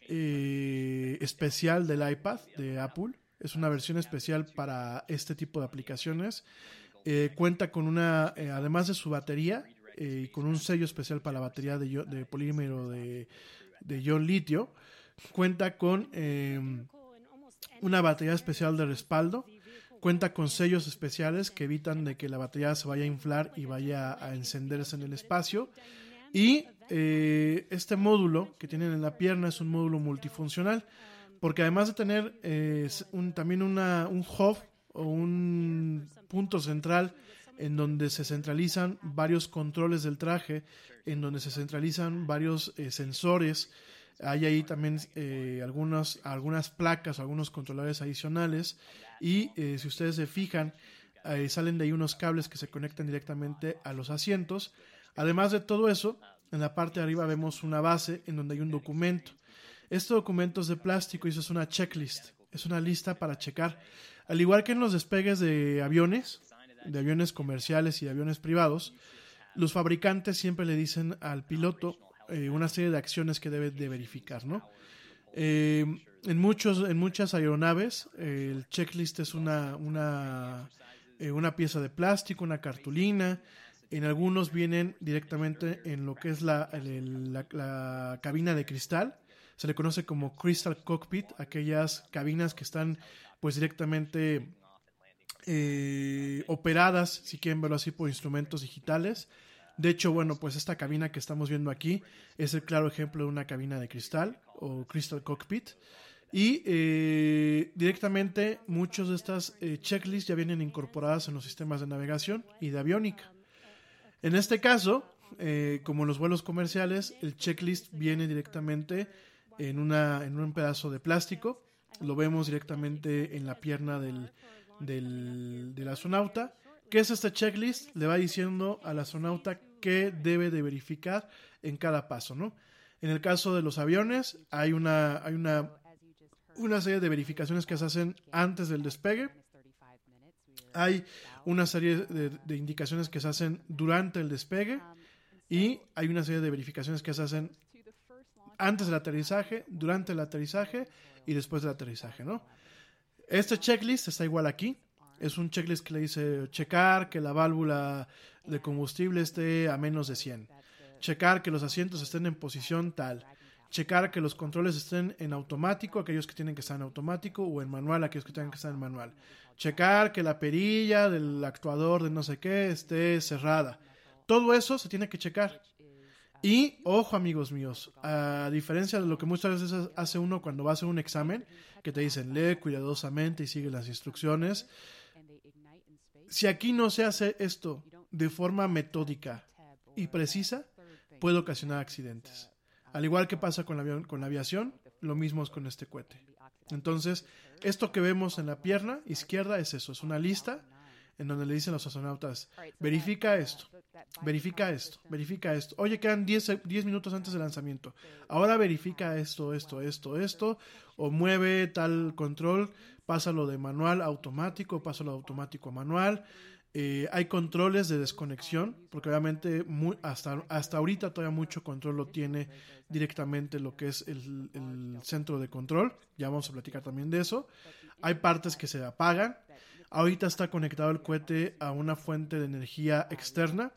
eh, especial del iPad de Apple. Es una versión especial para este tipo de aplicaciones. Eh, cuenta con una, eh, además de su batería, eh, con un sello especial para la batería de, de polímero de, de ion litio. Cuenta con eh, una batería especial de respaldo. Cuenta con sellos especiales que evitan de que la batería se vaya a inflar y vaya a encenderse en el espacio. Y eh, este módulo que tienen en la pierna es un módulo multifuncional, porque además de tener eh, un, también una, un hub o un punto central en donde se centralizan varios controles del traje, en donde se centralizan varios eh, sensores. Hay ahí también eh, algunas, algunas placas o algunos controladores adicionales y eh, si ustedes se fijan, eh, salen de ahí unos cables que se conectan directamente a los asientos. Además de todo eso, en la parte de arriba vemos una base en donde hay un documento. Este documento es de plástico y eso es una checklist, es una lista para checar. Al igual que en los despegues de aviones, de aviones comerciales y de aviones privados, los fabricantes siempre le dicen al piloto Eh, una serie de acciones que debe de verificar, ¿no? Eh, en muchos, en muchas aeronaves, eh, el checklist es una, una, eh, una pieza de plástico, una cartulina. En algunos vienen directamente en lo que es la, el, la, la cabina de cristal. Se le conoce como Crystal Cockpit, aquellas cabinas que están pues directamente eh, operadas, si quieren verlo así, por instrumentos digitales. De hecho, bueno, pues esta cabina que estamos viendo aquí es el claro ejemplo de una cabina de cristal o Crystal Cockpit. Y eh, directamente muchos de estas eh, checklists ya vienen incorporadas en los sistemas de navegación y de aviónica. En este caso, eh, como en los vuelos comerciales, el checklist viene directamente en, una, en un pedazo de plástico. Lo vemos directamente en la pierna del, del, del astronauta. ¿Qué es este checklist? Le va diciendo al astronauta qué debe de verificar en cada paso, ¿no? En el caso de los aviones, hay una, hay una, una serie de verificaciones que se hacen antes del despegue. Hay una serie de, de indicaciones que se hacen durante el despegue. Y hay una serie de verificaciones que se hacen antes del aterrizaje, durante el aterrizaje y después del aterrizaje, ¿no? Este checklist está igual aquí. Es un checklist que le dice checar que la válvula de combustible esté a menos de cien. Checar que los asientos estén en posición tal. checar que los controles estén en automático, aquellos que tienen que estar en automático, o en manual, aquellos que tienen que estar en manual. Checar que la perilla del actuador de no sé qué esté cerrada. Todo eso se tiene que checar. Y, ojo amigos míos, a diferencia de lo que muchas veces hace uno cuando va a hacer un examen, que te dicen lee cuidadosamente y sigue las instrucciones, si aquí no se hace esto de forma metódica y precisa, puede ocasionar accidentes. Al igual que pasa con la, avión, con la aviación, lo mismo es con este cohete. Entonces, esto que vemos en la pierna izquierda es eso, es una lista en donde le dicen a los astronautas, verifica esto, verifica esto, verifica esto. Oye, quedan diez minutos antes del lanzamiento. Ahora verifica esto, esto, esto, esto, o mueve tal control, pásalo de manual a automático, pásalo de automático a manual. Eh, hay controles de desconexión, porque obviamente muy, hasta, hasta ahorita todavía mucho control lo tiene directamente lo que es el, el centro de control. Ya vamos a platicar también de eso. Hay partes que se apagan. Ahorita está conectado el cohete a una fuente de energía externa.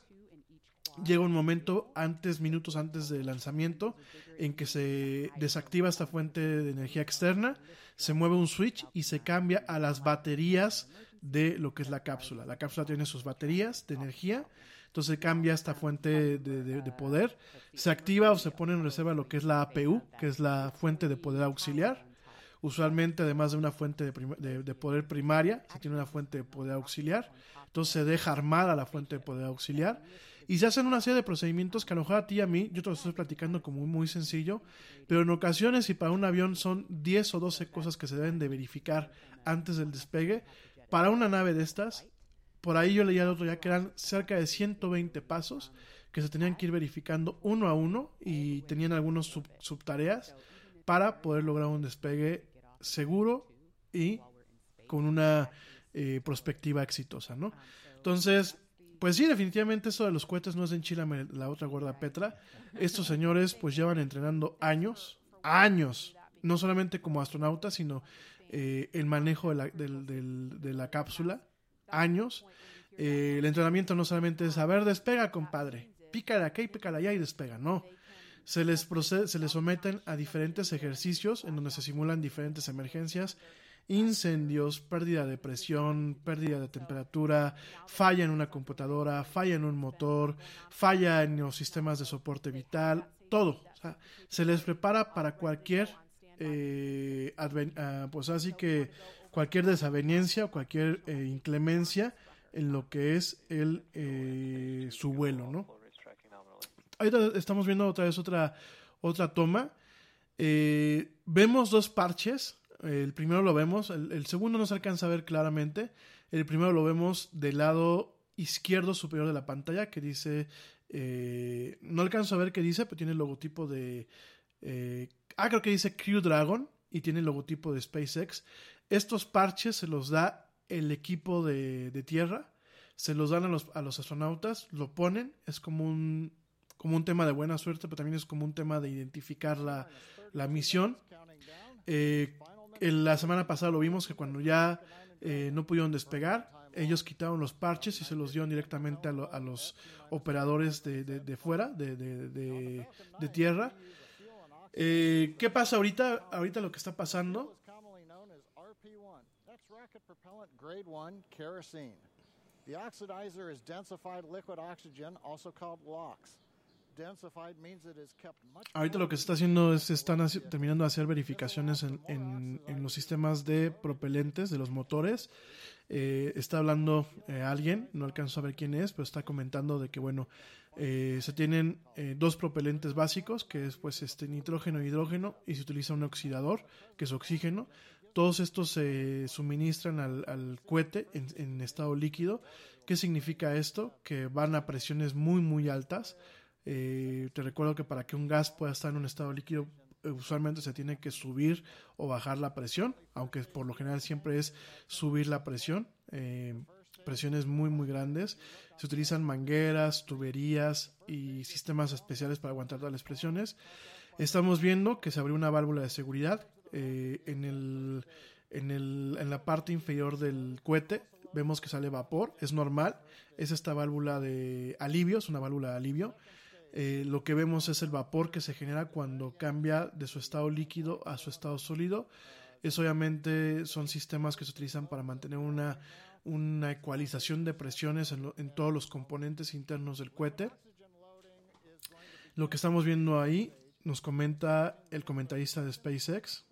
Llega un momento antes, minutos antes del lanzamiento, en que se desactiva esta fuente de energía externa, se mueve un switch y se cambia a las baterías de lo que es la cápsula. La cápsula tiene sus baterías de energía, entonces cambia esta fuente de, de, de poder, se activa o se pone en reserva lo que es la A P U, que es la fuente de poder auxiliar. Usualmente, además de una fuente de, prim- de, de poder primaria, se tiene una fuente de poder auxiliar, entonces se deja armar a la fuente de poder auxiliar y se hacen una serie de procedimientos que a lo mejor a ti y a mí, yo te lo estoy platicando como muy, muy sencillo, pero en ocasiones y para un avión son diez o doce cosas que se deben de verificar antes del despegue. Para una nave de estas, por ahí yo leía el otro día que eran cerca de ciento veinte pasos que se tenían que ir verificando uno a uno y tenían algunos sub, subtareas para poder lograr un despegue seguro y con una eh, perspectiva exitosa, ¿no? Entonces, pues sí, definitivamente eso de los cohetes no es enchilame la otra gorda Petra. Estos señores pues llevan entrenando años, años, no solamente como astronautas, sino eh, el manejo de la, del, del, de la cápsula, años. Eh, el entrenamiento no solamente es, a ver, despega, compadre, pícala acá y pícala allá y despega, no. Se les, procede, se les someten a diferentes ejercicios en donde se simulan diferentes emergencias, incendios, pérdida de presión, pérdida de temperatura, falla en una computadora, falla en un motor, falla en los sistemas de soporte vital, todo. O sea, se les prepara para cualquier, eh, adven, uh, pues así que cualquier desaveniencia o cualquier eh, inclemencia en lo que es el eh, su vuelo, ¿no? Ahorita estamos viendo otra vez otra, otra toma. Eh, vemos dos parches. El primero lo vemos, el, el segundo no se alcanza a ver claramente. El primero lo vemos del lado izquierdo superior de la pantalla, que dice, eh, no alcanzo a ver qué dice, pero tiene el logotipo de, eh, ah, creo que dice Crew Dragon y tiene el logotipo de SpaceX. Estos parches se los da el equipo de, de tierra, se los dan a los, a los astronautas, lo ponen, es como un, como un tema de buena suerte, pero también es como un tema de identificar la, la misión. Eh, en la semana pasada lo vimos que cuando ya eh, no pudieron despegar, ellos quitaron los parches y se los dieron directamente a, lo, a los operadores de, de, de fuera, de, de, de, de tierra. Eh, ¿Qué pasa ahorita? Ahorita lo que está pasando. The oxidizer is densified liquid oxygen, also called L O X. Densified means it is kept much. Ahorita lo que se está haciendo es están haci- terminando de hacer verificaciones en, en, en los sistemas de propelentes de los motores. Eh, está hablando eh, alguien, no alcanzo a ver quién es, pero está comentando de que bueno, eh, se tienen eh, dos propelentes básicos, que es pues este nitrógeno e hidrógeno, y se utiliza un oxidador, que es oxígeno. Todos estos se suministran al, al cohete en, en estado líquido. ¿Qué significa esto? Que van a presiones muy muy altas. Eh, te recuerdo que para que un gas pueda estar en un estado líquido, eh, usualmente se tiene que subir o bajar la presión, aunque por lo general siempre es subir la presión. Eh, presiones muy muy grandes. Se utilizan mangueras, tuberías y sistemas especiales para aguantar todas las presiones. Estamos viendo que se abrió una válvula de seguridad. Eh, en, el, en, el, en la parte inferior del cohete vemos que sale vapor, es normal, es esta válvula de alivio, es una válvula de alivio. Eh, lo que vemos es el vapor que se genera cuando cambia de su estado líquido a su estado sólido. Eso obviamente son sistemas que se utilizan para mantener una, una ecualización de presiones en, lo, en todos los componentes internos del cohete. Lo que estamos viendo ahí nos comenta el comentarista de SpaceX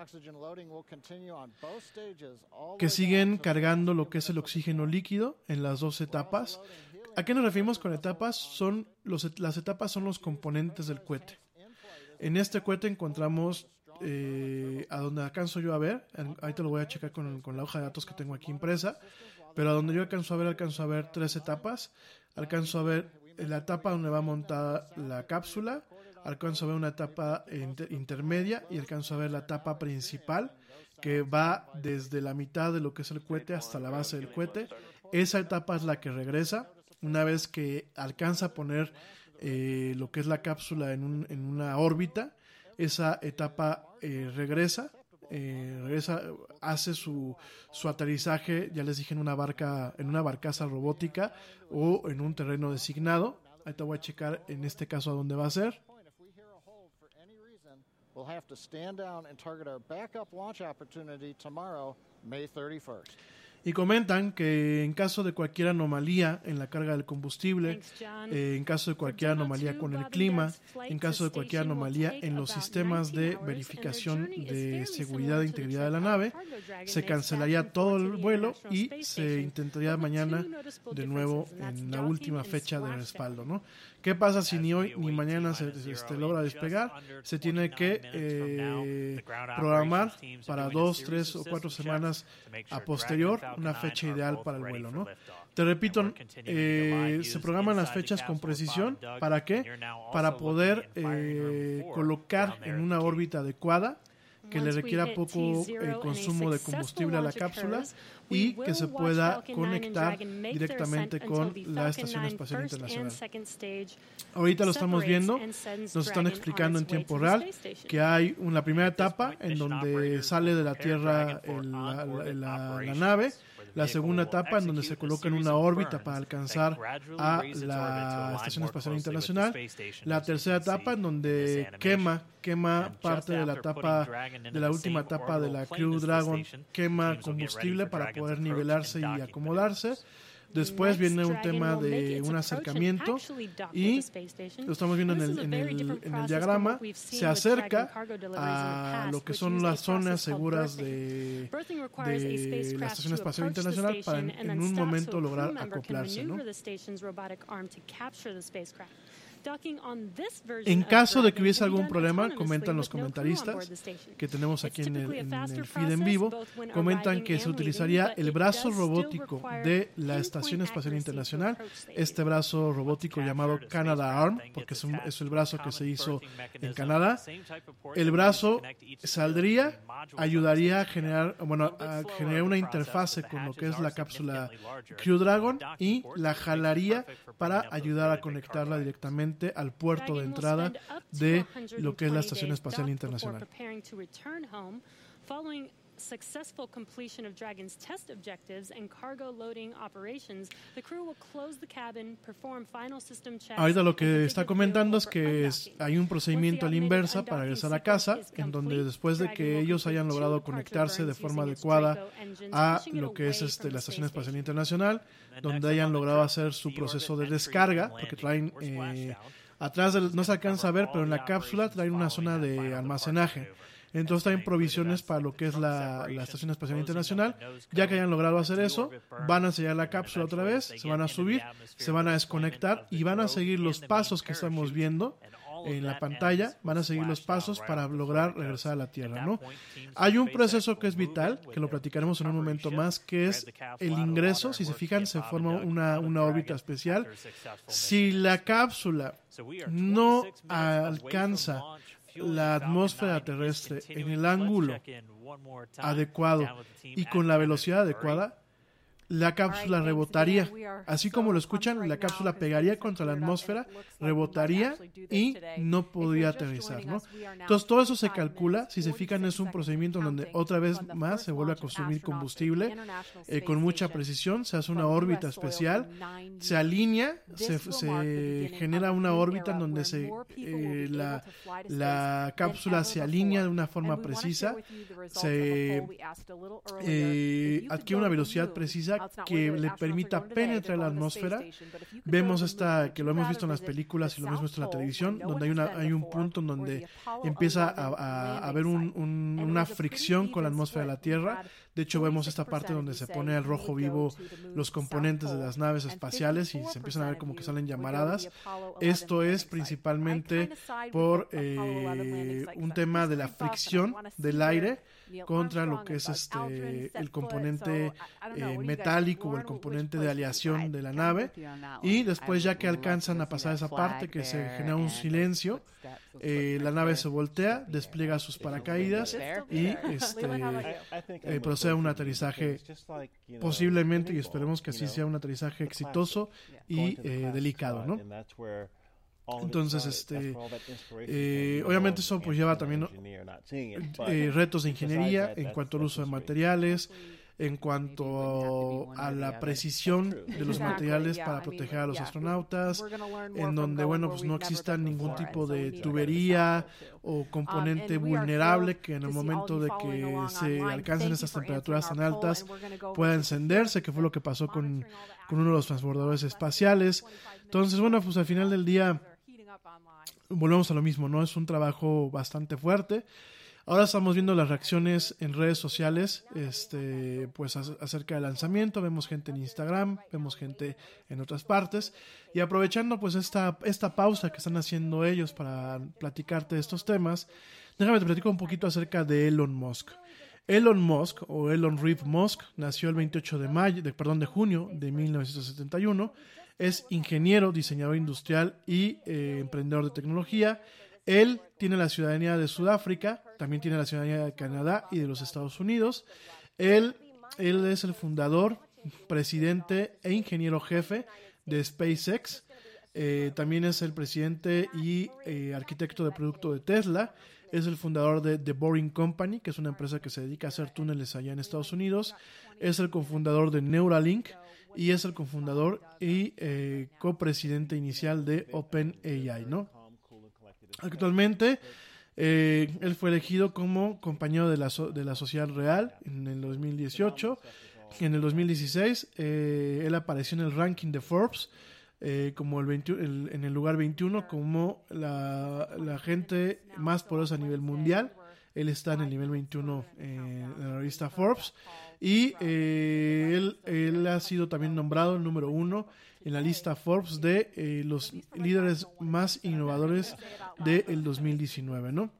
que siguen cargando lo que es el oxígeno líquido en las dos etapas. ¿A qué nos referimos con etapas? Son los, las etapas son los componentes del cohete. En este cohete encontramos, eh, a donde alcanzo yo a ver, ahorita lo voy a checar con, con la hoja de datos que tengo aquí impresa, pero a donde yo alcanzo a ver, alcanzo a ver tres etapas. Alcanzo a ver la etapa donde va montada la cápsula, alcanzo a ver una etapa inter- intermedia y alcanzo a ver la etapa principal, que va desde la mitad de lo que es el cohete hasta la base del cohete. Esa etapa es la que regresa. Una vez que alcanza a poner eh, lo que es la cápsula en, un, en una órbita, esa etapa eh, regresa, eh, regresa, hace su, su aterrizaje, ya les dije, en una barca, en una barcaza robótica o en un terreno designado. Ahorita voy a checar en este caso a dónde va a ser. We'll have to stand down and target our backup launch opportunity tomorrow, May thirty-first. Y comentan que en caso de cualquier anomalía en la carga del combustible, eh, en caso de cualquier anomalía con el clima, en caso de cualquier anomalía en los sistemas de verificación de seguridad e integridad de la nave, se cancelaría todo el vuelo y se intentaría mañana de nuevo en la última fecha de respaldo, ¿no? ¿Qué pasa si ni hoy ni mañana se, se, se logra despegar? Se tiene que eh, programar para dos, tres o cuatro semanas a posterior una fecha ideal para el vuelo, ¿no? Te repito, eh, se programan las fechas con precisión. ¿Para qué? Para poder eh, colocar en una órbita adecuada, que le requiera poco eh, consumo de combustible a la cápsula y que se pueda conectar directamente con la Estación Espacial Internacional. Ahorita lo estamos viendo, nos están explicando en tiempo real que hay una primera etapa en donde sale de la Tierra el, la, la, la, la nave, la segunda etapa en donde se coloca en una órbita para alcanzar a la Estación Espacial Internacional, la tercera etapa en donde quema quema parte de la etapa de la última etapa de la Crew Dragon, quema combustible para poder nivelarse y acomodarse. Después viene un tema de un acercamiento y lo estamos viendo en el, en el, en el diagrama, se acerca a lo que son las zonas seguras de, de la Estación Espacial Internacional para en, en un momento lograr acoplarse, ¿no? En caso de que hubiese algún problema, comentan los comentaristas que tenemos aquí en el, en el feed en vivo, comentan que se utilizaría el brazo robótico de la Estación Espacial Internacional, este brazo robótico llamado Canadarm, porque es, un, es el brazo que se hizo en Canadá. El brazo saldría, ayudaría a generar, bueno, a generar una interfase con lo que es la cápsula Crew Dragon y la jalaría para ayudar a conectarla directamente al puerto de entrada de lo que es la Estación Espacial Internacional. Successful completion of Dragon's test objectives and cargo loading operations, the crew will close the cabin, perform final system checks. Ahorita lo que está comentando es que es, hay un procedimiento a la inversa para regresar a casa, en donde después de que ellos hayan logrado conectarse de forma adecuada a lo que es este, la Estación Espacial Internacional, donde hayan logrado hacer su proceso de descarga, porque traen eh, atrás, del, no se alcanza a ver, pero en la cápsula traen una zona de almacenaje. Entonces traen provisiones para lo que es la, la Estación Espacial Internacional. Ya que hayan logrado hacer eso, van a sellar la cápsula otra vez, se van a subir, se van a desconectar y van a seguir los pasos que estamos viendo en la pantalla, van a seguir los pasos para lograr regresar a la Tierra, ¿no? Hay un proceso que es vital, que lo platicaremos en un momento más, que es el ingreso. Si se fijan, se forma una, una órbita especial. Si la cápsula no alcanza la atmósfera terrestre en el ángulo adecuado y con la velocidad adecuada, la cápsula rebotaría. Así como lo escuchan, la cápsula pegaría contra la atmósfera, rebotaría y no podría aterrizar, ¿no? Entonces todo eso se calcula. Si se fijan, es un procedimiento donde otra vez más se vuelve a consumir combustible eh, con mucha precisión. Se hace una órbita especial, se alinea, se, se genera una órbita en donde se, eh, la, la cápsula se alinea de una forma precisa, se eh, adquiere una velocidad precisa que le permita penetrar la atmósfera. Vemos esta, que lo hemos visto en las películas y lo hemos visto en la televisión, donde hay, una, hay un punto en donde empieza a, a, a haber un, un, una fricción con la atmósfera de la Tierra. De hecho, vemos esta parte donde se pone al rojo vivo los componentes de las naves espaciales y se empiezan a ver como que salen llamaradas. Esto es principalmente por eh, un tema de la fricción del aire contra lo que es este el componente eh, metálico o el componente de aleación de la nave, y después, ya que alcanzan a pasar esa parte, que se genera un silencio, eh, la nave se voltea, despliega sus paracaídas y este, eh, procede a un aterrizaje, posiblemente, y esperemos que así sea, un aterrizaje exitoso y eh, delicado, ¿no? Entonces, este, eh, obviamente eso pues lleva también eh, retos de ingeniería en cuanto al uso de materiales, en cuanto a la precisión de los materiales para proteger a los astronautas, en donde, bueno, pues no exista ningún tipo de tubería o componente vulnerable que en el momento de que se alcancen esas temperaturas tan altas pueda encenderse, que fue lo que pasó con, con uno de los transbordadores espaciales. Entonces, bueno, pues al final del día volvemos a lo mismo, ¿no? Es un trabajo bastante fuerte. Ahora estamos viendo las reacciones en redes sociales, este, pues acerca del lanzamiento. Vemos gente en Instagram, vemos gente en otras partes. Y aprovechando pues esta, esta pausa que están haciendo ellos para platicarte de estos temas, déjame te platico un poquito acerca de Elon Musk. Elon Musk, o Elon Reeve Musk, nació el veintiocho de mayo, de, perdón, de junio de mil novecientos setenta y uno. Es ingeniero, diseñador industrial y eh, emprendedor de tecnología. Él tiene la ciudadanía de Sudáfrica, también tiene la ciudadanía de Canadá y de los Estados Unidos. Él, él es el fundador, presidente e ingeniero jefe de SpaceX. Eh, también es el presidente y eh, arquitecto de producto de Tesla. Es el fundador de The Boring Company, que es una empresa que se dedica a hacer túneles allá en Estados Unidos. Es el cofundador de Neuralink y es el cofundador y eh, copresidente inicial de OpenAI, ¿no? Actualmente, eh, él fue elegido como compañero de la, so- de la Sociedad Real en el dos mil dieciocho. En el dos mil dieciséis, eh, él apareció en el ranking de Forbes eh, como el veinte, el, en el lugar veintiuno como la, la gente más poderosa a nivel mundial. Él está en el nivel veintiuno eh, en la revista Forbes. Y eh, él, él ha sido también nombrado el número uno en la lista Forbes de eh, los líderes más innovadores del dos mil diecinueve, ¿no?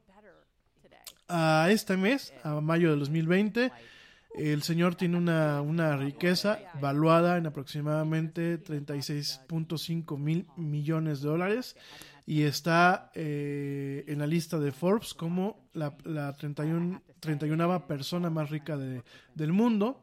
A este mes, a mayo del dos mil veinte, el señor tiene una, una riqueza valuada en aproximadamente treinta y seis punto cinco mil millones de dólares y está eh, en la lista de Forbes como la, la treinta y una persona más rica de, del mundo.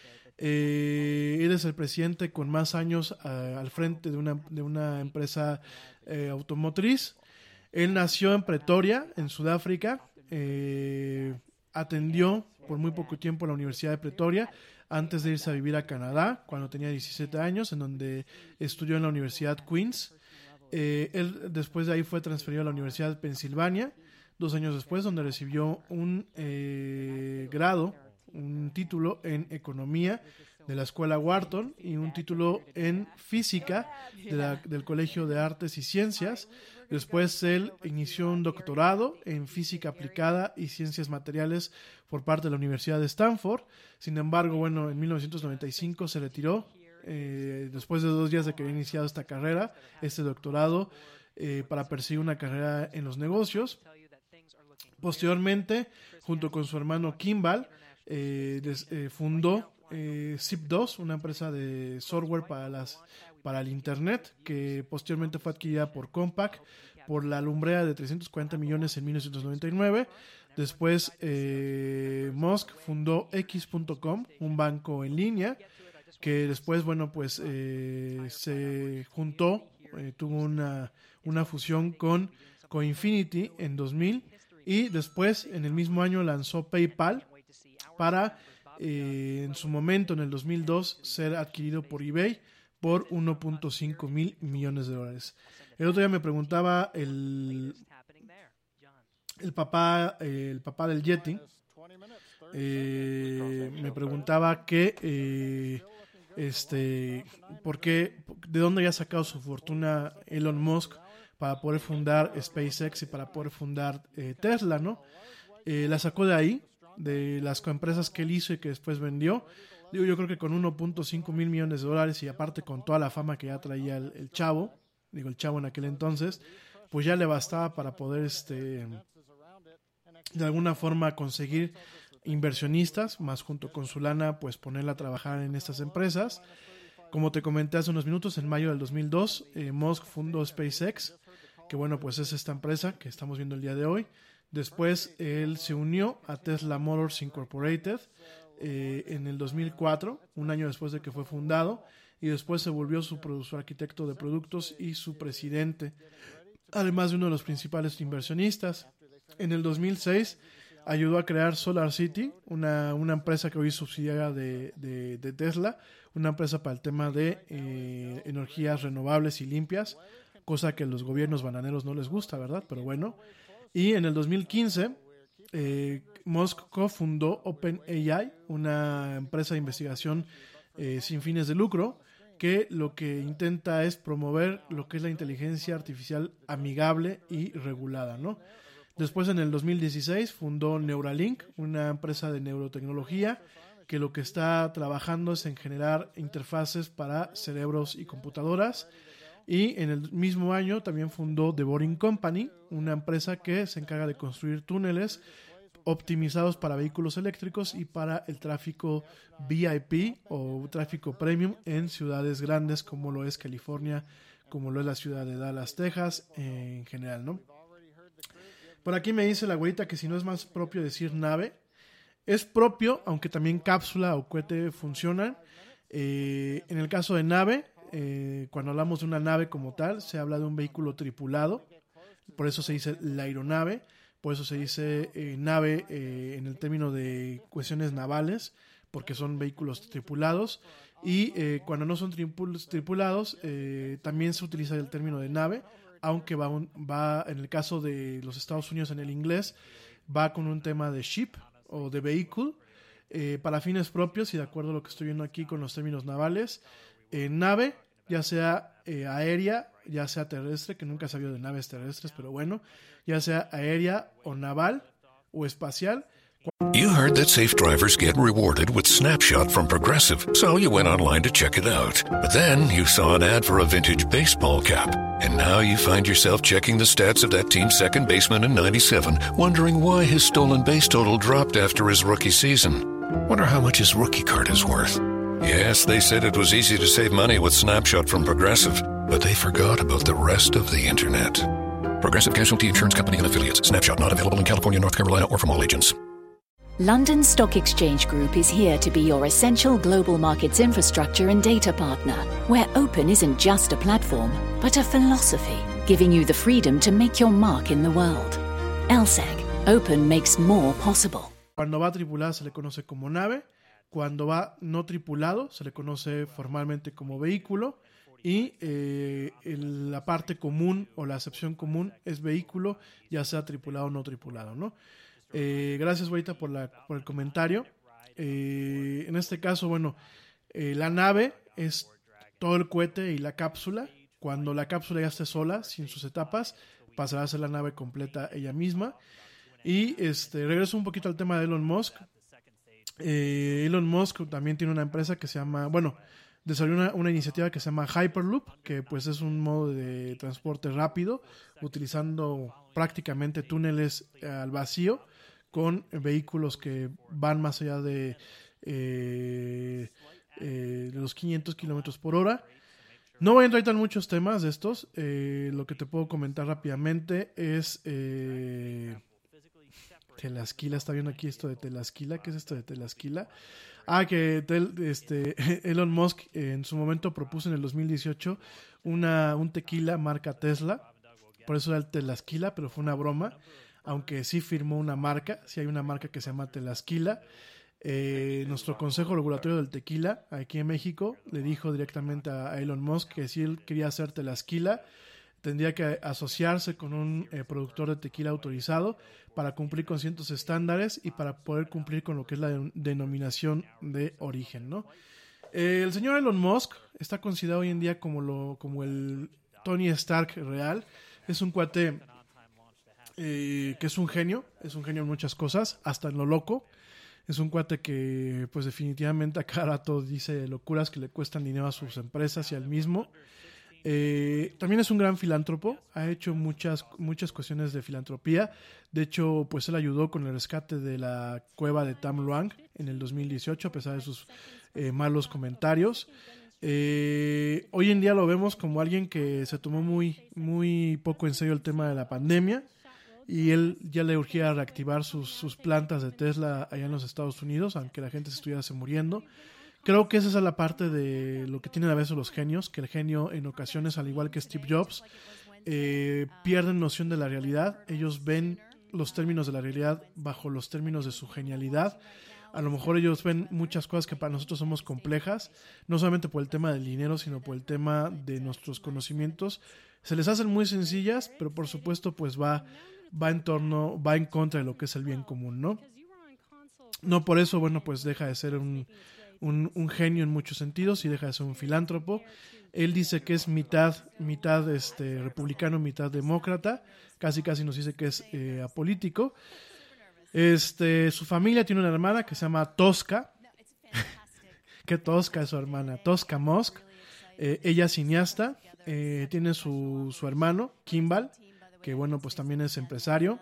Eh, él es el presidente con más años uh, al frente de una, de una empresa eh, automotriz. Él nació en Pretoria, en Sudáfrica. Eh, atendió por muy poco tiempo la Universidad de Pretoria antes de irse a vivir a Canadá cuando tenía diecisiete años, en donde estudió en la Universidad Queen's. Eh, él después de ahí fue transferido a la Universidad de Pensilvania, dos años después, donde recibió un eh, grado, un título en economía de la escuela Wharton y un título en física de la, del Colegio de Artes y Ciencias. Después él inició un doctorado en física aplicada y ciencias materiales por parte de la Universidad de Stanford. Sin embargo, bueno, en mil novecientos noventa y cinco se retiró eh, después de dos días de que había iniciado esta carrera, este doctorado, eh, para perseguir una carrera en los negocios. Posteriormente, junto con su hermano Kimball, eh, des, eh, fundó eh, Zip dos, una empresa de software para las para el internet, que posteriormente fue adquirida por Compaq por la lumbrera de trescientos cuarenta millones en mil novecientos noventa y nueve. Después eh, Musk fundó X punto com, un banco en línea. que después, bueno, pues eh, se juntó, eh, tuvo una, una fusión con Coinfinity en dos mil, y después en el mismo año lanzó PayPal para eh, en su momento, en el dos mil dos, ser adquirido por eBay por uno punto cinco mil millones de dólares. El otro día me preguntaba el, el papá eh, el papá del Yeti, eh, me preguntaba que eh, este por qué, de dónde había sacado su fortuna Elon Musk para poder fundar SpaceX y para poder fundar eh, Tesla, ¿no? Eh, la sacó de ahí, de las empresas que él hizo y que después vendió. Digo, yo creo que con uno punto cinco mil millones de dólares y aparte con toda la fama que ya traía el, el chavo, digo el chavo en aquel entonces, pues ya le bastaba para poder este de alguna forma conseguir inversionistas, más junto con su lana, pues ponerla a trabajar en estas empresas. Como te comenté hace unos minutos, en mayo del dos mil dos, eh, Musk fundó SpaceX, que bueno, pues es esta empresa que estamos viendo el día de hoy. Después él se unió a Tesla Motors Incorporated eh, en el dos mil cuatro, un año después de que fue fundado, y después se volvió su, su arquitecto de productos y su presidente, además de uno de los principales inversionistas. En el dos mil seis ayudó a crear Solar City, una, una empresa que hoy es subsidiaria de, de, de Tesla, una empresa para el tema de eh, energías renovables y limpias, cosa que a los gobiernos bananeros no les gusta, ¿verdad? Pero bueno. Y en el dos mil quince, eh, Musk cofundó OpenAI, una empresa de investigación eh, sin fines de lucro, que lo que intenta es promover lo que es la inteligencia artificial amigable y regulada, ¿no? Después, en el dos mil dieciséis, fundó Neuralink, una empresa de neurotecnología que lo que está trabajando es en generar interfaces para cerebros y computadoras. Y en el mismo año también fundó The Boring Company, una empresa que se encarga de construir túneles optimizados para vehículos eléctricos y para el tráfico V I P o tráfico premium en ciudades grandes como lo es California, como lo es la ciudad de Dallas, Texas, eh, en general, ¿no? Por aquí me dice la güerita que si no es más propio decir nave. Es propio, aunque también cápsula o cohete funcionan. Eh, en el caso de nave, eh, cuando hablamos de una nave como tal, se habla de un vehículo tripulado. Por eso se dice la aeronave. Por eso se dice eh, nave eh, en el término de cuestiones navales, porque son vehículos tripulados. Y eh, cuando no son tripul- tripulados, eh, también se utiliza el término de nave, aunque va, un, va en el caso de los Estados Unidos en el inglés, va con un tema de ship o de vehicle, eh, para fines propios y de acuerdo a lo que estoy viendo aquí con los términos navales. Eh, nave, ya sea eh, aérea, ya sea terrestre, que nunca he sabido de naves terrestres, pero bueno, ya sea aérea o naval o espacial. You heard that safe drivers get rewarded with Snapshot from Progressive, so you went online to check it out. But then you saw an ad for a vintage baseball cap, and now you find yourself checking the stats of that team's second baseman in ninety-seven, wondering why his stolen base total dropped after his rookie season. Wonder how much his rookie card is worth. Yes, they said it was easy to save money with Snapshot from Progressive, but they forgot about the rest of the internet. Progressive Casualty Insurance Company and Affiliates. Snapshot not available in California, North Carolina, or from all agents. London Stock Exchange Group is here to be your essential global markets infrastructure and data partner, where open isn't just a platform, but a philosophy, giving you the freedom to make your mark in the world. L S E G, open makes more possible. Cuando va tripulada se le conoce como nave, cuando va no tripulado se le conoce formalmente como vehículo, y eh, el, la parte común o la acepción común es vehículo, ya sea tripulado o no tripulado, ¿no? Eh, gracias, güeyita, por, la, por el comentario. Eh, en este caso, bueno, eh, la nave es todo el cohete y la cápsula. Cuando la cápsula ya esté sola, sin sus etapas, pasará a ser la nave completa ella misma. Y este regreso un poquito al tema de Elon Musk. Eh, Elon Musk también tiene una empresa que se llama, bueno, desarrolló una, una iniciativa que se llama Hyperloop, que pues es un modo de transporte rápido, utilizando prácticamente túneles eh, al vacío, con vehículos que van más allá de, eh, eh, de los quinientos kilómetros por hora. No voy a entrar en muchos temas de estos. Eh, lo que te puedo comentar rápidamente es... Eh, Telasquila, está viendo aquí esto de Telasquila. ¿Qué es esto de Telasquila? Ah, que tel, este, Elon Musk eh, en su momento propuso en el dos mil dieciocho una, un tequila marca Tesla. Por eso era el Telasquila, pero fue una broma. Aunque sí firmó una marca, sí hay una marca que se llama Telasquila. Eh, nuestro Consejo Regulatorio del Tequila, aquí en México, le dijo directamente a Elon Musk que si él quería hacer Telasquila, tendría que asociarse con un eh, productor de tequila autorizado para cumplir con ciertos estándares y para poder cumplir con lo que es la de- denominación de origen, ¿no? Eh, el señor Elon Musk está considerado hoy en día como, lo, como el Tony Stark real. Es un cuate eh, que es un genio, es un genio en muchas cosas, hasta en lo loco. Es un cuate que pues definitivamente a cada rato dice locuras que le cuestan dinero a sus empresas y al mismo. Eh, también es un gran filántropo, ha hecho muchas, muchas cuestiones de filantropía. De hecho, pues él ayudó con el rescate de la cueva de Tham Luang en el dos mil dieciocho, a pesar de sus eh, malos comentarios. Eh, hoy en día lo vemos como alguien que se tomó muy, muy poco en serio el tema de la pandemia. Y él ya le urgía reactivar sus, sus plantas de Tesla allá en los Estados Unidos, aunque la gente se estuviese muriendo. Creo que esa es la parte de lo que tienen a veces los genios, que el genio en ocasiones, al igual que Steve Jobs, eh, pierden noción de la realidad. Ellos ven los términos de la realidad bajo los términos de su genialidad. A lo mejor ellos ven muchas cosas que para nosotros somos complejas, no solamente por el tema del dinero, sino por el tema de nuestros conocimientos. Se les hacen muy sencillas, pero por supuesto pues va... va en torno, va en contra de lo que es el bien común, ¿no? No por eso, bueno, pues deja de ser un, un, un genio en muchos sentidos y deja de ser un filántropo. Él dice que es mitad, mitad este, republicano, mitad demócrata, casi casi nos dice que es eh, apolítico. Este, su familia tiene una hermana que se llama Tosca. Qué tosca es su hermana, Tosca Musk. Eh, ella es cineasta, eh, tiene su, su hermano, Kimball, que bueno, pues también es empresario.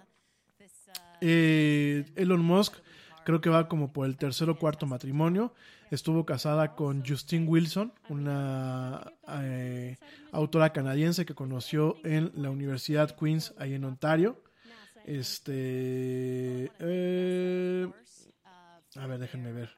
Eh, Elon Musk creo que va como por el tercer o cuarto matrimonio. Estuvo casada con Justine Wilson, una eh, autora canadiense que conoció en la Universidad Queen's, ahí en Ontario. Este, eh, a ver, déjenme ver.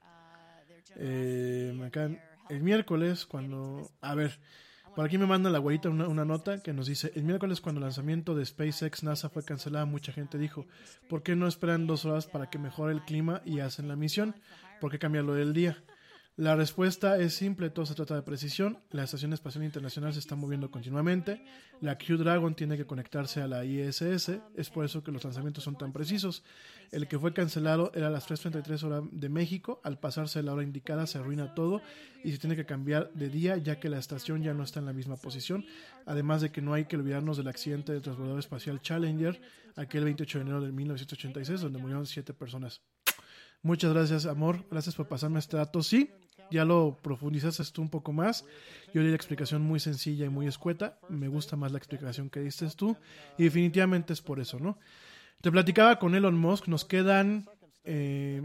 Eh, me acaban, el miércoles cuando, a ver... Por aquí me manda la güerita una, una nota que nos dice: el miércoles, cuando el lanzamiento de SpaceX NASA fue cancelado, mucha gente dijo, ¿por qué no esperan dos horas para que mejore el clima y hacen la misión? ¿Por qué cambiarlo del día? La respuesta es simple, todo se trata de precisión. La Estación Espacial Internacional se está moviendo continuamente. La Crew Dragon tiene que conectarse a la I S S, es por eso que los lanzamientos son tan precisos. El que fue cancelado era a las tres treinta y tres horas de México. Al pasarse la hora indicada se arruina todo y se tiene que cambiar de día, ya que la estación ya no está en la misma posición. Además de que no hay que olvidarnos del accidente del transbordador espacial Challenger, aquel veintiocho de enero de mil novecientos ochenta y seis, donde murieron siete personas. Muchas gracias, amor. Gracias por pasarme este dato. Sí, ya lo profundizaste tú un poco más. Yo di la explicación muy sencilla y muy escueta. Me gusta más la explicación que diste tú. Y definitivamente es por eso, ¿no? Te platicaba con Elon Musk. Nos quedan... Eh,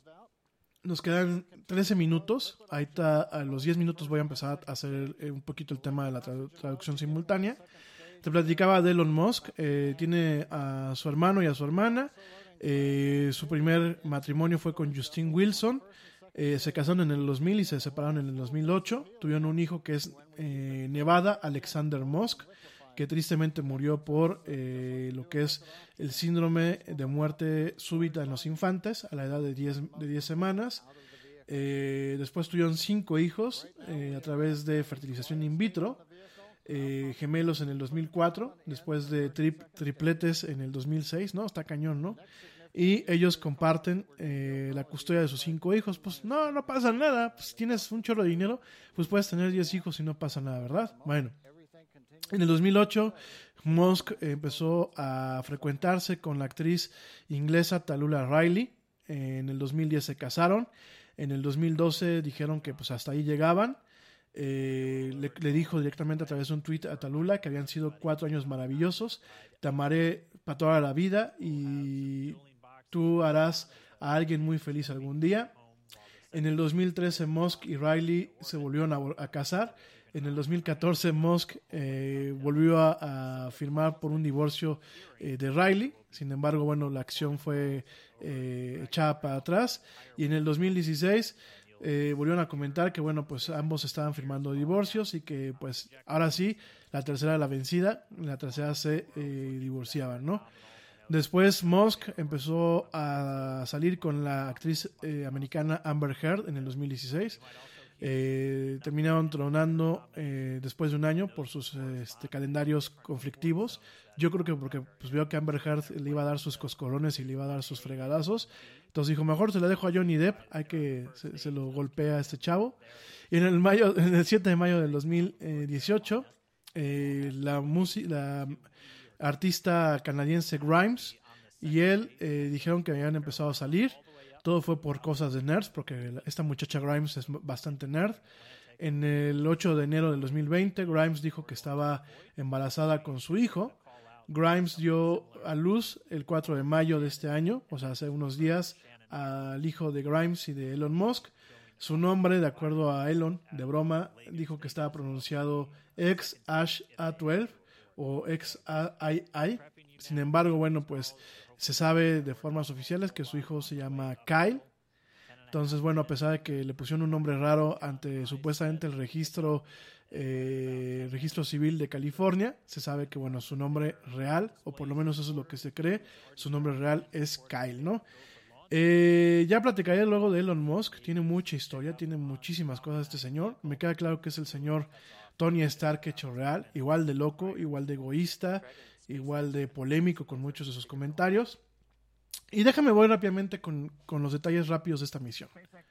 nos quedan trece minutos. Ahorita a los diez minutos voy a empezar a hacer eh, un poquito el tema de la tradu- traducción simultánea. Te platicaba de Elon Musk. Eh, tiene a su hermano y a su hermana. Eh, su primer matrimonio fue con Justine Wilson. Eh, se casaron en el dos mil y se separaron en el dos mil ocho. Tuvieron un hijo que es eh, Nevada Alexander Musk, que tristemente murió por eh, lo que es el síndrome de muerte súbita en los infantes a la edad de diez, de diez semanas. Eh, después tuvieron cinco hijos eh, a través de fertilización in vitro. Eh, gemelos en el dos mil cuatro, después de trip, tripletes en el dos mil seis, ¿no? Está cañón, ¿no? Y ellos comparten eh, la custodia de sus cinco hijos. Pues no, no pasa nada. Pues tienes un chorro de dinero, pues puedes tener diez hijos y no pasa nada, ¿verdad? Bueno, en el dos mil ocho, Musk empezó a frecuentarse con la actriz inglesa Tallulah Riley. En el dos mil diez se casaron. En el dos mil doce dijeron que pues hasta ahí llegaban. Eh, le, le dijo directamente a través de un tweet a Tallulah que habían sido cuatro años maravillosos. Te amaré para toda la vida y tú harás a alguien muy feliz algún día. En el dos mil trece Musk y Riley se volvieron a, a casar. En el dos mil catorce Musk eh, volvió a, a firmar por un divorcio eh, de Riley. Sin embargo, bueno, la acción fue eh, echada para atrás. Y en el dos mil dieciséis eh, volvieron a comentar que, bueno, pues ambos estaban firmando divorcios y que, pues, ahora sí, la tercera era la vencida, la tercera se eh, divorciaban, ¿no? Después Musk empezó a salir con la actriz eh, americana Amber Heard en el dos mil dieciséis. Eh, terminaron tronando eh, después de un año por sus este, calendarios conflictivos. Yo creo que porque pues, vio que Amber Heard le iba a dar sus coscorrones y le iba a dar sus fregadazos. Entonces dijo, mejor se le dejo a Johnny Depp, hay que se, se lo golpea a este chavo. Y en el, mayo, en el siete de mayo del dos mil dieciocho, eh, la, musi- la artista canadiense Grimes y él eh, dijeron que habían empezado a salir. Todo fue por cosas de nerds, porque esta muchacha Grimes es bastante nerd. En el ocho de enero del dos mil veinte, Grimes dijo que estaba embarazada con su hijo. Grimes dio a luz el cuatro de mayo de este año, o sea, hace unos días, al hijo de Grimes y de Elon Musk. Su nombre, de acuerdo a Elon, de broma, dijo que estaba pronunciado X Ash A doce o X A I I. Sin embargo, bueno, pues se sabe de formas oficiales que su hijo se llama Kyle. Entonces, bueno, a pesar de que le pusieron un nombre raro ante supuestamente el registro eh, registro civil de California, se sabe que, bueno, su nombre real, o por lo menos eso es lo que se cree, su nombre real es Kyle, ¿no? Eh, ya platicaré luego de Elon Musk. Tiene mucha historia, tiene muchísimas cosas este señor. Me queda claro que es el señor Tony Stark hecho real, igual de loco, igual de egoísta, igual de polémico con muchos de sus comentarios. Y déjame voy rápidamente con, con los detalles rápidos de esta misión.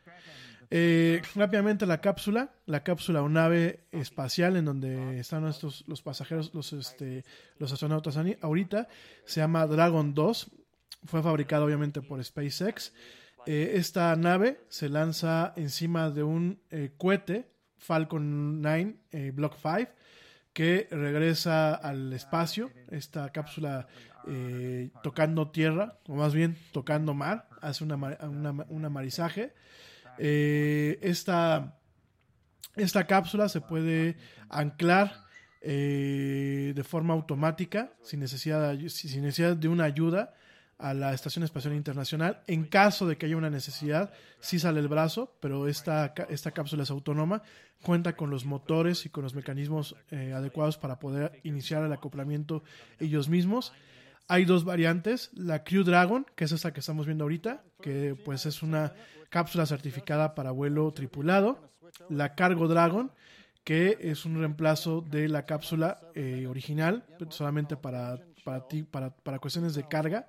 Eh, rápidamente la cápsula, la cápsula o nave espacial en donde están estos, los pasajeros, los, este, los astronautas ahorita, se llama Dragon dos. Fue fabricada obviamente por SpaceX. Eh, esta nave se lanza encima de un eh, cohete Falcon nueve eh, Block cinco, que regresa al espacio. Esta cápsula eh, tocando tierra, o más bien tocando mar, hace una, una, un amarizaje. Eh, esta, esta cápsula se puede anclar eh, de forma automática, sin necesidad, de, sin necesidad de una ayuda, a la Estación Espacial Internacional. En caso de que haya una necesidad, sí sale el brazo, pero esta, esta cápsula es autónoma, cuenta con los motores y con los mecanismos eh, adecuados para poder iniciar el acoplamiento ellos mismos. Hay dos variantes, la Crew Dragon, que es esta que estamos viendo ahorita, que pues es una cápsula certificada para vuelo tripulado, la Cargo Dragon, que es un reemplazo de la cápsula eh, original, solamente para, para, ti, para, para cuestiones de carga.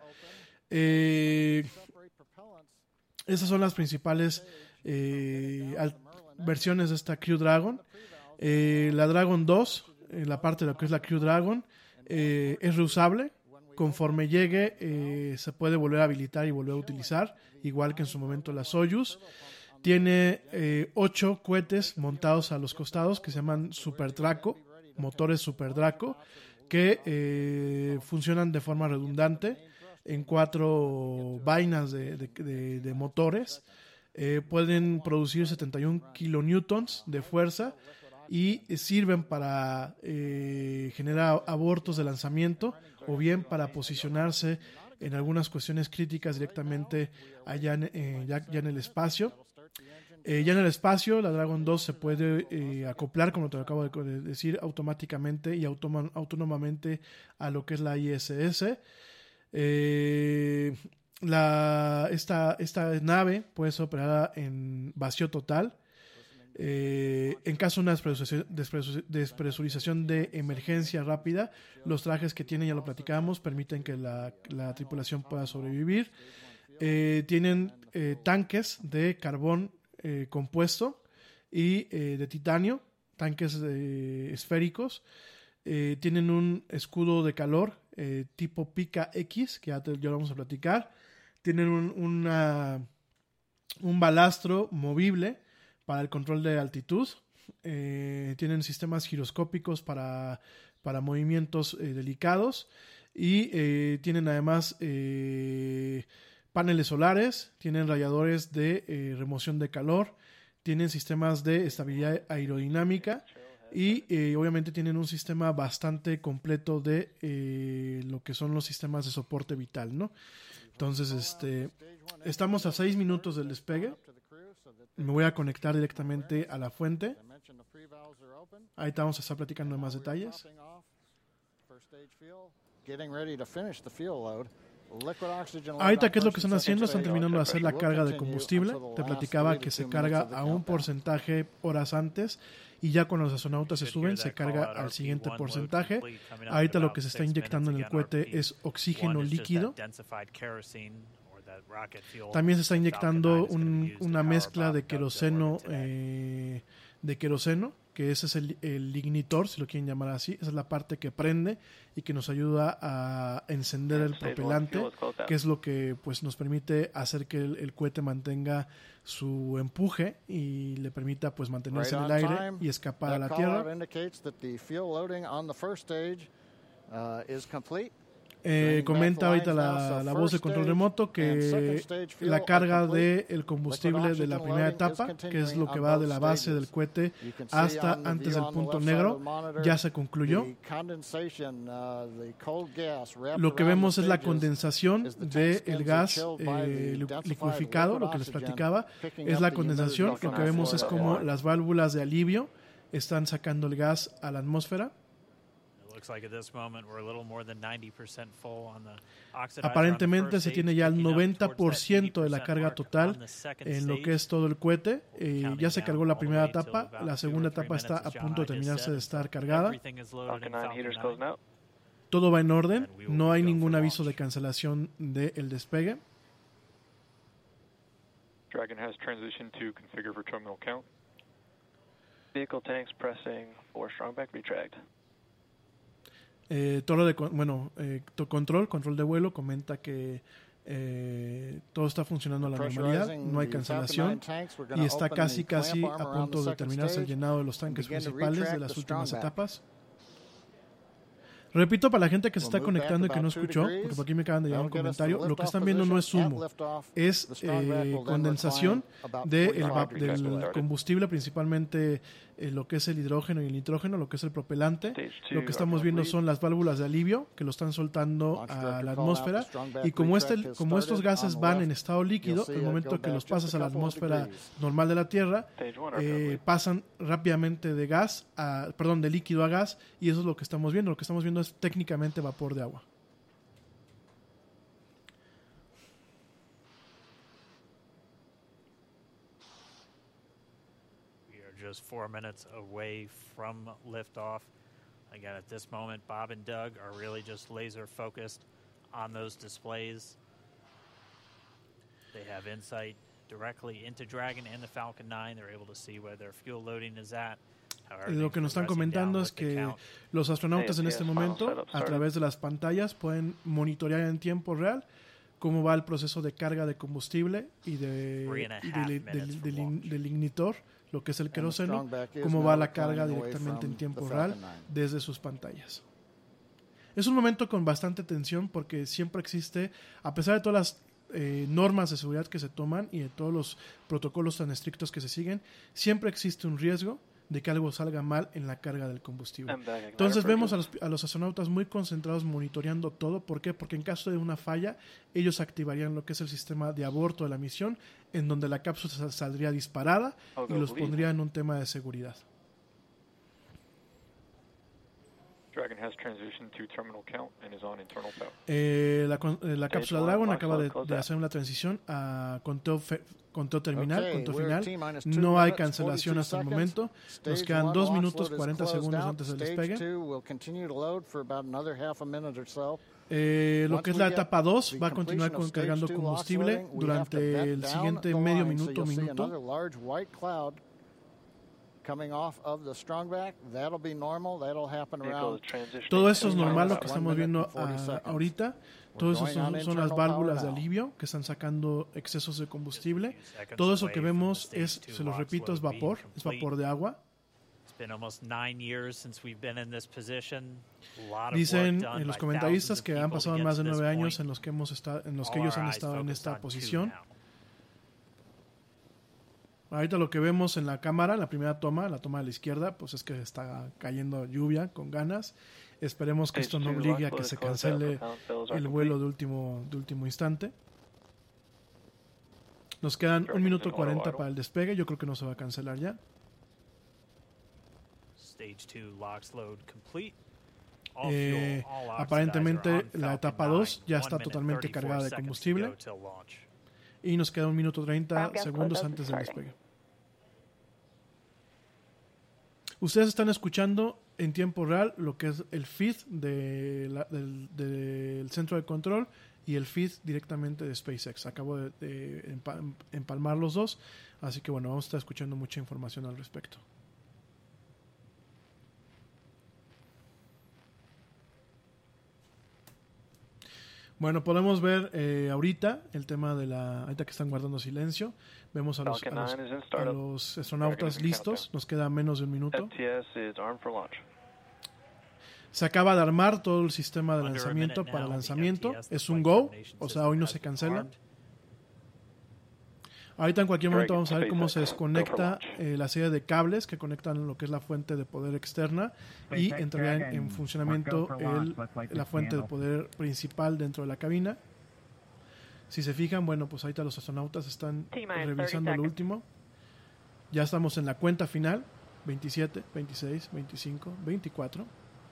Eh, esas son las principales eh, al, versiones de esta Crew Dragon. Eh, la Dragon dos, eh, la parte de lo que es la Crew Dragon, eh, es reusable. Conforme llegue, eh, se puede volver a habilitar y volver a utilizar, igual que en su momento la Soyuz. Tiene eh, ocho cohetes montados a los costados que se llaman Super Draco, motores Super Draco, que eh, funcionan de forma redundante en cuatro vainas de, de, de, de motores. Eh, pueden producir setenta y uno kilonewtons de fuerza y sirven para eh, generar abortos de lanzamiento o bien para posicionarse en algunas cuestiones críticas directamente allá en, eh, ya, ya en el espacio. Eh, ya en el espacio, la Dragon dos se puede eh, acoplar, como te lo acabo de decir, automáticamente y automa- autónomamente a lo que es la I S S. Eh, la, esta, esta nave puede ser operada en vacío total. Eh, en caso de una despresurización, despresurización de emergencia rápida, los trajes que tienen, ya lo platicamos, permiten que la, la tripulación pueda sobrevivir. Eh, tienen eh, tanques de carbón eh, compuesto y eh, de titanio, tanques eh, esféricos. Eh, tienen un escudo de calor eh, tipo Pica X, que ya, te, ya lo vamos a platicar. Tienen un, una, un balastro movible para el control de altitud. Eh, tienen sistemas giroscópicos para, para movimientos eh, delicados. Y eh, tienen además eh, paneles solares, tienen radiadores de eh, remoción de calor, tienen sistemas de estabilidad aerodinámica y eh, obviamente tienen un sistema bastante completo de eh, lo que son los sistemas de soporte vital, ¿no? Entonces, este, estamos a seis minutos del despegue. Me voy a conectar directamente a la fuente. Ahí te vamos a estar platicando de más detalles. Ahorita, ¿qué es lo que están haciendo? Están terminando de hacer la carga de combustible. Te platicaba que se carga a un porcentaje horas antes y ya cuando los astronautas se suben se carga al siguiente porcentaje. Ahorita lo que se está inyectando en el cohete es oxígeno líquido. También se está inyectando un, una mezcla de queroseno, eh, de queroseno, que ese es el, el ignitor, si lo quieren llamar así. Esa es la parte que prende y que nos ayuda a encender el propelante, que es lo que pues nos permite hacer que el, el cohete mantenga su empuje y le permita pues mantenerse en el aire y escapar a la Tierra. Eh, comenta ahorita la, la voz de control remoto que la carga del combustible de la primera etapa, que es lo que va de la base del cohete hasta antes del punto negro, ya se concluyó. Lo que vemos es la condensación del gas eh, liquidificado, lo que les platicaba, es la condensación. Lo que vemos es como las válvulas de alivio están sacando el gas a la atmósfera. Aparentemente se tiene ya el noventa por ciento de la carga total en lo que es todo el cohete. Eh, ya se cargó la primera etapa, la segunda etapa está a punto de terminarse de estar cargada. Todo va en orden, no hay ningún aviso de cancelación del despegue. Dragon has transition to configure for terminal count. Vehicle tanks pressing for strongback retract. Eh, todo de bueno, eh, control, control de vuelo comenta que eh, todo está funcionando a la normalidad, no hay cancelación y está casi casi a punto de terminarse el llenado de los tanques principales de las últimas etapas. Repito, para la gente que se está conectando y que no escuchó, porque por aquí me acaban de llegar un comentario, lo que están viendo no es humo, es eh, condensación de el, del combustible, principalmente eh, lo que es el hidrógeno y el nitrógeno, lo que es el propelante. Lo que estamos viendo son las válvulas de alivio que lo están soltando a la atmósfera, y como, este, como estos gases van en estado líquido, el momento que los pasas a la atmósfera normal de la Tierra, eh, pasan rápidamente de gas a, perdón, de líquido a gas, y eso es lo que estamos viendo. Lo que estamos viendo es técnicamente vapor de agua. We are just four minutes away from liftoff. Again, at this moment, Bob and Doug are really just laser focused on those displays. They have insight directly into Dragon and the Falcon nine. They're able to see where their fuel loading is at. Lo que nos están comentando es que los astronautas en este momento, a través de las pantallas, pueden monitorear en tiempo real cómo va el proceso de carga de combustible y de, y de, de, de, del, del ignitor, lo que es el queroseno, cómo va la carga directamente en tiempo real desde sus pantallas. Es un momento con bastante tensión porque siempre existe, a pesar de todas las eh, normas de seguridad que se toman y de todos los protocolos tan estrictos que se siguen, siempre existe un riesgo de que algo salga mal en la carga del combustible. Entonces vemos a los, a los astronautas muy concentrados monitoreando todo. ¿Por qué? Porque en caso de una falla, ellos activarían lo que es el sistema de aborto de la misión, en donde la cápsula saldría disparada y los pondría en un tema de seguridad. Dragon has transitioned to terminal count and is on internal power. Eh, la, eh, la cápsula Dragon acaba de, de hacer una transición a conteo, fe, conteo terminal, okay, conteo final. No hay cancelación hasta el momento. Nos quedan dos minutos cuarenta segundos antes del despegue. Eh, lo que es la etapa dos va a continuar con, cargando combustible durante el siguiente medio minuto, minuto. Todo esto es normal, lo que estamos viendo a, ahorita. Todo eso son, son las válvulas de alivio que están sacando excesos de combustible. Todo eso que vemos es, se los repito, es vapor, es vapor de agua. Dicen en los comentaristas que han pasado más de nueve años en los que hemos estado, en los que ellos han estado en esta posición. Ahorita lo que vemos en la cámara, la primera toma, la toma de la izquierda, pues es que está cayendo lluvia con ganas. Esperemos que esto no obligue a que se cancele el vuelo de último, de último instante. Nos quedan un minuto cuarenta para el despegue. Yo creo que no se va a cancelar ya. Eh, aparentemente la etapa dos ya está totalmente cargada de combustible. Y nos queda un minuto treinta segundos antes del despegue. Ustedes están escuchando en tiempo real lo que es el feed de la, del, del centro de control y el feed directamente de SpaceX. Acabo de, de empalmar los dos, así que bueno, vamos a estar escuchando mucha información al respecto. Bueno, podemos ver eh, ahorita el tema de la... Ahorita que están guardando silencio, vemos a los, a los, a los astronautas listos. Nos queda menos de un minuto. Se acaba de armar todo el sistema de lanzamiento para lanzamiento. Es un go, o sea, hoy no se cancela. Ahorita en cualquier momento vamos a ver cómo se desconecta eh, la serie de cables que conectan lo que es la fuente de poder externa y entraría en, en funcionamiento el, la fuente de poder principal dentro de la cabina. Si se fijan, bueno, pues ahorita los astronautas están revisando lo último. Ya estamos en la cuenta final. veintisiete, veintiséis, veinticinco, veinticuatro.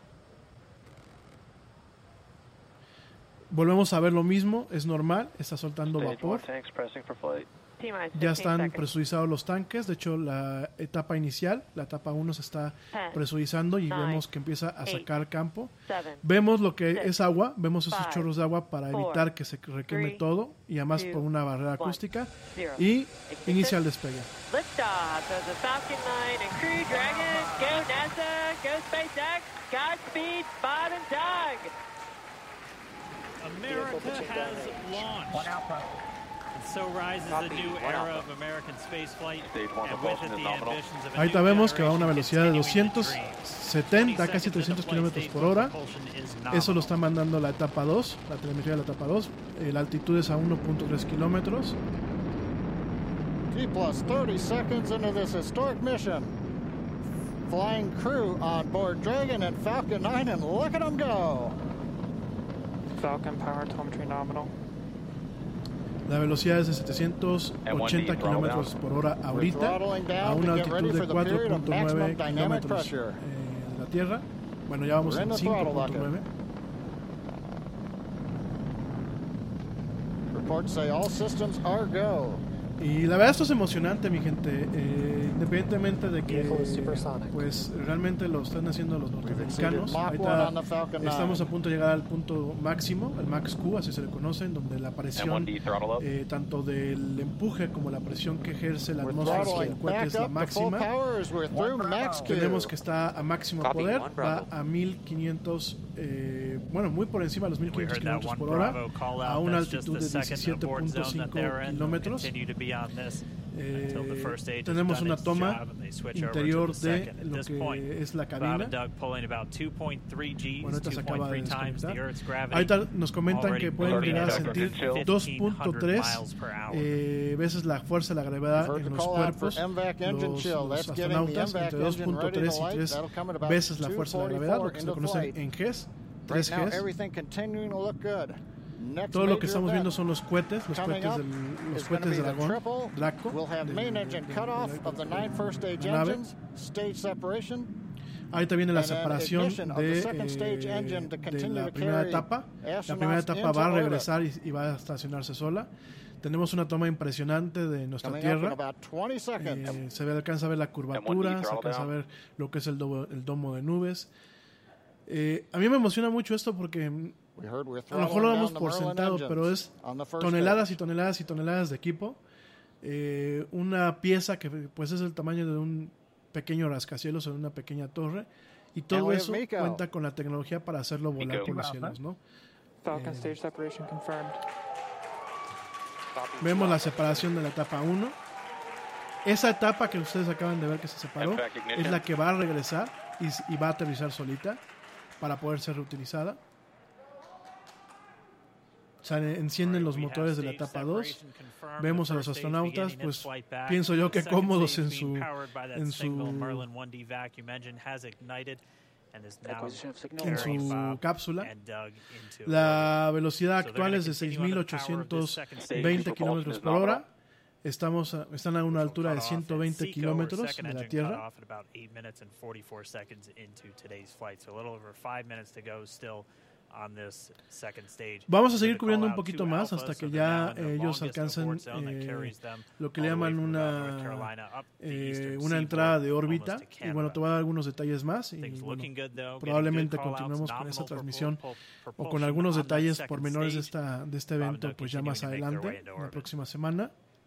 Volvemos a ver lo mismo, es normal, está soltando vapor. Ya están presurizados los tanques. De hecho, la etapa inicial, la etapa uno, se está presurizando y vemos que empieza a sacar campo. Vemos lo que es agua, vemos esos chorros de agua para evitar que se requeme todo y además por una barrera acústica. Y inicia el despegue. America has launched. So rises a new era of American spaceflight, and with it the ambitions of a Ahorita vemos que va a una velocidad de doscientos setenta, casi trescientos kilómetros por hora. Eso lo está mandando la etapa dos, la telemetría de la etapa dos. Eh, la altitud es a uno punto tres kilómetros. T plus thirty seconds into this historic mission. Flying crew on board Dragon and Falcon nine, and look at them go. Falcon power telemetry nominal. La velocidad es de setecientos ochenta kilómetros por hora ahorita, a una altitud de cuatro punto nueve kilómetros eh, de la Tierra. Bueno, ya vamos en cinco punto nueve. Reports say all systems are go. Y la verdad esto es emocionante, mi gente, eh, independientemente de que pues realmente lo están haciendo los norteamericanos. Ahorita estamos a punto de llegar al punto máximo, el Max Q, así se le conoce, donde la presión eh, tanto del empuje como la presión que ejerce la atmósfera sobre el cohete es la máxima. Tenemos que está a máximo poder, va a mil quinientos, eh, bueno, muy por encima de los mil quinientos kilómetros por hora, a una altitud de diecisiete punto cinco kilómetros. Eh, tenemos una toma interior de lo que es la cabina. Bueno, esta se acaba de desconectar. Ahorita nos comentan que pueden llegar a sentir dos punto tres eh, veces la fuerza de la gravedad en los cuerpos. Los, los astronautas, entre dos punto tres y tres veces la fuerza de la gravedad, lo que se conoce en G E S, tres G E S. Todo lo que estamos viendo son los cohetes, los cohetes del, los cohetes de Dragón, Draco, de, de, de, de, de la nave. Ahorita viene la separación de, eh, de la primera etapa. La primera etapa va a regresar y, y va a estacionarse sola. Tenemos una toma impresionante de nuestra Tierra. Eh, se ve, alcanza a ver la curvatura, se alcanza a ver lo que es el domo, el domo de nubes. Eh, a mí me emociona mucho esto porque a lo mejor lo damos por sentado, pero es toneladas y toneladas y toneladas de equipo. Eh, una pieza que pues es el tamaño de un pequeño rascacielos o de una pequeña torre. Y todo eso cuenta con la tecnología para hacerlo volar por los cielos, ¿no? Falcon eh, stage separation confirmed. Vemos la separación de la etapa uno. Esa etapa que ustedes acaban de ver que se separó es la que va a regresar y, y va a aterrizar solita para poder ser reutilizada. se encienden los motores de la etapa dos. Vemos a los astronautas, pues pienso yo que cómodos en su en su en su cápsula. La velocidad actual es de seis mil ochocientos veinte kilómetros por hora. Estamos a, están a una altura de ciento veinte kilómetros de la Tierra. Vamos a seguir cubriendo un poquito más hasta que ya eh, ellos alcancen eh, lo que le llaman una eh, una entrada de órbita. Y bueno, te voy a dar algunos detalles más y bueno, probablemente continuemos con esta transmisión o con algunos detalles pormenores de esta de este evento pues ya más adelante, la próxima semana.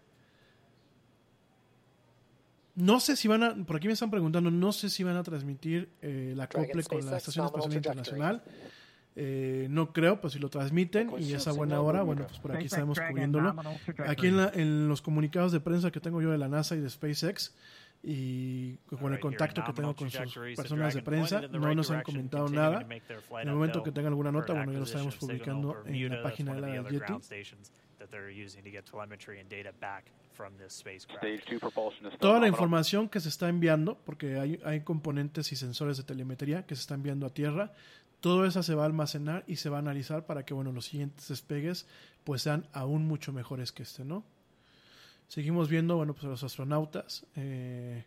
No sé si van a, por aquí me están preguntando, no sé si van a transmitir eh, la acople con la Estación Espacial Internacional. Eh, no creo, pues si lo transmiten y es a buena hora, bueno, pues por aquí estaremos cubriéndolo. Aquí en, la, en los comunicados de prensa que tengo yo de la NASA y de SpaceX y con el contacto que tengo con sus personas de prensa, no nos han comentado nada. En el momento que tengan alguna nota, bueno, ya lo estaremos publicando en la página de la del Yeti. Toda la información que se está enviando, porque hay, hay componentes y sensores de telemetría que se están enviando a Tierra, todo eso se va a almacenar y se va a analizar para que bueno los siguientes despegues pues sean aún mucho mejores que este, ¿no? Seguimos viendo bueno pues a los astronautas eh,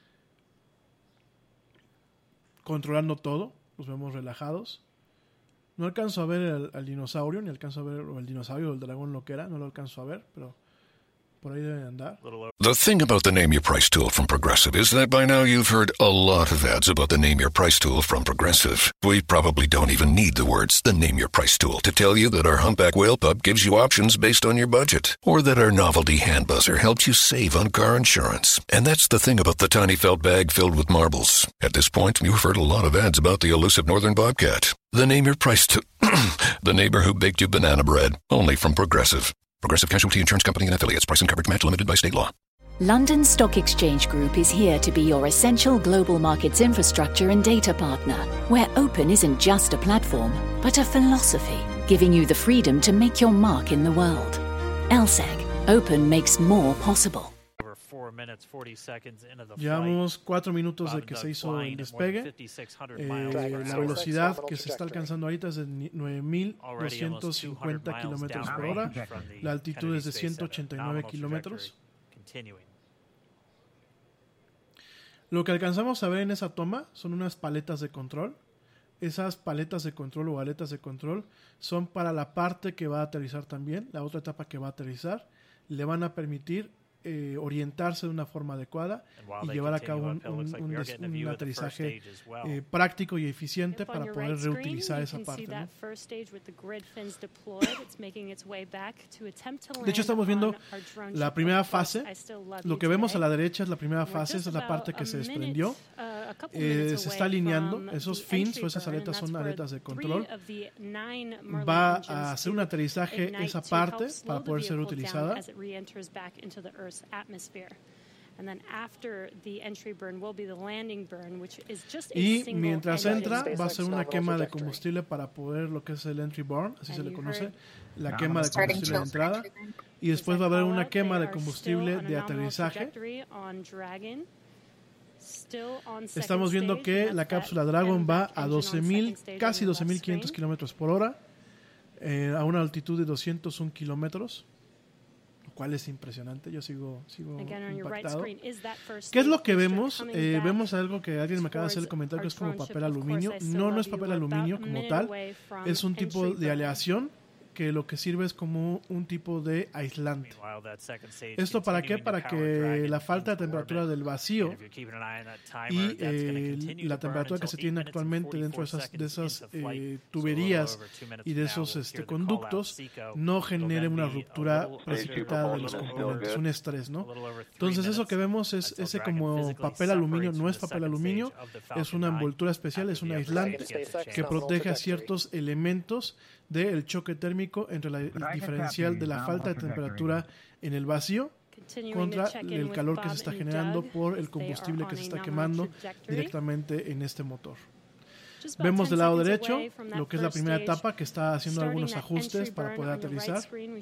controlando todo, los vemos relajados. No alcanzo a ver al, al dinosaurio, ni alcanzo a ver o el dinosaurio o el dragón lo que era, no lo alcanzo a ver, pero por ahí deben andar. The thing about the Name Your Price tool from Progressive is that by now you've heard a lot of ads about the Name Your Price tool from Progressive. We probably don't even need the words, the Name Your Price tool, to tell you that our Humpback Whale Pup gives you options based on your budget, or that our novelty hand buzzer helps you save on car insurance. And that's the thing about the tiny felt bag filled with marbles. At this point, you've heard a lot of ads about the elusive northern bobcat. The Name Your Price tool, the neighbor who baked you banana bread, only from Progressive. Progressive Casualty Insurance Company and Affiliates. Price and coverage match limited by state law. London Stock Exchange Group is here to be your essential global markets infrastructure and data partner, where open isn't just a platform, but a philosophy, giving you the freedom to make your mark in the world. L S E G. Open makes more possible. Llevamos cuatro minutos de que se hizo el despegue. Eh, la velocidad que se está alcanzando ahorita es de nueve mil doscientos cincuenta kilómetros por hora. La altitud es de ciento ochenta y nueve kilómetros. Lo que alcanzamos a ver en esa toma son unas paletas de control. Esas paletas de control o aletas de control son para la parte que va a aterrizar también, la otra etapa que va a aterrizar. Le van a permitir Eh, orientarse de una forma adecuada y llevar a cabo un, un, un, des, un aterrizaje eh, práctico y eficiente para poder reutilizar esa parte, ¿no? De hecho estamos viendo la primera fase. Lo que vemos a la derecha es la primera fase, esa es la parte que se desprendió. Eh, se está alineando, esos fins o esas aletas son aletas de control. Va a hacer un aterrizaje esa parte para poder ser utilizada. Y mientras entra va a ser una quema de combustible para poder lo que es el entry burn, así se le conoce, la quema de combustible de entrada, y después va a haber una quema de combustible de aterrizaje. Estamos viendo que la cápsula Dragon va a doce mil, casi doce mil quinientos kilómetros por hora, eh, a una altitud de doscientos un kilómetros, lo cual es impresionante. Yo sigo, sigo impactado. ¿Qué es lo que vemos? Eh, vemos algo que alguien me acaba de hacer el comentario que es como papel aluminio. No, no es papel aluminio como tal, es un tipo de aleación que lo que sirve es como un tipo de aislante. ¿Esto para qué? Para que la falta de temperatura del vacío y eh, la temperatura que se tiene actualmente dentro de esas, de esas eh, tuberías y de esos este, conductos no genere una ruptura precipitada de los componentes, un estrés, ¿no? Entonces eso que vemos es ese como papel aluminio, no es papel aluminio, es una envoltura especial, es un aislante que protege a ciertos elementos del choque térmico entre la, el diferencial de la falta de temperatura en el vacío contra el calor que se está generando por el combustible que se está quemando directamente en este motor. Vemos del lado derecho lo que es la primera etapa, que está haciendo algunos ajustes para poder aterrizar.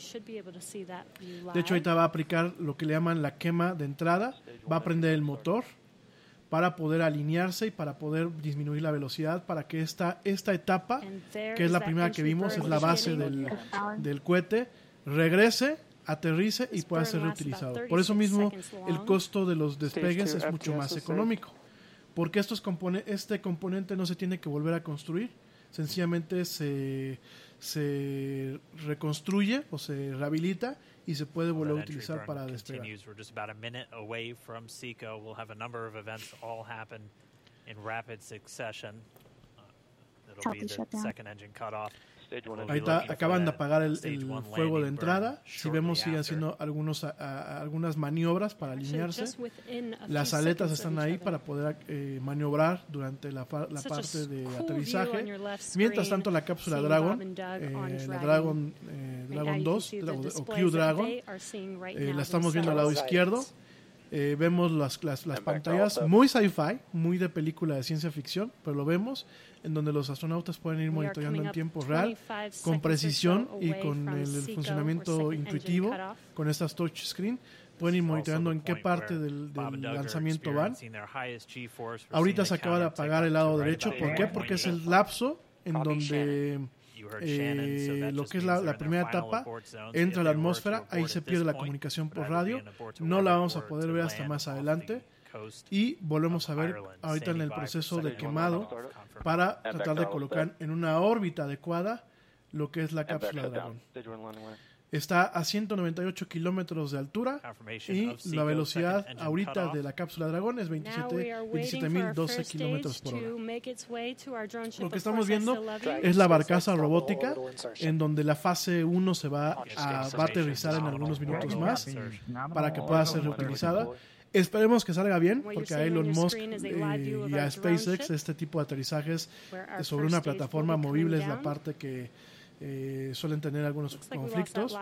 De hecho, ahorita va a aplicar lo que le llaman la quema de entrada, va a prender el motor para poder alinearse y para poder disminuir la velocidad, para que esta, esta etapa, que es la primera que vimos, es la base del, del cohete, regrese, aterrice y pueda ser reutilizado. Por eso mismo el costo de los despegues es mucho más económico, porque estos compone- este componente no se tiene que volver a construir, sencillamente se, se reconstruye o se rehabilita y se puede volver a utilizar para despegar. We're just about a minute away from SECO. We'll have a number of events all happen in rapid succession. Uh, it'll be the second engine cutoff. Ahorita acaban de apagar el, el fuego de entrada. Si vemos, siguen haciendo algunos, a, a, algunas maniobras para alinearse. Las aletas están ahí para poder eh, maniobrar durante la, la parte de aterrizaje. Mientras tanto, la cápsula Dragon, eh, la Dragon, eh, Dragon dos o Crew Dragon, eh, la estamos viendo al lado izquierdo. Eh, vemos las, las, las pantallas muy sci-fi, muy de película de ciencia ficción, pero lo vemos en donde los astronautas pueden ir monitoreando en tiempo real, con precisión y con el, el funcionamiento intuitivo, con estas touchscreen, pueden ir monitoreando en qué parte del, del lanzamiento van. Ahorita se acaba de apagar el lado derecho, ¿por qué? Porque es el lapso en donde eh, lo que es la, la primera etapa entra a la atmósfera, ahí se pierde la comunicación por radio, no la vamos a poder ver hasta más adelante y volvemos a ver ahorita en el proceso de quemado para tratar de colocar en una órbita adecuada lo que es la cápsula Dragon. Está a ciento noventa y ocho kilómetros de altura y la velocidad ahorita de la cápsula Dragón es veintisiete mil doce kilómetros por hora. Lo que estamos viendo es la barcaza robótica, en donde la fase uno se va a, va a aterrizar en algunos minutos más para que pueda ser reutilizada. Esperemos que salga bien, porque a Elon Musk eh, y a SpaceX este tipo de aterizajes sobre una plataforma movible es la parte que Eh, suelen tener algunos conflictos.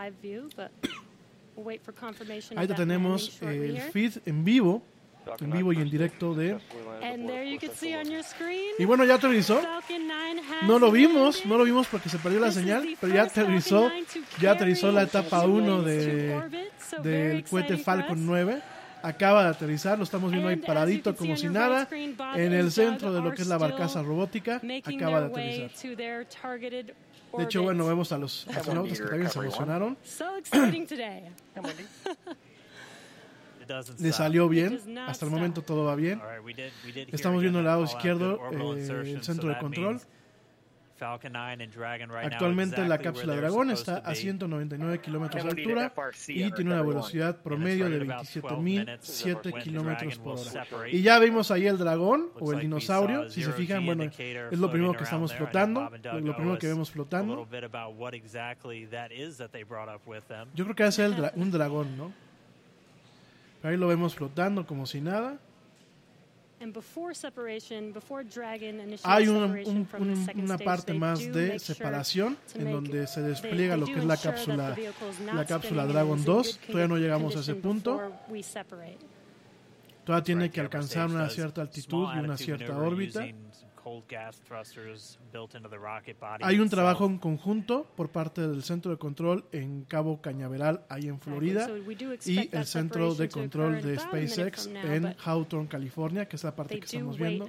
Ahí tenemos el feed en vivo, en vivo y en directo de... Y bueno, ya aterrizó. No lo vimos, no lo vimos porque se perdió la señal, pero ya aterrizó, ya aterrizó la etapa uno de, del cohete Falcon nueve. Acaba de aterrizar, lo estamos viendo ahí paradito como si nada, en el centro de lo que es la barcaza robótica. Acaba de aterrizar. De hecho, bueno, vemos a los astronautas que también se emocionaron. Le salió bien, hasta el momento todo va bien. Estamos viendo el lado izquierdo, eh, el centro de control. Actualmente la cápsula Dragón está a ciento noventa y nueve kilómetros de altura y tiene una velocidad promedio de veintisiete mil siete kilómetros por hora. Y ya vimos ahí el dragón o el dinosaurio. Si se fijan, bueno, es lo primero que estamos flotando, lo primero que vemos flotando. Yo creo que va a ser el dra- un dragón, ¿no? Ahí lo vemos flotando como si nada. Hay un, un, un, una parte más de separación en donde se despliega lo que es la cápsula, la cápsula Dragon dos. Todavía no llegamos a ese punto. Todavía tiene que alcanzar una cierta altitud y una cierta órbita. Hay un trabajo en conjunto por parte del centro de control en Cabo Cañaveral, ahí en Florida, y el centro de control de SpaceX en Hawthorne, California, que es la parte que estamos viendo.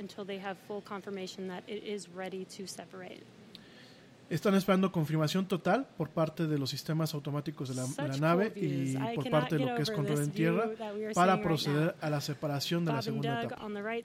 Están esperando confirmación total por parte de los sistemas automáticos de la, de la nave y por parte de lo que es control en tierra para proceder a la separación de la segunda etapa.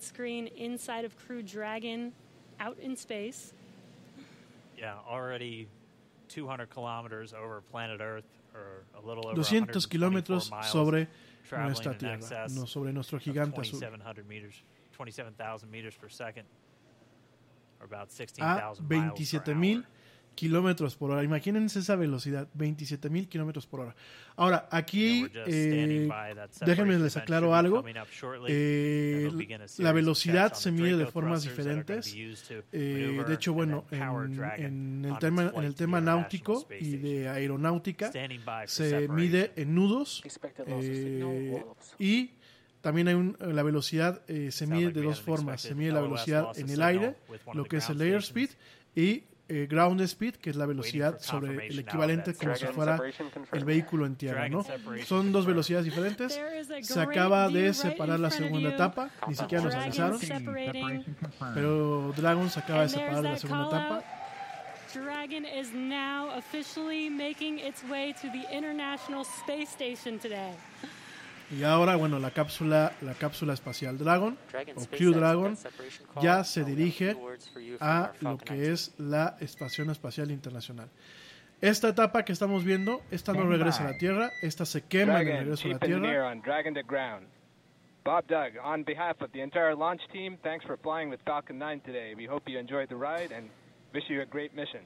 Out in space. Yeah, already two hundred kilometers over planet Earth, or a little over doscientos kilómetros sobre nuestra Tierra, no, sobre nuestro gigante azul. twenty-seven thousand meters per second, or about sixteen a thousand veintisiete mil kilómetros por hora. Imagínense esa velocidad, veintisiete mil kilómetros por hora. Ahora, aquí, eh, déjenme les aclaro algo. Eh, la velocidad se mide de formas diferentes. Eh, de hecho, bueno, en, en, el tema, en el tema náutico y de aeronáutica, se mide en nudos eh, y También hay un, la velocidad eh, se mide de dos formas. Se mide la velocidad en el aire, lo que es el airspeed, y eh, ground speed, que es la velocidad sobre el equivalente como si fuera el vehículo en tierra, ¿no? Son dos velocidades diferentes. Se acaba de separar la segunda etapa, ni siquiera nos avisaron, pero Dragon se acaba de separar de la segunda etapa. Dragon is now officially making its way to the International Space Station today. Y ahora, bueno, la cápsula, la cápsula espacial Dragon, o Crew Dragon, ya se dirige a lo que es la Estación Espacial Internacional. Esta etapa que estamos viendo, esta no regresa a la Tierra, esta se quema en el regreso a la Tierra. Bob Doug, on behalf of the entire launch team, thanks for flying with Falcon nine today. We hope you enjoyed the ride and wish you a great mission.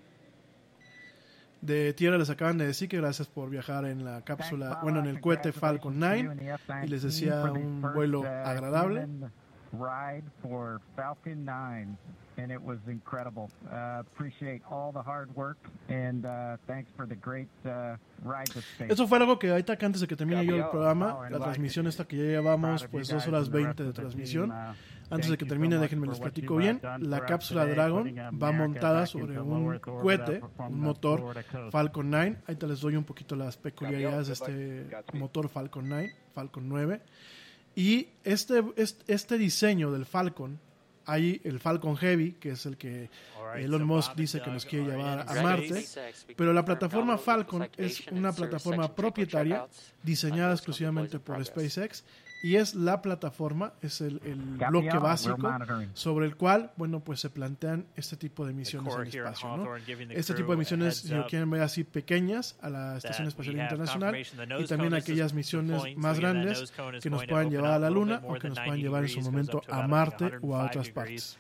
De Tierra les acaban de decir que gracias por viajar en la cápsula, bueno, en el cohete Falcon nueve, y les decía un vuelo agradable. Ride for Falcon nine, and it was incredible. Uh, appreciate all the hard work, and uh, thanks for the great uh, ride to space. Eso fue algo que ahorita que antes de que termine yo el programa, la transmisión esta que ya llevamos pues dos horas veinte de transmisión. Antes de que termine, déjenme les platico bien. La cápsula Dragon va montada sobre un cohete, un motor Falcon nueve. Ahí te les doy un poquito las peculiaridades de este motor Falcon nueve, Falcon nueve. Y este, este, este diseño del Falcon, hay el Falcon Heavy, que es el que Elon Musk dice que nos quiere llevar a Marte, pero la plataforma Falcon es una plataforma propietaria diseñada exclusivamente por SpaceX, y es la plataforma, es el, el bloque básico sobre el cual, bueno, pues se plantean este tipo de misiones en el espacio, ¿no? Este tipo de misiones, si lo quieren ver así, pequeñas a la Estación Espacial Internacional, y también aquellas misiones más grandes que nos puedan llevar a la Luna o que nos puedan llevar en su momento a Marte o a otras partes.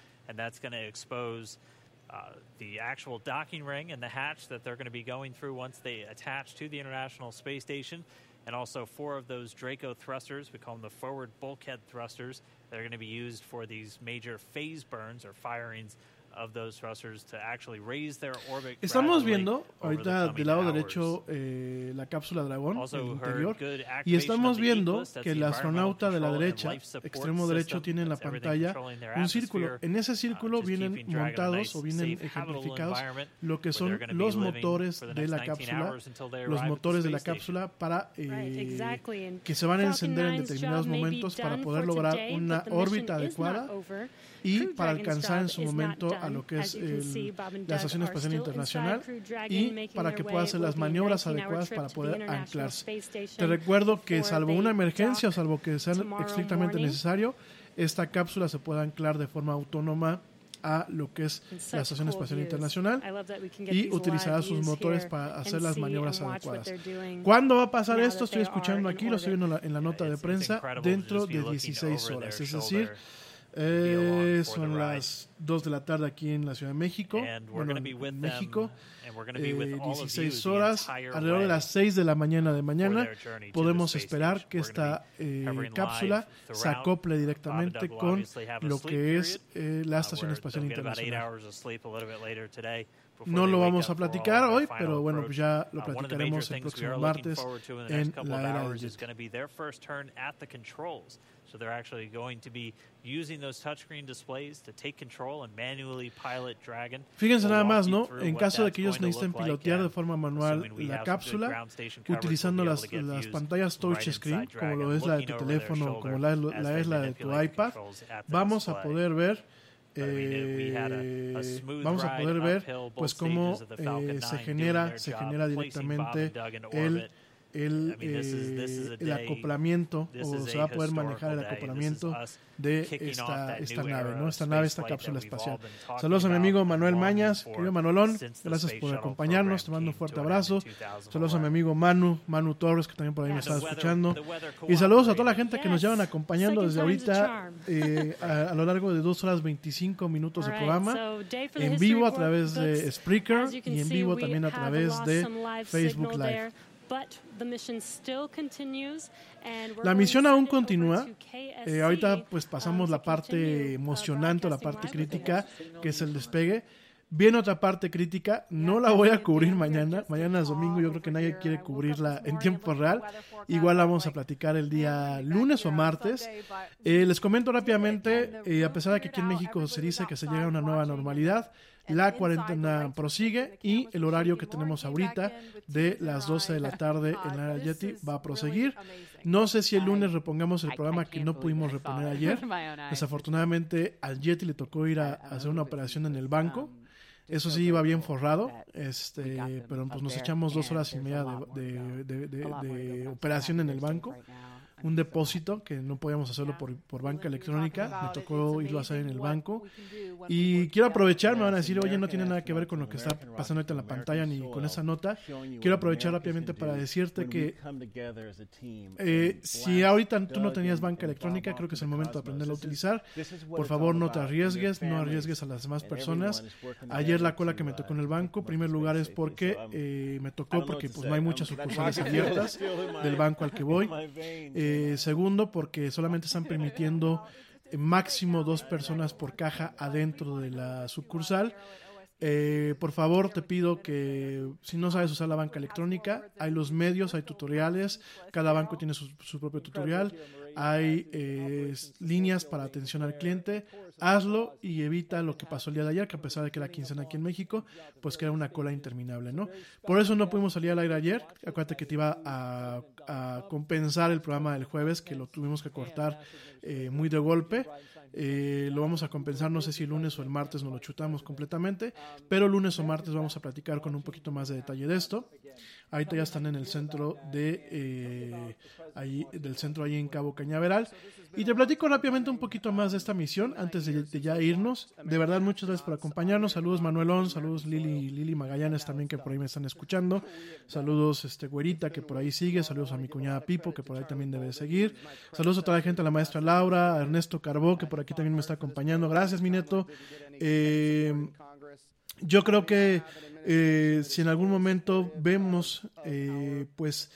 Uh, the actual docking ring and the hatch that they're going to be going through once they attach to the International Space Station, and also four of those Draco thrusters, we call them the forward bulkhead thrusters, that are going to be used for these major phase burns or firings of those thrusters to actually raise their orbit. Estamos viendo ahorita del lado hours. derecho eh, la cápsula Dragón, el interior, y estamos viendo que el astronauta de la derecha, extremo derecho, tiene en la pantalla un círculo. En ese círculo uh, vienen montados nice, o vienen ejemplificados lo que son los motores de la cápsula, los motores de la cápsula para eh, right, exactly. que se van a encender en determinados momentos para poder lograr today, una órbita adecuada y para alcanzar en su momento a lo que es el, la Estación Espacial Internacional y para que pueda hacer las maniobras adecuadas para poder anclarse. Te recuerdo que salvo una emergencia o salvo que sea estrictamente necesario, esta cápsula se puede anclar de forma autónoma a lo que es la Estación Espacial Internacional y utilizará sus motores para hacer las maniobras adecuadas. ¿Cuándo va a pasar esto? Estoy escuchando aquí, lo estoy viendo en la, en la nota de prensa, dentro de dieciséis horas, es decir, Eh, son las dos de la tarde aquí en la Ciudad de México, bueno, en México, eh, dieciséis horas, alrededor de las seis de la mañana de mañana podemos esperar que esta eh, cápsula se acople directamente con lo que es eh, la Estación Espacial Internacional. No lo vamos a platicar hoy, pero bueno, pues ya lo platicaremos el próximo martes en la era del Yeti. So they're actually going to be using those touchscreen displays to take control and manually pilot Dragon. Fíjense nada más, ¿no? En caso de que ellos necesiten pilotear de forma manual la cápsula, utilizando las, las pantallas touch screen, como lo es la de tu teléfono, como la, la es la de tu iPad, vamos a poder ver Eh, vamos a poder ver pues cómo eh, se genera se genera directamente el el, eh, el acoplamiento o se va a poder manejar el acoplamiento de esta, esta nave, ¿no? Esta nave, esta cápsula espacial. Saludos a mi amigo Manuel Mañas, querido Manolón, gracias por acompañarnos, te mando un fuerte abrazo. Saludos a mi amigo Manu, Manu Torres, que también por ahí me está escuchando. Y saludos a toda la gente que nos llevan acompañando desde ahorita eh, a, a lo largo de dos horas veinticinco minutos de programa, en vivo a través de Spreaker y en vivo también a través de Facebook Live. La misión aún continúa. Eh, ahorita pues pasamos la parte emocionante, la parte crítica, que es el despegue. Viene otra parte crítica, no la voy a cubrir mañana, mañana es domingo, yo creo que nadie quiere cubrirla en tiempo real, igual la vamos a platicar el día lunes o martes. Eh, les comento rápidamente, eh, a pesar de que aquí en México se dice que se llega a una nueva normalidad, la cuarentena prosigue y el horario que tenemos ahorita de las doce de la tarde en la Era Yeti va a proseguir. No sé si el lunes repongamos el programa que no pudimos reponer ayer. Desafortunadamente al Yeti le tocó ir a, a hacer una operación en el banco. Eso sí iba bien forrado, este, pero pues nos echamos dos horas y media de, de, de, de, de operación en el banco. Un depósito que no podíamos hacerlo por, por banca electrónica, me tocó irlo a hacer en el banco. Y quiero aprovechar, me van a decir, oye, no tiene nada que ver con lo que está pasando ahorita en la pantalla ni con esa nota. Quiero aprovechar rápidamente para decirte que eh, si ahorita tú no tenías banca electrónica, creo que es el momento de aprenderla a utilizar. Por favor, no te arriesgues, no arriesgues a las demás personas. Ayer la cola que me tocó en el banco, en primer lugar es porque eh, me tocó porque pues no hay muchas sucursales abiertas del banco al que voy. Eh, Eh, segundo, porque solamente están permitiendo eh, máximo dos personas por caja adentro de la sucursal. Eh, por favor, te pido que si no sabes usar la banca electrónica, hay los medios, hay tutoriales, cada banco tiene su, su propio tutorial, hay eh, líneas para atención al cliente. Hazlo y evita lo que pasó el día de ayer, que a pesar de que era quincena aquí en México, pues que era una cola interminable, ¿no? Por eso no pudimos salir al aire ayer. Acuérdate que te iba a, a compensar el programa del jueves, que lo tuvimos que cortar eh, muy de golpe. Eh, lo vamos a compensar, no sé si el lunes o el martes nos lo chutamos completamente, pero lunes o martes vamos a platicar con un poquito más de detalle de esto. Ahorita ya están en el centro de eh, ahí, del centro ahí en Cabo Cañaveral. Y te platico rápidamente un poquito más de esta misión antes de, de ya irnos. De verdad, muchas gracias por acompañarnos. Saludos Manuelón, saludos Lili, Lili Magallanes también, que por ahí me están escuchando. Saludos este Güerita, que por ahí sigue. Saludos a mi cuñada Pipo, que por ahí también debe seguir. Saludos a toda la gente, a la maestra Laura, a Ernesto Carbó, que por aquí también me está acompañando. Gracias, mi neto. Eh, yo creo que eh, si en algún momento vemos eh, pues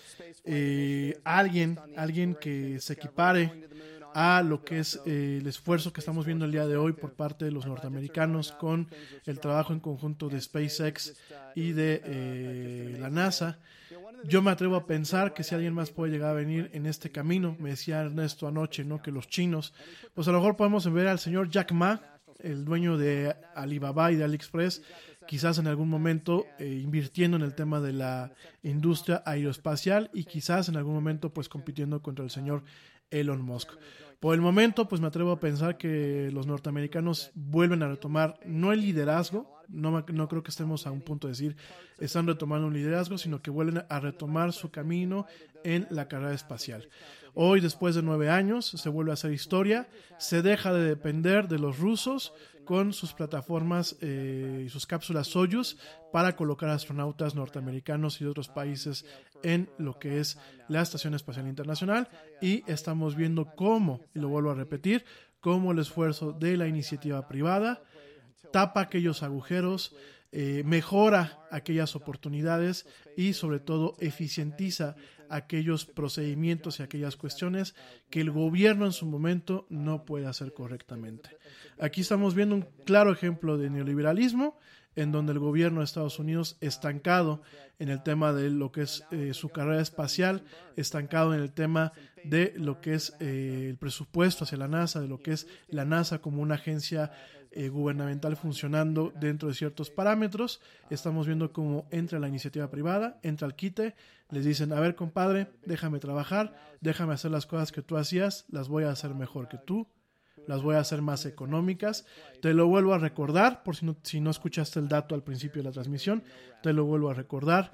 eh, alguien, alguien que se equipare a lo que es eh, el esfuerzo que estamos viendo el día de hoy por parte de los norteamericanos con el trabajo en conjunto de SpaceX y de eh, la NASA. Yo me atrevo a pensar que si alguien más puede llegar a venir en este camino, me decía Ernesto anoche, ¿no? Que los chinos, pues a lo mejor podemos ver al señor Jack Ma, el dueño de Alibaba y de AliExpress, quizás en algún momento eh, invirtiendo en el tema de la industria aeroespacial y quizás en algún momento pues compitiendo contra el señor Elon Musk. Por el momento, pues me atrevo a pensar que los norteamericanos vuelven a retomar, no el liderazgo, no, no creo que estemos a un punto de decir están retomando un liderazgo, sino que vuelven a retomar su camino en la carrera espacial. Hoy, después de nueve años, se vuelve a hacer historia, se deja de depender de los rusos con sus plataformas eh, y sus cápsulas Soyuz para colocar astronautas norteamericanos y de otros países en lo que es la Estación Espacial Internacional, y estamos viendo cómo, y lo vuelvo a repetir, cómo el esfuerzo de la iniciativa privada tapa aquellos agujeros, eh, mejora aquellas oportunidades y sobre todo eficientiza aquellos procedimientos y aquellas cuestiones que el gobierno en su momento no puede hacer correctamente. Aquí estamos viendo un claro ejemplo de neoliberalismo, en donde el gobierno de Estados Unidos, estancado en el tema de lo que es eh, su carrera espacial, estancado en el tema de lo que es eh, el presupuesto hacia la NASA, de lo que es la NASA como una agencia eh, gubernamental funcionando dentro de ciertos parámetros. Estamos viendo cómo entra la iniciativa privada, entra al quite, les dicen, a ver compadre, déjame trabajar, déjame hacer las cosas que tú hacías, las voy a hacer mejor que tú, las voy a hacer más económicas. Te lo vuelvo a recordar, por si no, si no escuchaste el dato al principio de la transmisión, te lo vuelvo a recordar.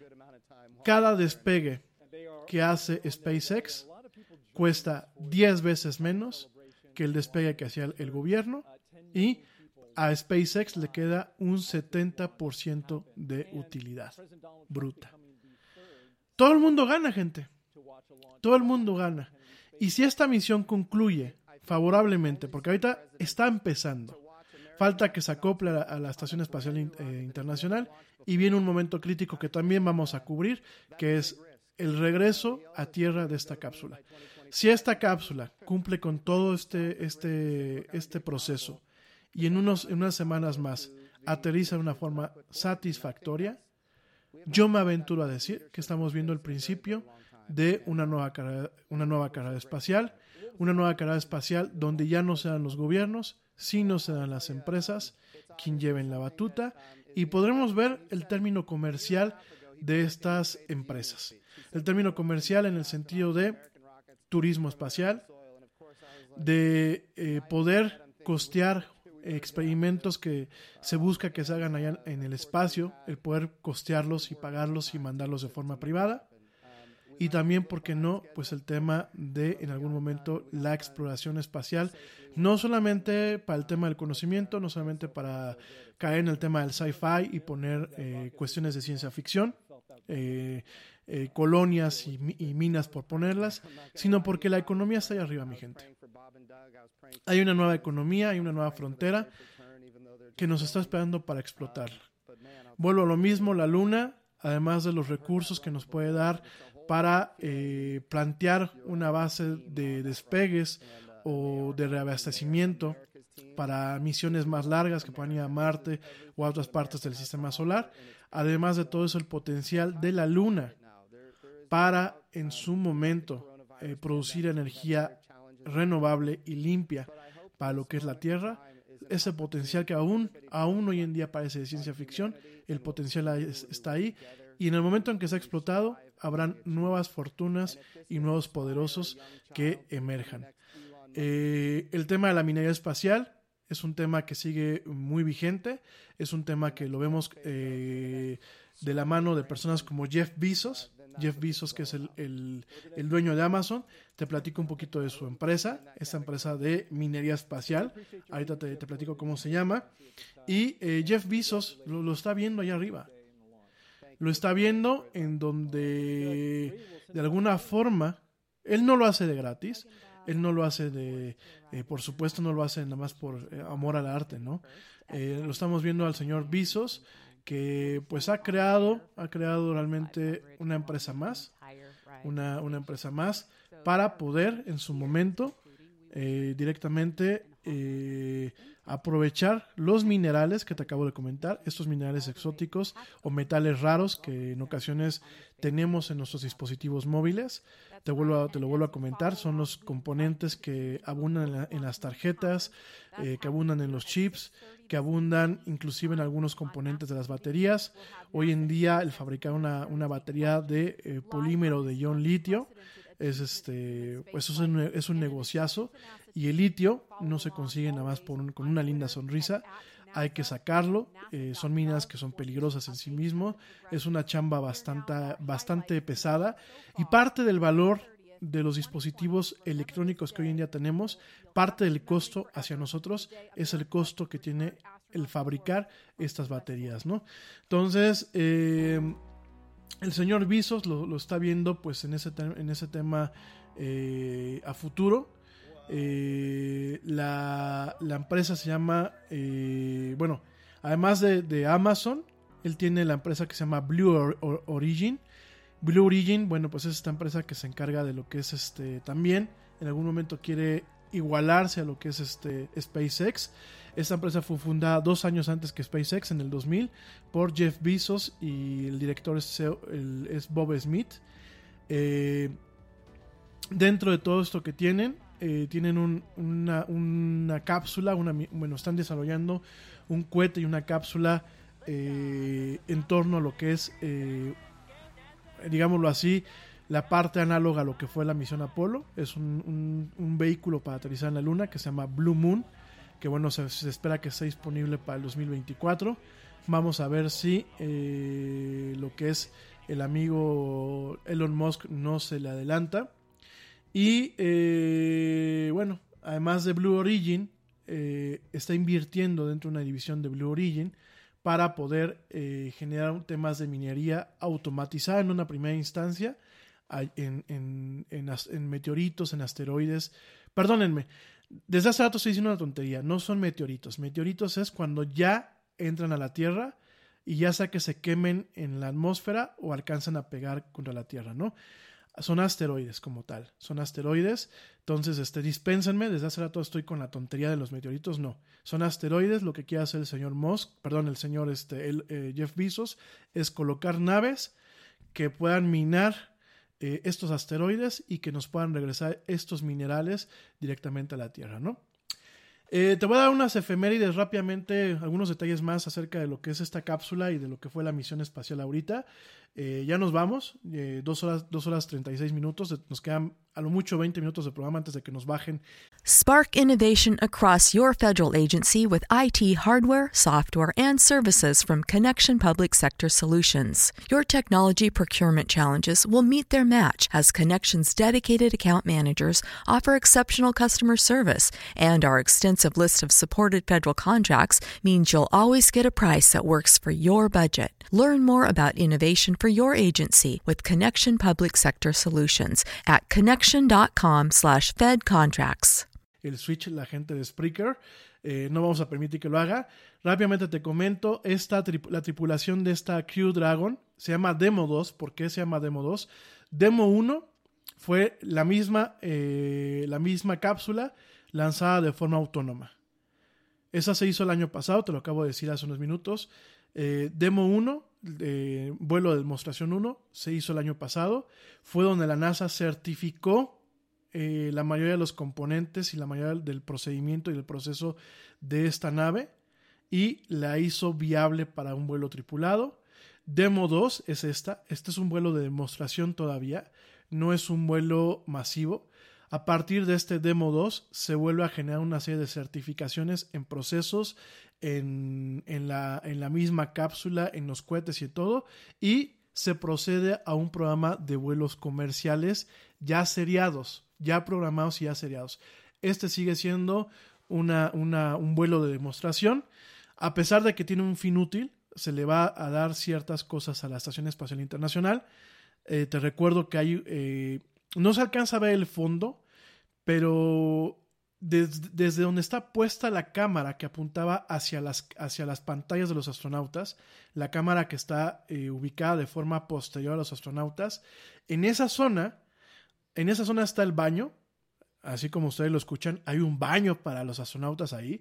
Cada despegue que hace SpaceX cuesta diez veces menos que el despegue que hacía el, el gobierno, y a SpaceX le queda un setenta por ciento de utilidad bruta. Todo el mundo gana, gente. Todo el mundo gana. Y si esta misión concluye favorablemente, porque ahorita está empezando, falta que se acople a la, a la Estación Espacial eh, Internacional, y viene un momento crítico que también vamos a cubrir, que es el regreso a tierra de esta cápsula. Si esta cápsula cumple con todo este, este, este proceso y en, unos, en unas semanas más aterriza de una forma satisfactoria, yo me aventuro a decir que estamos viendo el principio de una nueva carrera, una nueva carrera espacial, una nueva carrera espacial donde ya no sean los gobiernos, sino serán las empresas quien lleven la batuta, y podremos ver el término comercial de estas empresas. El término comercial en el sentido de turismo espacial, de eh, poder costear experimentos que se busca que se hagan allá en el espacio, el poder costearlos y pagarlos y mandarlos de forma privada. Y también, ¿por qué no?, pues el tema de, en algún momento, la exploración espacial, no solamente para el tema del conocimiento, no solamente para caer en el tema del sci-fi y poner eh, cuestiones de ciencia ficción, eh, eh, colonias y, y minas por ponerlas, sino porque la economía está ahí arriba, mi gente. Hay una nueva economía, hay una nueva frontera que nos está esperando para explotarla. Vuelvo a lo mismo, la Luna, además de los recursos que nos puede dar para eh, plantear una base de despegues o de reabastecimiento para misiones más largas que puedan ir a Marte o a otras partes del sistema solar. Además de todo eso, el potencial de la Luna para en su momento eh, producir energía renovable y limpia para lo que es la Tierra. Ese potencial que aún, aún hoy en día parece de ciencia ficción, el potencial está ahí, y en el momento en que se ha explotado habrán nuevas fortunas y nuevos poderosos que emerjan. Eh, el tema de la minería espacial es un tema que sigue muy vigente, es un tema que lo vemos eh, de la mano de personas como Jeff Bezos, Jeff Bezos, que es el, el, el dueño de Amazon. Te platico un poquito de su empresa, esta empresa de minería espacial. Ahorita te, te platico cómo se llama. Y eh, Jeff Bezos lo, lo está viendo allá arriba. Lo está viendo en donde, de alguna forma, él no lo hace de gratis. Él no lo hace de, eh, por supuesto, no lo hace nada más por eh, amor al arte, ¿no? Eh, lo estamos viendo al señor Bezos, que pues ha creado, ha creado realmente una empresa más, una, una empresa más para poder en su momento eh, directamente eh, aprovechar los minerales que te acabo de comentar, estos minerales exóticos o metales raros que en ocasiones tenemos en nuestros dispositivos móviles. Te, vuelvo a, te lo vuelvo a comentar, son los componentes que abundan en, la, en las tarjetas, eh, que abundan en los chips, que abundan inclusive en algunos componentes de las baterías. Hoy en día el fabricar una, una batería de eh, polímero de ion litio es, este, pues es, un, es un negociazo, y el litio no se consigue nada más por un, con una linda sonrisa. Hay que sacarlo, eh, son minas que son peligrosas en sí mismo, es una chamba bastante, bastante pesada, y parte del valor de los dispositivos electrónicos que hoy en día tenemos, parte del costo hacia nosotros es el costo que tiene el fabricar estas baterías, ¿no? Entonces, eh, el señor Bezos lo, lo está viendo pues en ese, te- en ese tema eh, a futuro. Eh, la, la empresa se llama, eh, bueno, además de, de Amazon, él tiene la empresa que se llama Blue Or- Or- Origin. Blue Origin, bueno, pues es esta empresa que se encarga de lo que es este, también en algún momento quiere igualarse a lo que es este SpaceX. Esta empresa fue fundada dos años antes que SpaceX, en el dos mil, por Jeff Bezos, y el director es, el, es Bob Smith. Eh, dentro de todo esto que tienen, eh, tienen un, una, una cápsula, una, bueno, están desarrollando un cohete y una cápsula eh, en torno a lo que es, eh, digámoslo así, la parte análoga a lo que fue la misión Apolo. Es un, un, un vehículo para aterrizar en la Luna que se llama Blue Moon, que bueno, se, se espera que esté disponible para el dos mil veinticuatro. Vamos a ver si eh, lo que es el amigo Elon Musk no se le adelanta. Y eh, bueno, además de Blue Origin, eh, está invirtiendo dentro de una división de Blue Origin para poder eh, generar temas de minería automatizada en una primera instancia, en, en, en, en meteoritos, en asteroides. Perdónenme, desde hace rato estoy diciendo una tontería, no son meteoritos. Meteoritos es cuando ya entran a la Tierra y ya sea que se quemen en la atmósfera o alcanzan a pegar contra la Tierra, ¿no? son asteroides como tal, son asteroides. Entonces, este, dispénsenme, desde hace rato estoy con la tontería de los meteoritos, no. Son asteroides, lo que quiere hacer el señor Musk, perdón, el señor este, el, eh, Jeff Bezos, es colocar naves que puedan minar eh, estos asteroides y que nos puedan regresar estos minerales directamente a la Tierra, ¿no? Eh, te voy a dar unas efemérides rápidamente, algunos detalles más acerca de lo que es esta cápsula y de lo que fue la misión espacial ahorita. Eh, ya nos vamos, eh, dos horas, dos horas treinta y seis minutos, nos quedan a lo mucho veinte minutos de programa antes de que nos bajen. Spark innovation across your federal agency with I T hardware, software, and services from Connection Public Sector Solutions. Your technology procurement challenges will meet their match as Connection's dedicated account managers offer exceptional customer service, and our extensive list of supported federal contracts means you'll always get a price that works for your budget. Learn more about innovation for your agency with Connection Public Sector Solutions at connection.com slash fed contracts. El switch, la gente de Spreaker, eh, no vamos a permitir que lo haga. Rápidamente te comento, esta tri- la tripulación de esta Crew Dragon se llama Demo dos. ¿Por qué se llama Demo dos? Demo uno fue la misma, eh, la misma cápsula lanzada de forma autónoma. Esa se hizo el año pasado, te lo acabo de decir hace unos minutos. Eh, Demo uno, eh, vuelo de demostración uno, se hizo el año pasado. Fue donde la NASA certificó eh, la mayoría de los componentes y la mayoría del procedimiento y del proceso de esta nave y la hizo viable para un vuelo tripulado. Demo dos es esta. Este es un vuelo de demostración todavía, no es un vuelo masivo. A partir de este Demo dos se vuelve a generar una serie de certificaciones en procesos, en, en, la, en la misma cápsula, en los cohetes y todo, y se procede a un programa de vuelos comerciales ya seriados, ya programados y ya seriados. Este sigue siendo una, una, un vuelo de demostración. A pesar de que tiene un fin útil, se le va a dar ciertas cosas a la Estación Espacial Internacional. Eh, te recuerdo que hay... Eh, no se alcanza a ver el fondo, pero des, desde donde está puesta la cámara que apuntaba hacia las, hacia las pantallas de los astronautas, la cámara que está eh, ubicada de forma posterior a los astronautas, en esa zona, en esa zona está el baño, así como ustedes lo escuchan, hay un baño para los astronautas ahí.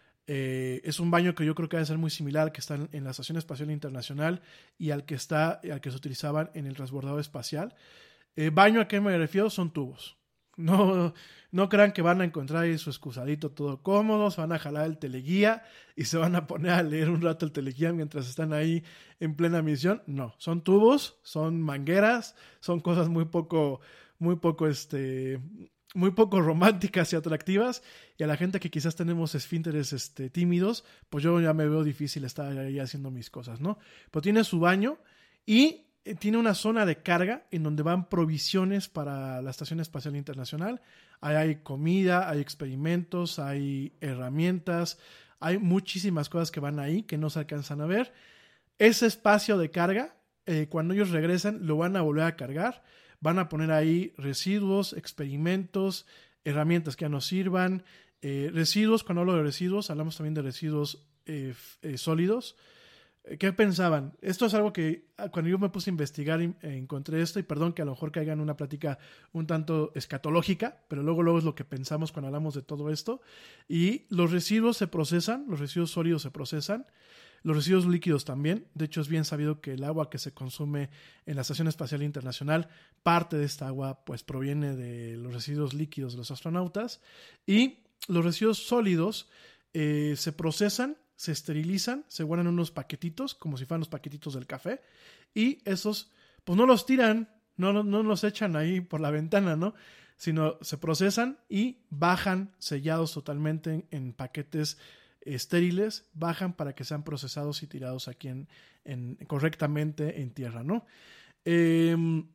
Eh, es un baño que yo creo que debe ser muy similar al que está en, en la Estación Espacial Internacional y al que, está, al que se utilizaban en el transbordador espacial. Eh, baño, ¿a qué me refiero? Son tubos. No, no crean que van a encontrar ahí su excusadito todo cómodo, se van a jalar el teleguía y se van a poner a leer un rato el teleguía mientras están ahí en plena misión. No, son tubos, son mangueras, son cosas muy poco, muy poco, este, muy poco románticas y atractivas. Y a la gente que quizás tenemos esfínteres este, tímidos, pues yo ya me veo difícil estar ahí haciendo mis cosas, ¿no? Pero tiene su baño y tiene una zona de carga en donde van provisiones para la Estación Espacial Internacional. Ahí hay comida, hay experimentos, hay herramientas, hay muchísimas cosas que van ahí que no se alcanzan a ver. Ese espacio de carga, eh, cuando ellos regresan, lo van a volver a cargar. Van a poner ahí residuos, experimentos, herramientas que ya nos sirvan. Eh, residuos, cuando hablo de residuos, hablamos también de residuos eh, eh, sólidos. ¿Qué pensaban? Esto es algo que cuando yo me puse a investigar encontré esto, y perdón que a lo mejor caiga en una plática un tanto escatológica, pero luego, luego es lo que pensamos cuando hablamos de todo esto. Y los residuos se procesan, los residuos sólidos se procesan, los residuos líquidos también. De hecho, es bien sabido que el agua que se consume en la Estación Espacial Internacional, parte de esta agua pues proviene de los residuos líquidos de los astronautas. Y los residuos sólidos eh, se procesan, se esterilizan, se guardan en unos paquetitos, como si fueran los paquetitos del café, y esos, pues no los tiran, no, no, no los echan ahí por la ventana, ¿no? Sino se procesan y bajan sellados totalmente en, en paquetes estériles, bajan para que sean procesados y tirados aquí en, en correctamente en tierra, ¿no? Eh,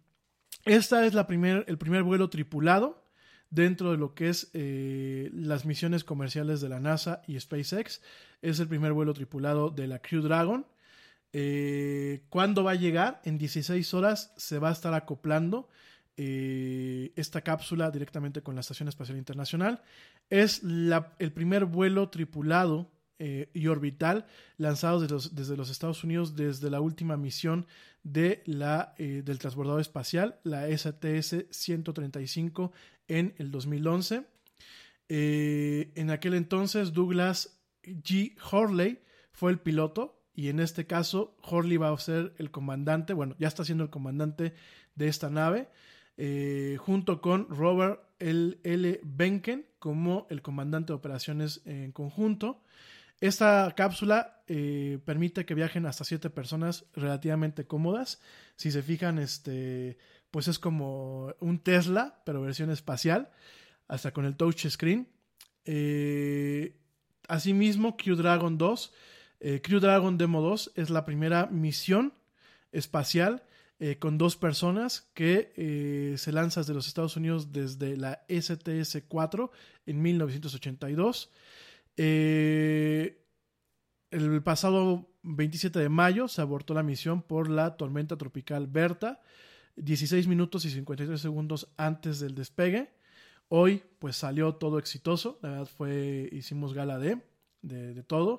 esta es la primer, el primer vuelo tripulado dentro de lo que es eh, las misiones comerciales de la NASA y SpaceX. Es el primer vuelo tripulado de la Crew Dragon. Eh, ¿Cuándo va a llegar? En dieciséis horas se va a estar acoplando eh, esta cápsula directamente con la Estación Espacial Internacional. Es la, el primer vuelo tripulado eh, y orbital lanzados desde los, desde los Estados Unidos desde la última misión de la, eh, del transbordador espacial, la S T S ciento treinta y cinco en el dos mil once. Eh, en aquel entonces Douglas G. Hurley fue el piloto y en este caso Hurley va a ser el comandante, bueno, ya está siendo el comandante de esta nave, eh, junto con Robert L. L. Behnken como el comandante de operaciones en conjunto. Esta cápsula eh, permite que viajen hasta siete personas relativamente cómodas. Si se fijan, este, pues es como un Tesla, pero versión espacial, hasta con el touch screen. Eh, asimismo, Crew Dragon dos, eh, Crew Dragon Demo dos es la primera misión espacial eh, con dos personas que eh, se lanza desde los Estados Unidos desde la S T S cuatro en mil novecientos ochenta y dos. Eh, el pasado veintisiete de mayo se abortó la misión por la tormenta tropical Berta, dieciséis minutos y cincuenta y tres segundos antes del despegue. Hoy pues salió todo exitoso, la verdad fue, hicimos gala de, de, de todo.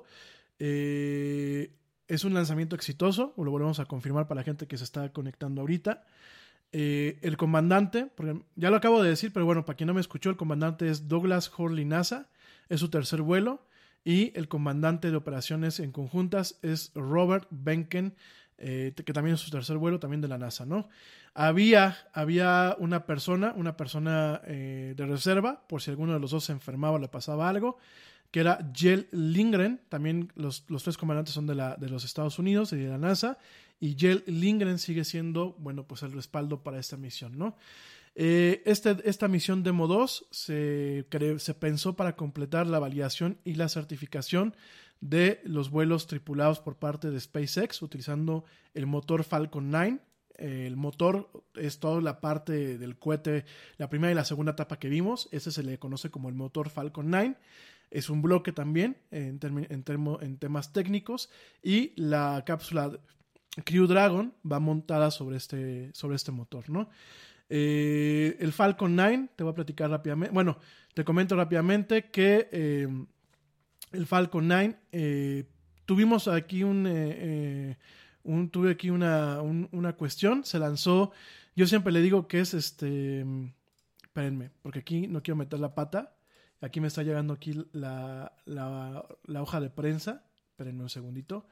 Eh, es un lanzamiento exitoso, lo volvemos a confirmar para la gente que se está conectando ahorita. Eh, el comandante, porque ya lo acabo de decir, pero bueno, para quien no me escuchó, el comandante es Douglas Hurley NASA, es su tercer vuelo, y el comandante de operaciones en conjuntas es Robert Behnken, eh, que también es su tercer vuelo, también de la NASA, ¿no? Había, había una persona, una persona eh, de reserva, por si alguno de los dos se enfermaba o le pasaba algo, que era Jell Lindgren. También los, los tres comandantes son de, la, de los Estados Unidos y de la NASA, y Jell Lindgren sigue siendo, bueno, pues el respaldo para esta misión, ¿no? Eh, este, esta misión Demo dos se, cre- se pensó para completar la validación y la certificación de los vuelos tripulados por parte de SpaceX utilizando el motor Falcon nueve. Eh, el motor es toda la parte del cohete, la primera y la segunda etapa que vimos. Ese se le conoce como el motor Falcon nueve. Es un bloque también en, term- en, termo- en temas técnicos, y la cápsula Crew Dragon va montada sobre este, sobre este motor, ¿no? Eh, el Falcon nueve, te voy a platicar rápidamente, bueno, te comento rápidamente que eh, el Falcon nueve, eh, tuvimos aquí un, eh, eh, un tuve aquí una, un, una cuestión, se lanzó, yo siempre le digo que es este, espérenme, porque aquí no quiero meter la pata, aquí me está llegando aquí la, la, la hoja de prensa, espérenme un segundito.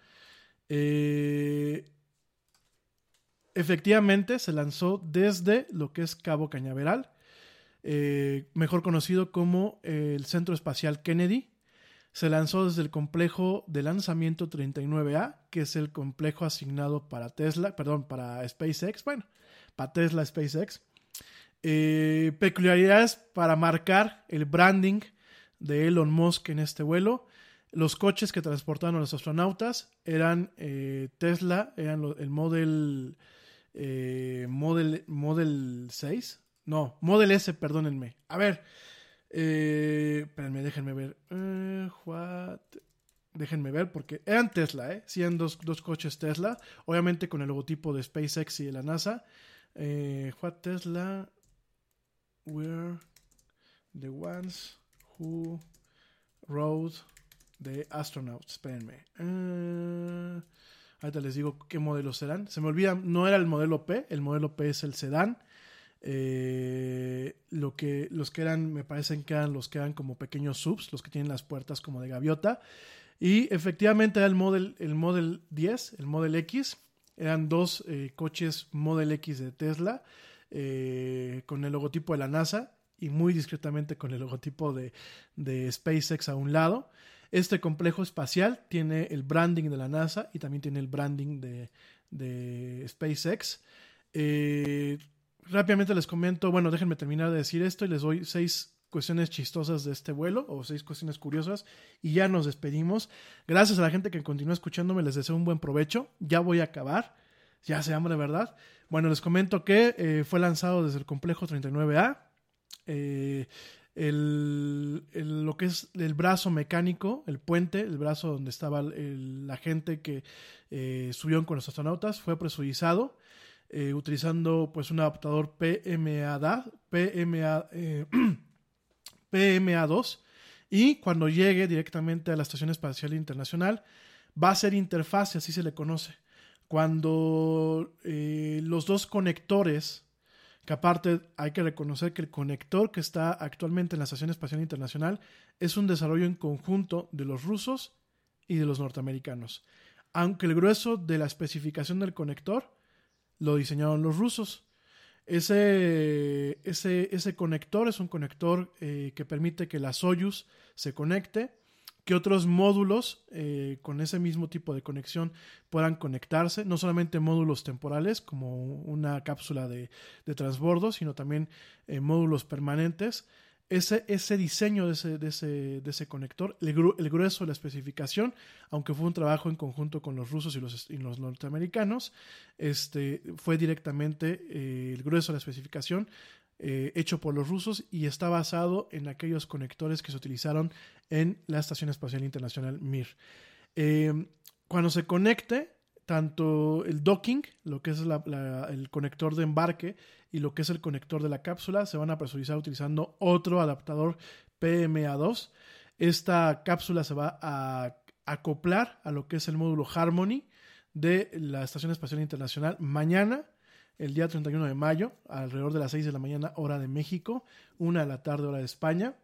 eh... Efectivamente, se lanzó desde lo que es Cabo Cañaveral, eh, mejor conocido como eh, el Centro Espacial Kennedy. Se lanzó desde el complejo de lanzamiento treinta y nueve A, que es el complejo asignado para Tesla, perdón, para SpaceX, bueno, para Tesla SpaceX. Eh, peculiaridades para marcar el branding de Elon Musk en este vuelo. Los coches que transportaban a los astronautas eran eh, Tesla, eran lo, el Model... Eh, Model, Model seis, no, Model S, perdónenme. A ver, eh, espérenme, déjenme ver. Uh, what? Déjenme ver, porque eran Tesla, ¿eh? Sí, eran dos, dos coches Tesla, obviamente con el logotipo de SpaceX y de la NASA. Eh, what Tesla were the ones who rode the astronauts. Espérenme. Uh, Ahorita les digo qué modelos serán. Se me olvida, no era el modelo P, el modelo P es el sedán. Eh, lo que, los que eran, me parecen que eran los que eran como pequeños subs, los que tienen las puertas como de gaviota. Y efectivamente era el Model, el Model diez, el Model X. Eran dos eh, coches Model X de Tesla, eh, con el logotipo de la NASA y muy discretamente con el logotipo de, de SpaceX a un lado. Este complejo espacial tiene el branding de la NASA y también tiene el branding de, de SpaceX. Eh, rápidamente les comento, bueno, déjenme terminar de decir esto y les doy seis cuestiones chistosas de este vuelo, o seis cuestiones curiosas, y ya nos despedimos. Gracias a la gente que continúa escuchándome, les deseo un buen provecho. Ya voy a acabar, ya se hambre, ¿verdad? Bueno, les comento que eh, fue lanzado desde el complejo treinta y nueve A. Eh, El, el, lo que es el brazo mecánico, el puente, el brazo donde estaba el, la gente que eh, subieron con los astronautas, fue presurizado eh, utilizando pues un adaptador P M A, P M A, eh, P M A dos, y cuando llegue directamente a la Estación Espacial Internacional va a ser interfase, así se le conoce. Cuando eh, los dos conectores, que aparte hay que reconocer que el conector que está actualmente en la Estación Espacial Internacional es un desarrollo en conjunto de los rusos y de los norteamericanos. Aunque el grueso de la especificación del conector lo diseñaron los rusos. Ese, ese, ese conector es un conector eh, que permite que la Soyuz se conecte, que otros módulos eh, con ese mismo tipo de conexión puedan conectarse, no solamente módulos temporales como una cápsula de, de transbordo, sino también eh, módulos permanentes. Ese, ese diseño de ese, de ese, de ese conector, el, gru- el grueso de la especificación, aunque fue un trabajo en conjunto con los rusos y los, y los norteamericanos, este, fue directamente eh, el grueso de la especificación eh, hecho por los rusos y está basado en aquellos conectores que se utilizaron en la Estación Espacial Internacional Mir. Eh, cuando se conecte, tanto el docking, lo que es la, la, el conector de embarque y lo que es el conector de la cápsula, se van a presurizar utilizando otro adaptador P M A dos. Esta cápsula se va a acoplar a lo que es el módulo Harmony de la Estación Espacial Internacional mañana, el día treinta y uno de mayo, alrededor de las seis de la mañana, hora de México, una de la tarde, hora de España.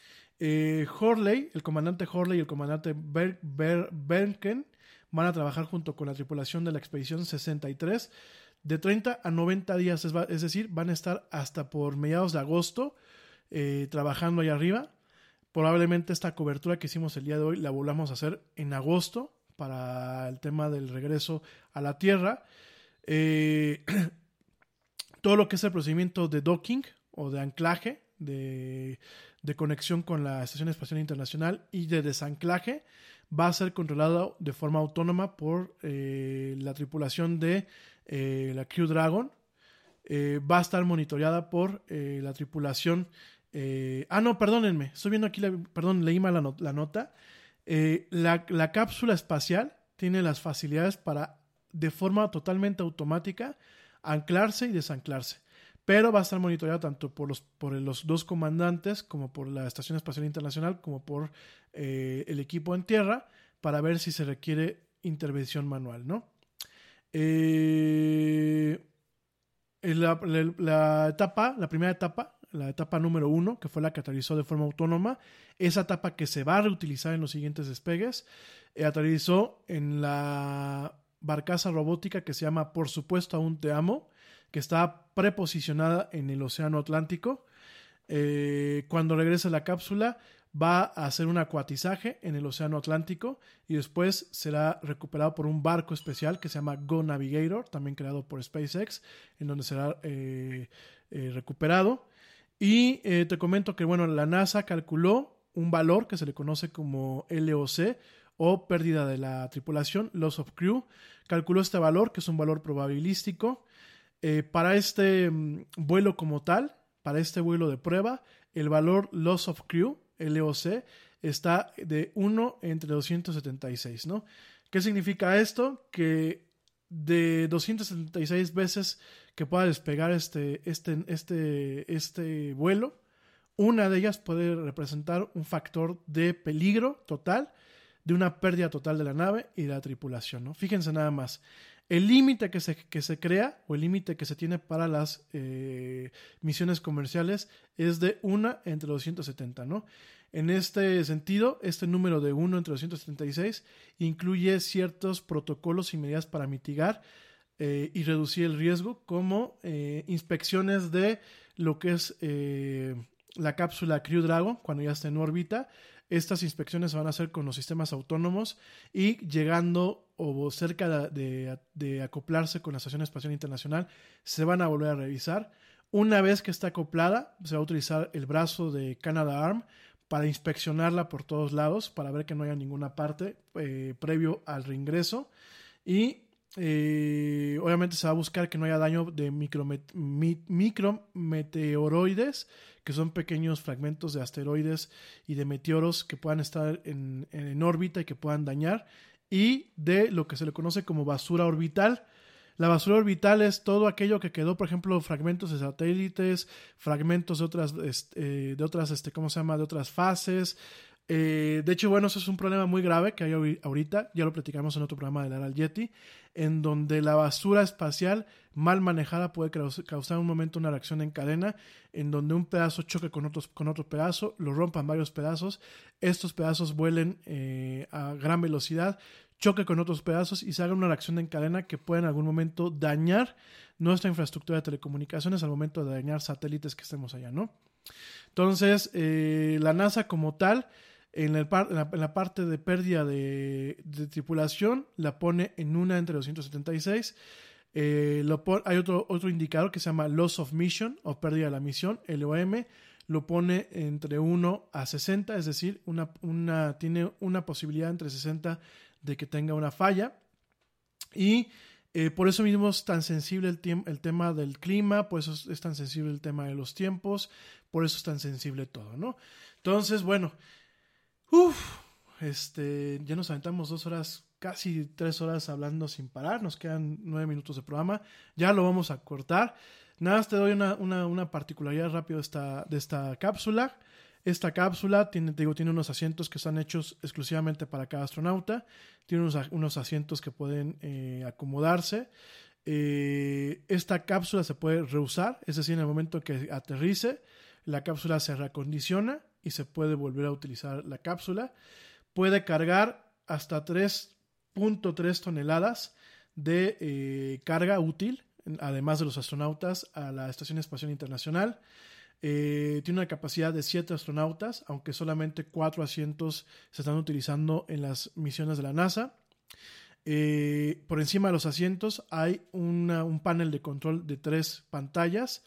Eh, Hurley, el comandante Hurley y el comandante Ber- Ber- Bernken van a trabajar junto con la tripulación de la expedición sesenta y tres de treinta a noventa días, es, es decir, van a estar hasta por mediados de agosto eh, trabajando ahí arriba. Probablemente esta cobertura que hicimos el día de hoy la volvamos a hacer en agosto para el tema del regreso a la Tierra. Eh, todo lo que es el procedimiento de docking o de anclaje, de, de conexión con la Estación Espacial Internacional y de desanclaje va a ser controlado de forma autónoma por eh, la tripulación de eh, la Crew Dragon. Eh, va a estar monitoreada por eh, la tripulación. Eh, ah, no, perdónenme. Estoy viendo aquí, la, perdón, leí mal la, not- la nota. Eh, la, la cápsula espacial tiene las facilidades para, de forma totalmente automática, anclarse y desanclarse. Pero va a estar monitoreado tanto por los, por los dos comandantes como por la Estación Espacial Internacional como por eh, el equipo en tierra para ver si se requiere intervención manual, ¿no? Eh, la, la, la etapa, la primera etapa, la etapa número uno, que fue la que aterrizó de forma autónoma, esa etapa que se va a reutilizar en los siguientes despegues, eh, aterrizó en la barcaza robótica que se llama Por supuesto aún te amo, que está preposicionada en el Océano Atlántico. Eh, cuando regrese la cápsula va a hacer un acuatizaje en el Océano Atlántico y después será recuperado por un barco especial que se llama Go Navigator, también creado por SpaceX, en donde será eh, eh, recuperado. Y eh, te comento que bueno, la NASA calculó un valor que se le conoce como L O C, o pérdida de la tripulación, Loss of Crew. Calculó este valor, que es un valor probabilístico. Eh, para este um, vuelo como tal, para este vuelo de prueba, el valor Loss of Crew, L O C, está de uno entre doscientos setenta y seis, ¿no? ¿Qué significa esto? Que de doscientas setenta y seis veces que pueda despegar este, este, este, este vuelo, una de ellas puede representar un factor de peligro total, de una pérdida total de la nave y de la tripulación, ¿no? Fíjense nada más. El límite que se, que se crea o el límite que se tiene para las eh, misiones comerciales es de una entre doscientos setenta, ¿no? En este sentido, este número de uno entre doscientos setenta y seis incluye ciertos protocolos y medidas para mitigar eh, y reducir el riesgo, como eh, inspecciones de lo que es eh, la cápsula Crew Dragon cuando ya está en órbita. Estas inspecciones se van a hacer con los sistemas autónomos y llegando o cerca de, de, de acoplarse con la Estación Espacial Internacional, se van a volver a revisar. Una vez que está acoplada, se va a utilizar el brazo de Canadarm para inspeccionarla por todos lados, para ver que no haya ninguna parte eh, previo al reingreso. Y eh, obviamente se va a buscar que no haya daño de micromet- mi- micrometeoroides, que son pequeños fragmentos de asteroides y de meteoros que puedan estar en, en, en órbita y que puedan dañar, y de lo que se le conoce como basura orbital. La basura orbital es todo aquello que quedó, por ejemplo, fragmentos de satélites, fragmentos de otras, este, de otras, este, ¿cómo se llama? De otras fases, Eh, de hecho, bueno, eso es un problema muy grave que hay ahorita, ya lo platicamos en otro programa de la Era del Yeti, en donde la basura espacial mal manejada puede causar un momento una reacción en cadena, en donde un pedazo choque con, otros, con otro pedazo, lo rompan varios pedazos, estos pedazos vuelen eh, a gran velocidad, choque con otros pedazos y se haga una reacción en cadena que puede en algún momento dañar nuestra infraestructura de telecomunicaciones al momento de dañar satélites que estemos allá, ¿no? Entonces, eh, la NASA como tal, En, el par, en, la, en la parte de pérdida de, de tripulación la pone en una entre doscientos setenta y seis. Eh, lo pon, hay otro, otro indicador que se llama Loss of Mission o pérdida de la misión, L O M, lo pone entre uno a sesenta, es decir, una, una, tiene una posibilidad entre sesenta de que tenga una falla. Y eh, por eso mismo es tan sensible el, tiemp- el tema del clima, por eso es, es tan sensible el tema de los tiempos, por eso es tan sensible todo, ¿no? Entonces, bueno, Uf, este, ya nos aventamos dos horas, casi tres horas hablando sin parar. Nos quedan nueve minutos de programa. Ya lo vamos a cortar. Nada más te doy una, una, una particularidad rápido de esta, de esta cápsula. Esta cápsula tiene, te digo, tiene unos asientos que están hechos exclusivamente para cada astronauta. Tiene unos, unos asientos que pueden eh, acomodarse. Eh, esta cápsula se puede reusar, es decir, en el momento que aterrice, la cápsula se reacondiciona y se puede volver a utilizar la cápsula. Puede cargar hasta tres punto tres toneladas de eh, carga útil, además de los astronautas, a la Estación Espacial Internacional. Eh, tiene una capacidad de siete astronautas, aunque solamente cuatro asientos se están utilizando en las misiones de la NASA. Eh, por encima de los asientos hay una, un panel de control de tres pantallas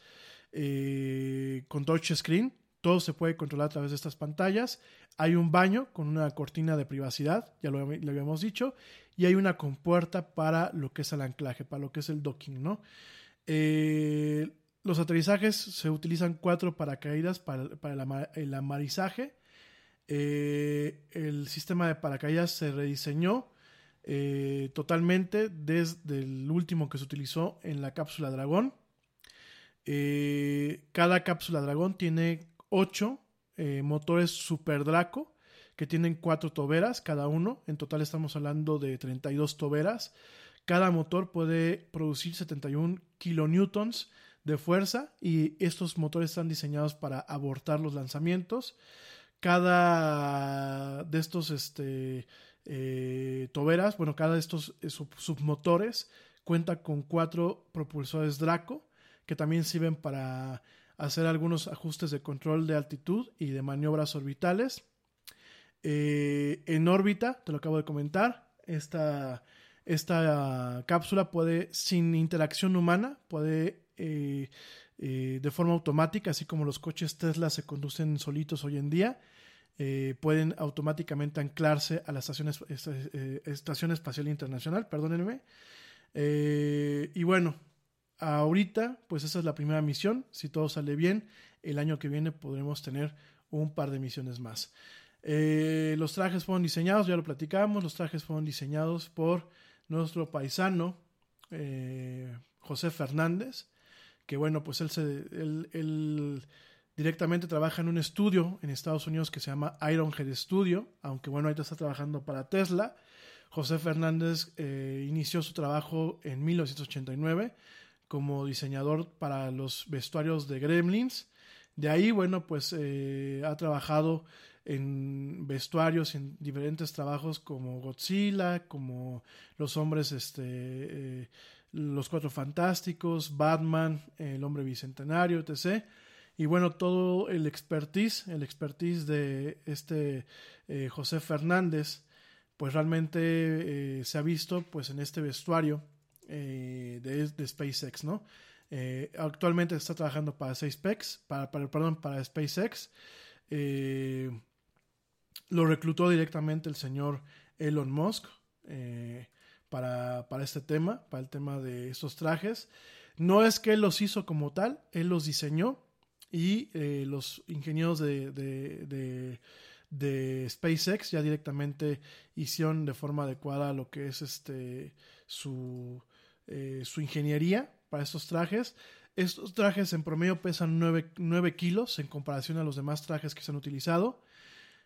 eh, con touch screen. Todo se puede controlar a través de estas pantallas. Hay un baño con una cortina de privacidad, ya lo, lo habíamos dicho, y hay una compuerta para lo que es el anclaje, para lo que es el docking, ¿no? Eh, los aterrizajes se utilizan cuatro paracaídas para, para el, ama, el amarizaje. Eh, el sistema de paracaídas se rediseñó eh, totalmente desde el último que se utilizó en la cápsula Dragón. Eh, cada cápsula Dragón tiene ocho eh, motores Super Draco que tienen cuatro toberas cada uno. En total estamos hablando de treinta y dos toberas. Cada motor puede producir setenta y uno kilonewtons de fuerza y estos motores están diseñados para abortar los lanzamientos. Cada de estos este, eh, toberas, bueno, cada de estos eh, sub- submotores cuenta con cuatro propulsores Draco que también sirven para hacer algunos ajustes de control de altitud y de maniobras orbitales. Eh, en órbita, te lo acabo de comentar, esta, esta cápsula puede, sin interacción humana, puede eh, eh, de forma automática, así como los coches Tesla se conducen solitos hoy en día, eh, pueden automáticamente anclarse a la estación, eh, estación Espacial Internacional, perdónenme. Eh, y bueno, ahorita, pues esa es la primera misión. Si todo sale bien, el año que viene podremos tener un par de misiones más. Eh, los trajes fueron diseñados, ya lo platicamos, los trajes fueron diseñados por nuestro paisano eh, José Fernández, que bueno, pues él, se, él, él directamente trabaja en un estudio en Estados Unidos que se llama Ironhead Studio, aunque bueno, ahorita está trabajando para Tesla. José Fernández eh, inició su trabajo en mil novecientos ochenta y nueve como diseñador para los vestuarios de Gremlins. De ahí, bueno, pues eh, ha trabajado en vestuarios, en diferentes trabajos como Godzilla, como Los Hombres, este, eh, Los Cuatro Fantásticos, Batman, El Hombre Bicentenario, etcétera. Y bueno, todo el expertise, el expertise de este eh, José Fernández, pues realmente eh, se ha visto pues en este vestuario eh, de, de SpaceX, ¿no? Eh, actualmente está trabajando para SpaceX, para, para, perdón, para SpaceX. Eh, lo reclutó directamente el señor Elon Musk eh, para, para este tema, para el tema de estos trajes. No es que él los hizo como tal, él los diseñó y eh, los ingenieros de, de, de, de SpaceX ya directamente hicieron de forma adecuada lo que es este su, eh, su ingeniería para estos trajes. Estos trajes en promedio pesan nueve kilos en comparación a los demás trajes que se han utilizado.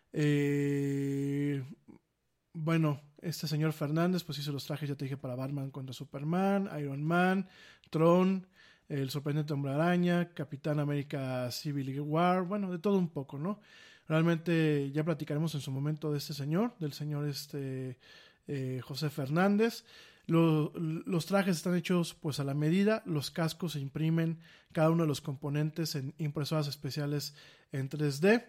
Eh, bueno, este señor Fernández pues hizo los trajes, ya te dije, para Batman contra Superman, Iron Man, Tron, el sorprendente Hombre Araña, Capitán América Civil War, bueno, de todo un poco, ¿no? Realmente ya platicaremos en su momento de este señor, del señor este eh, José Fernández. Lo, los trajes están hechos pues a la medida, los cascos se imprimen cada uno de los componentes en impresoras especiales en tres D.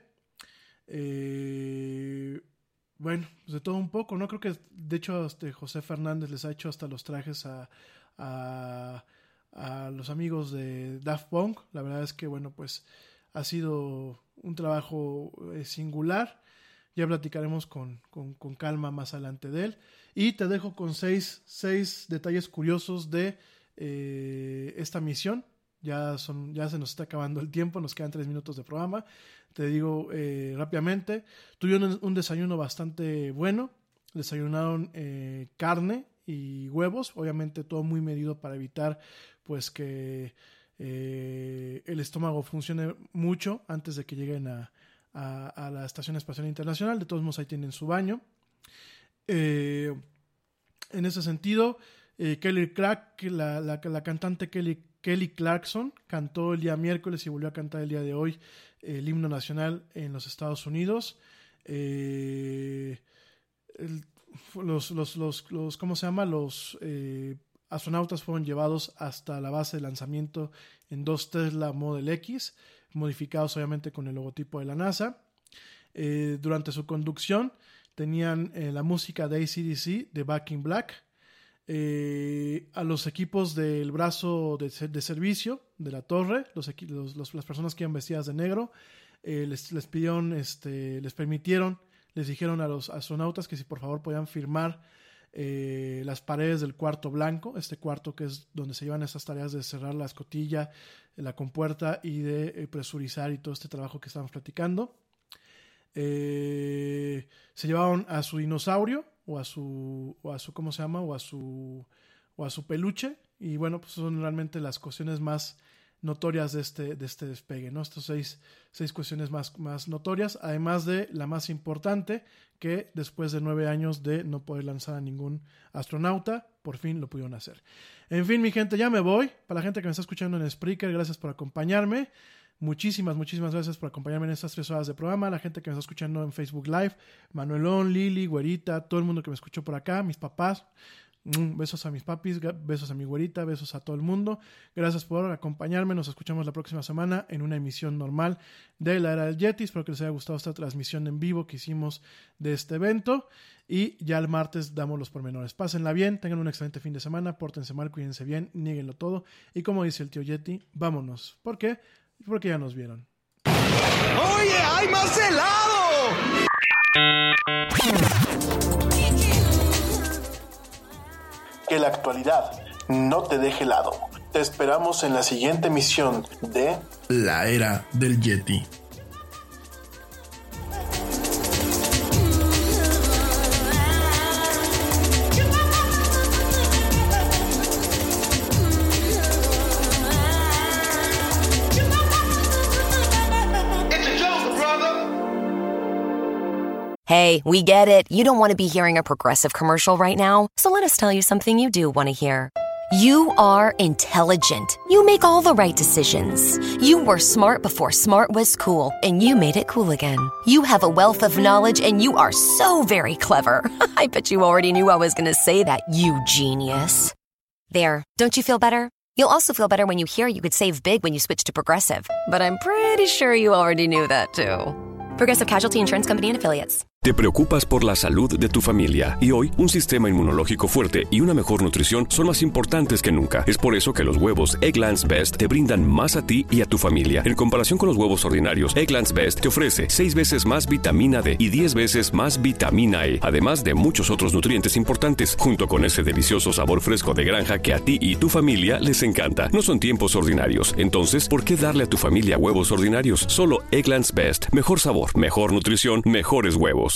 Eh, bueno, pues de todo un poco, ¿no? Creo que de hecho este José Fernández les ha hecho hasta los trajes a, a, a los amigos de Daft Punk. La verdad es que bueno, pues ha sido un trabajo eh, singular. Ya platicaremos con, con, con calma más adelante de él. Y te dejo con seis, seis detalles curiosos de eh, esta misión. Ya, son, ya se nos está acabando el tiempo, nos quedan tres minutos de programa. Te digo eh, rápidamente, tuvieron un desayuno bastante bueno. Desayunaron eh, carne y huevos, obviamente todo muy medido para evitar pues que eh, el estómago funcione mucho antes de que lleguen a A, a la Estación Espacial Internacional. De todos modos ahí tienen su baño. Eh, en ese sentido, eh, Kelly Clark, la, la, la cantante Kelly, Kelly Clarkson cantó el día miércoles y volvió a cantar el día de hoy eh, el himno nacional en los Estados Unidos. Eh, el, los, los, los, los, ¿cómo se llama? Los eh, astronautas fueron llevados hasta la base de lanzamiento en dos Tesla Model X, modificados obviamente con el logotipo de la NASA. Eh, durante su conducción tenían eh, la música de A C D C, de Back in Black. Eh, a los equipos del brazo de, de servicio de la torre, los, los, los, las personas que iban vestidas de negro, eh, les, les pidieron, este, les permitieron, les dijeron a los astronautas que si por favor podían firmar eh, las paredes del cuarto blanco, este cuarto que es donde se llevan esas tareas de cerrar la escotilla, la compuerta y de eh, presurizar y todo este trabajo que estamos platicando. Eh, se llevaron a su dinosaurio o a su, o a su ¿cómo se llama? o a su o a su peluche, y bueno, pues son realmente las cuestiones más notorias de este, de este despegue, ¿no? Estas seis, seis cuestiones más, más notorias, además de la más importante, que después de nueve años de no poder lanzar a ningún astronauta, por fin lo pudieron hacer. En fin, mi gente, ya me voy. Para la gente que me está escuchando en Spreaker, gracias por acompañarme. Muchísimas, muchísimas gracias por acompañarme en estas tres horas de programa. La gente que me está escuchando en Facebook Live, Manuelón, Lili, Güerita, todo el mundo que me escuchó por acá, mis papás. Mm, besos a mis papis, besos a mi güerita, besos a todo el mundo. Gracias por acompañarme. Nos escuchamos la próxima semana en una emisión normal de la Era del Yeti. Espero que les haya gustado esta transmisión en vivo que hicimos de este evento. Y ya el martes damos los pormenores. Pásenla bien, tengan un excelente fin de semana, pórtense mal, cuídense bien, niéguenlo todo. Y como dice el tío Yeti, vámonos. ¿Por qué? Porque ya nos vieron. ¡Oye, hay más helado! Que la actualidad no te deje helado. Te esperamos en la siguiente emisión de La Era del Yeti. Hey, we get it. You don't want to be hearing a Progressive commercial right now, so let us tell you something you do want to hear. You are intelligent. You make all the right decisions. You were smart before smart was cool, and you made it cool again. You have a wealth of knowledge, and you are so very clever. I bet you already knew I was going to say that, you genius. There, don't you feel better? You'll also feel better when you hear you could save big when you switch to Progressive. But I'm pretty sure you already knew that, too. Progressive Casualty Insurance Company and Affiliates. Te preocupas por la salud de tu familia y hoy un sistema inmunológico fuerte y una mejor nutrición son más importantes que nunca. Es por eso que los huevos Eggland's Best te brindan más a ti y a tu familia. En comparación con los huevos ordinarios, Eggland's Best te ofrece seis veces más vitamina D y diez veces más vitamina E, además de muchos otros nutrientes importantes, junto con ese delicioso sabor fresco de granja que a ti y tu familia les encanta. No son tiempos ordinarios, entonces, ¿por qué darle a tu familia huevos ordinarios? Solo Eggland's Best. Mejor sabor, mejor nutrición, mejores huevos.